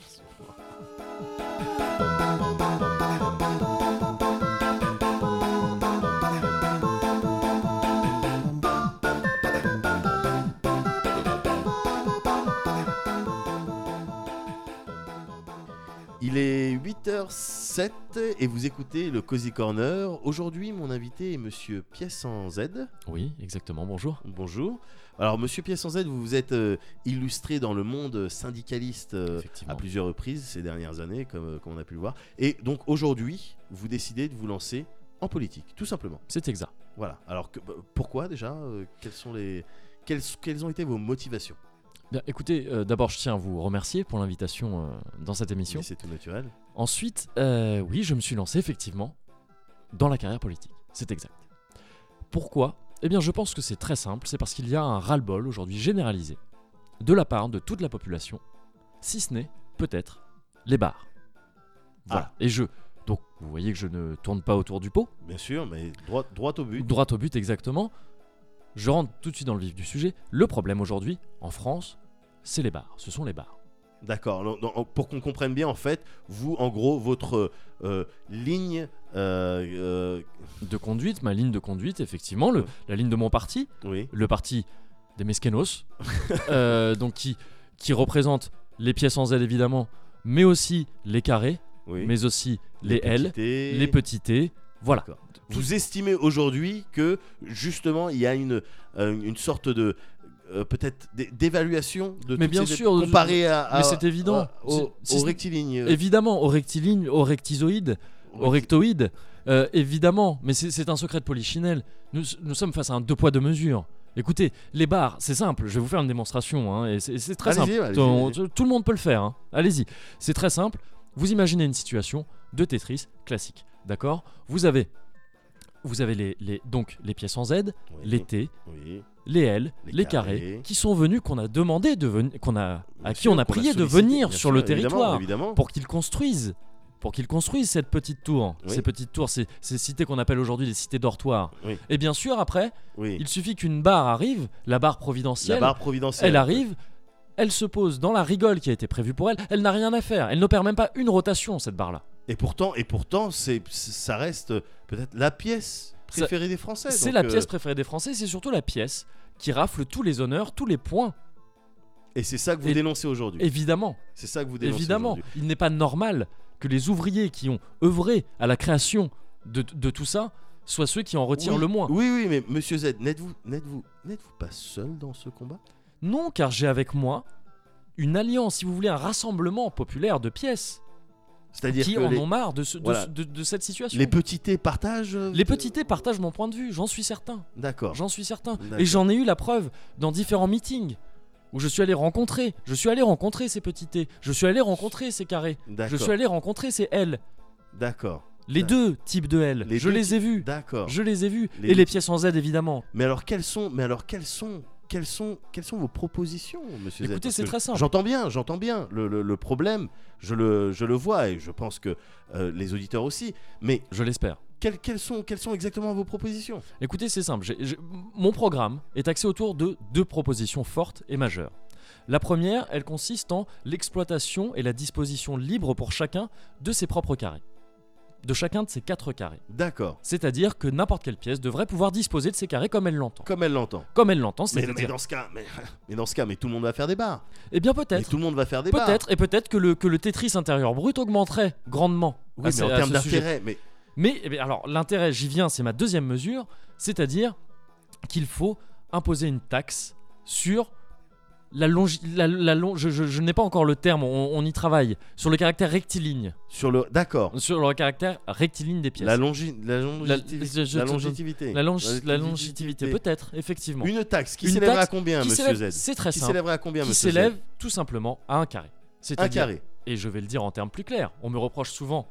Il est 8h07 et vous écoutez le Cozy Corner. Aujourd'hui, mon invité est Monsieur Pièce en Z. Oui, exactement. Bonjour. Bonjour. Alors, Monsieur Pièce en Z, vous vous êtes illustré dans le monde syndicaliste Effectivement. à plusieurs reprises ces dernières années, comme on a pu le voir. Et donc, aujourd'hui, vous décidez de vous lancer en politique, tout simplement. C'est exact. Voilà. Alors, pourquoi déjà quelles ont été vos motivations? Bien, écoutez, d'abord, je tiens à vous remercier pour l'invitation dans cette émission. Mais c'est tout naturel. Ensuite, oui, je me suis lancé effectivement dans la carrière politique. C'est exact. Pourquoi? Eh bien, je pense que c'est très simple. C'est parce qu'il y a un ras-le-bol aujourd'hui généralisé de la part de toute la population, si ce n'est peut-être les bars. Voilà. Et donc, vous voyez que je ne tourne pas autour du pot. Bien sûr, mais droit au but. Droit au but, exactement. Je rentre tout de suite dans le vif du sujet. Le problème aujourd'hui, en France, c'est les bars. Ce sont les bars. D'accord. Pour qu'on comprenne bien, en fait, vous, en gros, votre ligne. De conduite, ma ligne de conduite, effectivement, la ligne de mon parti, Oui. le parti des Mesquenos, donc qui représente les pièces en Z évidemment, mais aussi les carrés, Oui. mais aussi les L, petits T. les petits T. Voilà. D'accord. Vous estimez aujourd'hui que justement il y a une sorte de peut-être d'évaluation de Mais toutes bien ces sûr, comparé à mais c'est évident. au Si- rectiligne. Évidemment, au rectiligne, au rectisoïde, au rectoïde, évidemment, mais c'est un secret de polichinelle. Nous sommes face à un deux poids deux mesures. Écoutez, les bars, c'est simple, je vais vous faire une démonstration, hein, et c'est très Allez-y, simple. allez-y. Tout le monde peut le faire, hein. Allez-y. C'est très simple. Vous imaginez une situation de Tetris classique, d'accord? Vous avez donc les pièces en Z, Oui. les T, Oui. les L, Les les carrés. carrés, qui sont venus, qu'on a demandé de venir, Bien à qui sûr, on a qu'on prié de sollicité, venir bien sur sûr, le évidemment, territoire évidemment. pour qu'ils construisent cette petite tour. Oui. Ces petites tours, ces cités qu'on appelle aujourd'hui les cités dortoirs. Oui. Et bien sûr, après, Oui. il suffit qu'une barre arrive, la barre La providentielle, barre providentielle. elle arrive, elle se pose dans la rigole qui a été prévue pour elle, elle n'a rien à faire, elle n'opère même pas une rotation, cette barre-là. Et pourtant, ça reste peut-être la pièce préférée des Français. C'est donc, la pièce préférée des Français, c'est surtout la pièce qui rafle tous les honneurs, tous les points. Et c'est ça que vous Et- dénoncez aujourd'hui. Évidemment, C'est ça que vous dénoncez évidemment, aujourd'hui. il n'est pas normal que les ouvriers qui ont œuvré à la création de tout ça soient ceux qui en retirent Oui, le moins. Oui, mais Monsieur Z, n'êtes-vous pas seul dans ce combat? Non, car j'ai avec moi une alliance, si vous voulez, un rassemblement populaire de pièces C'est-à-dire qui que en les, ont marre de voilà. cette situation. les petits T partagent. Les petits T partagent mon point de vue, j'en suis certain. D'accord. J'en suis certain. D'accord. Et j'en ai eu la preuve dans différents meetings où je suis allé rencontrer ces petits T, je suis allé rencontrer ces carrés, je D'accord. suis allé rencontrer ces L. D'accord. Les deux types de L, Les je deux les ai vus. D'accord. Je les ai vus. Les Et deux les pièces en Z, évidemment. Mais alors quelles sont vos propositions, monsieur Z? Écoutez, Parce c'est que très simple. J'entends bien. Le problème, je le vois et je pense que les auditeurs aussi. Mais Je l'espère. quelles sont exactement vos propositions? Écoutez, c'est simple. Mon programme est axé autour de 2 propositions fortes et majeures. La première, elle consiste en l'exploitation et la disposition libre pour chacun de ses propres carrés. De chacun de ses 4 carrés. D'accord. C'est-à-dire que n'importe quelle pièce devrait pouvoir disposer de ses carrés comme elle l'entend. Comme elle l'entend. Comme elle l'entend, Mais c'est-à-dire... dans ce cas, mais tout le monde va faire des barres. Eh bien Mais peut-être. tout le monde va faire des barres. Peut-être, et peut-être que le Tetris intérieur brut augmenterait grandement. Oui, à mais ce- en à termes ce sujet. d'intérêt, mais Mais eh bien, alors l'intérêt, j'y viens, c'est ma deuxième mesure, c'est-à-dire qu'il faut imposer une taxe sur la je n'ai pas encore le terme, on y travaille, sur le caractère rectiligne, sur le. D'accord. sur le caractère rectiligne des pièces. La longévité. La longévité, peut-être, effectivement. Une taxe qui Une s'élèverait à taxe combien, qui monsieur s'élève- Z? C'est très Qui simple. s'élèverait à combien, Qui monsieur Z? s'élève tout simplement à un carré. Un C'est-à-dire, carré. et je vais le dire en termes plus clairs, on me reproche souvent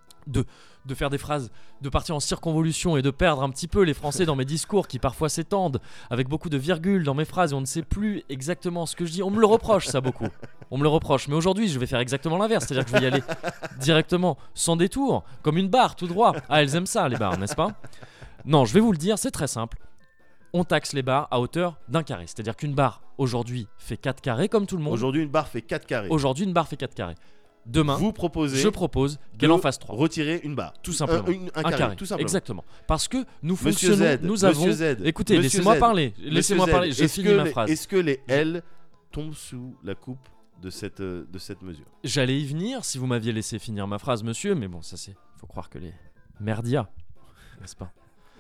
de faire des phrases, de partir en circonvolution et de perdre un petit peu les Français dans mes discours qui parfois s'étendent avec beaucoup de virgules dans mes phrases et on ne sait plus exactement ce que je dis. On me le reproche ça beaucoup. On me le reproche. Mais aujourd'hui je vais faire exactement l'inverse, c'est-à-dire que je vais y aller directement sans détour, comme une barre tout droit. Ah, elles aiment ça les barres, n'est-ce pas? Non, je vais vous le dire, c'est très simple. On taxe les barres à hauteur d'un carré. C'est-à-dire qu'une barre aujourd'hui fait 4 carrés comme tout le monde. Aujourd'hui, une barre fait 4 carrés. Aujourd'hui une barre fait 4 carrés. Demain, Vous proposez je propose qu'elle de en fasse 3. retirer une barre. Tout simplement. Un carré, tout simplement. Exactement. Parce que nous Monsieur fonctionnons, Z, nous avons... Monsieur Z, Écoutez, Monsieur laissez-moi Z, parler. Laissez-moi Monsieur Z, parler, je est-ce finis que ma les- phrase. Est-ce que les L tombent sous la coupe de cette mesure? J'allais y venir si vous m'aviez laissé finir ma phrase, monsieur, mais bon, ça c'est... Faut croire que les merdias, n'est-ce pas,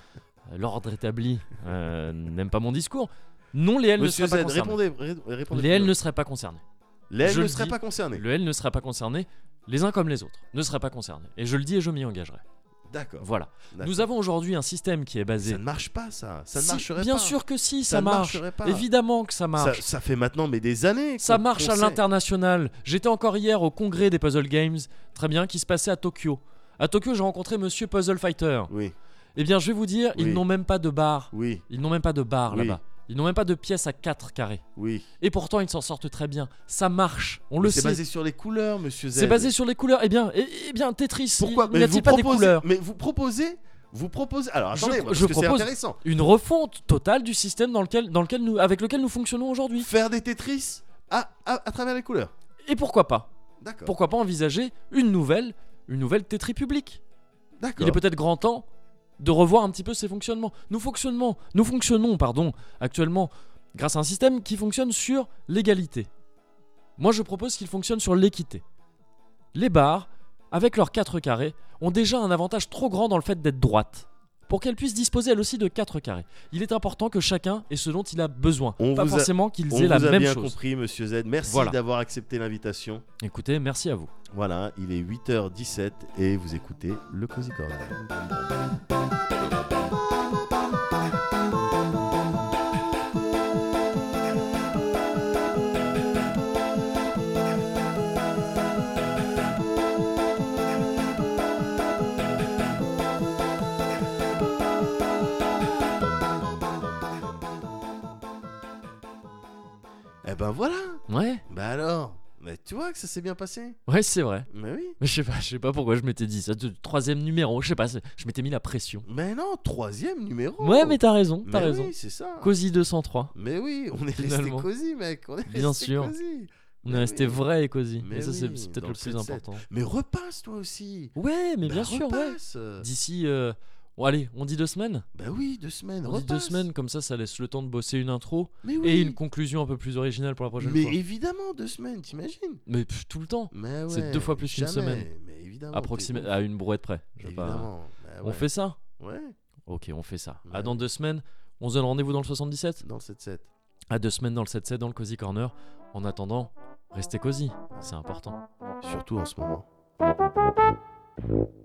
l'ordre établi n'aime pas mon discours. Non, les L Monsieur ne seraient Z, pas concernés. répondez. Les L ne seraient pas concernés. Les L je ne le seraient dis. pas concernés. Le L ne serait pas concerné. Les uns comme les autres ne seraient pas concernés. Et je le dis et je m'y engagerai. D'accord. Voilà. D'accord. Nous avons aujourd'hui un système qui est basé... Ça ne marche pas, ça. Ça ne Si, marcherait bien pas. sûr que si, Ça ça ne marche. marcherait pas. Évidemment que ça marche. Ça fait maintenant des années. Ça qu'on- marche qu'on à sait. l'international. J'étais encore hier au congrès des Puzzle Games, très bien, qui se passait à Tokyo. À Tokyo, j'ai rencontré Monsieur Puzzle Fighter. Oui, Eh bien, je vais vous dire, Oui. ils n'ont même pas de barre. oui, Ils n'ont même pas de barre Oui. là-bas. Ils n'ont même pas de pièces à 4 carrés. oui. Et pourtant, ils s'en sortent très bien. Ça marche. On Mais le c'est sait. basé sur les couleurs, monsieur Z. C'est basé sur les couleurs. Eh bien, Tetris, Pourquoi n'y a-t-il pas des couleurs? Mais vous proposez. Alors Je- attendez, je parce que c'est propose- intéressant. Une refonte totale du système avec lequel nous fonctionnons aujourd'hui. Faire des Tetris à travers les couleurs. Et pourquoi pas? D'accord. Pourquoi pas envisager une nouvelle Tetris publique? D'accord. Il est peut-être grand temps de revoir un petit peu ses fonctionnements. Nous fonctionnons, actuellement grâce à un système qui fonctionne sur l'égalité. Moi, je propose qu'il fonctionne sur l'équité. Les barres, avec leurs 4 carrés, ont déjà un avantage trop grand dans le fait d'être droites. Pour qu'elles puissent disposer elles aussi de 4 carrés. Il est important que chacun ait ce dont il a besoin. On Pas vous a- forcément qu'ils On aient la vous a même bien chose. compris, monsieur Z. Merci Voilà. d'avoir accepté l'invitation. Écoutez, merci à vous. Voilà, il est 8h17 et vous écoutez le Cozy Corner. Eh ben voilà. Ouais, Bah alors. Mais tu vois que ça s'est bien passé. ouais, c'est vrai. Mais oui. Mais je sais pas pourquoi je m'étais dit ça. Troisième numéro, je sais pas, je m'étais mis la pression. Mais non, 3e numéro. Ouais, mais t'as raison, Mais t'as raison. oui, c'est ça. Cozy 203. Mais oui, on est resté Finalement. cosy, mec. On est Bien resté sûr. cosy. On Mais est resté oui. vrai et cosy. Mais Et ça, c'est oui, peut-être dans le le plus 7-7. important. Mais repasse toi aussi. Ouais, mais Bah, bien sûr, ouais. repasse. D'ici. Bon, allez, on dit 2 semaines. Bah oui, 2 semaines. On dit 2 repasse. semaines, comme ça laisse le temps de bosser une intro Mais oui. et une conclusion un peu plus originale pour la prochaine Mais fois. évidemment, 2 semaines, t'imagines. Mais tout le temps. Mais ouais. C'est 2 fois plus qu'une jamais. semaine. Mais évidemment. Approximé t'es à une brouette près. Je veux pas- Évidemment. Bah On ouais. fait ça. Ouais, Ok, on fait ça. Ouais. Ah, dans 2 semaines, on se donne rendez-vous dans le 77. dans le 7-7. À 2 semaines dans le 7-7, dans le Cozy Corner. En attendant, restez cosy. C'est important. Surtout en ce moment.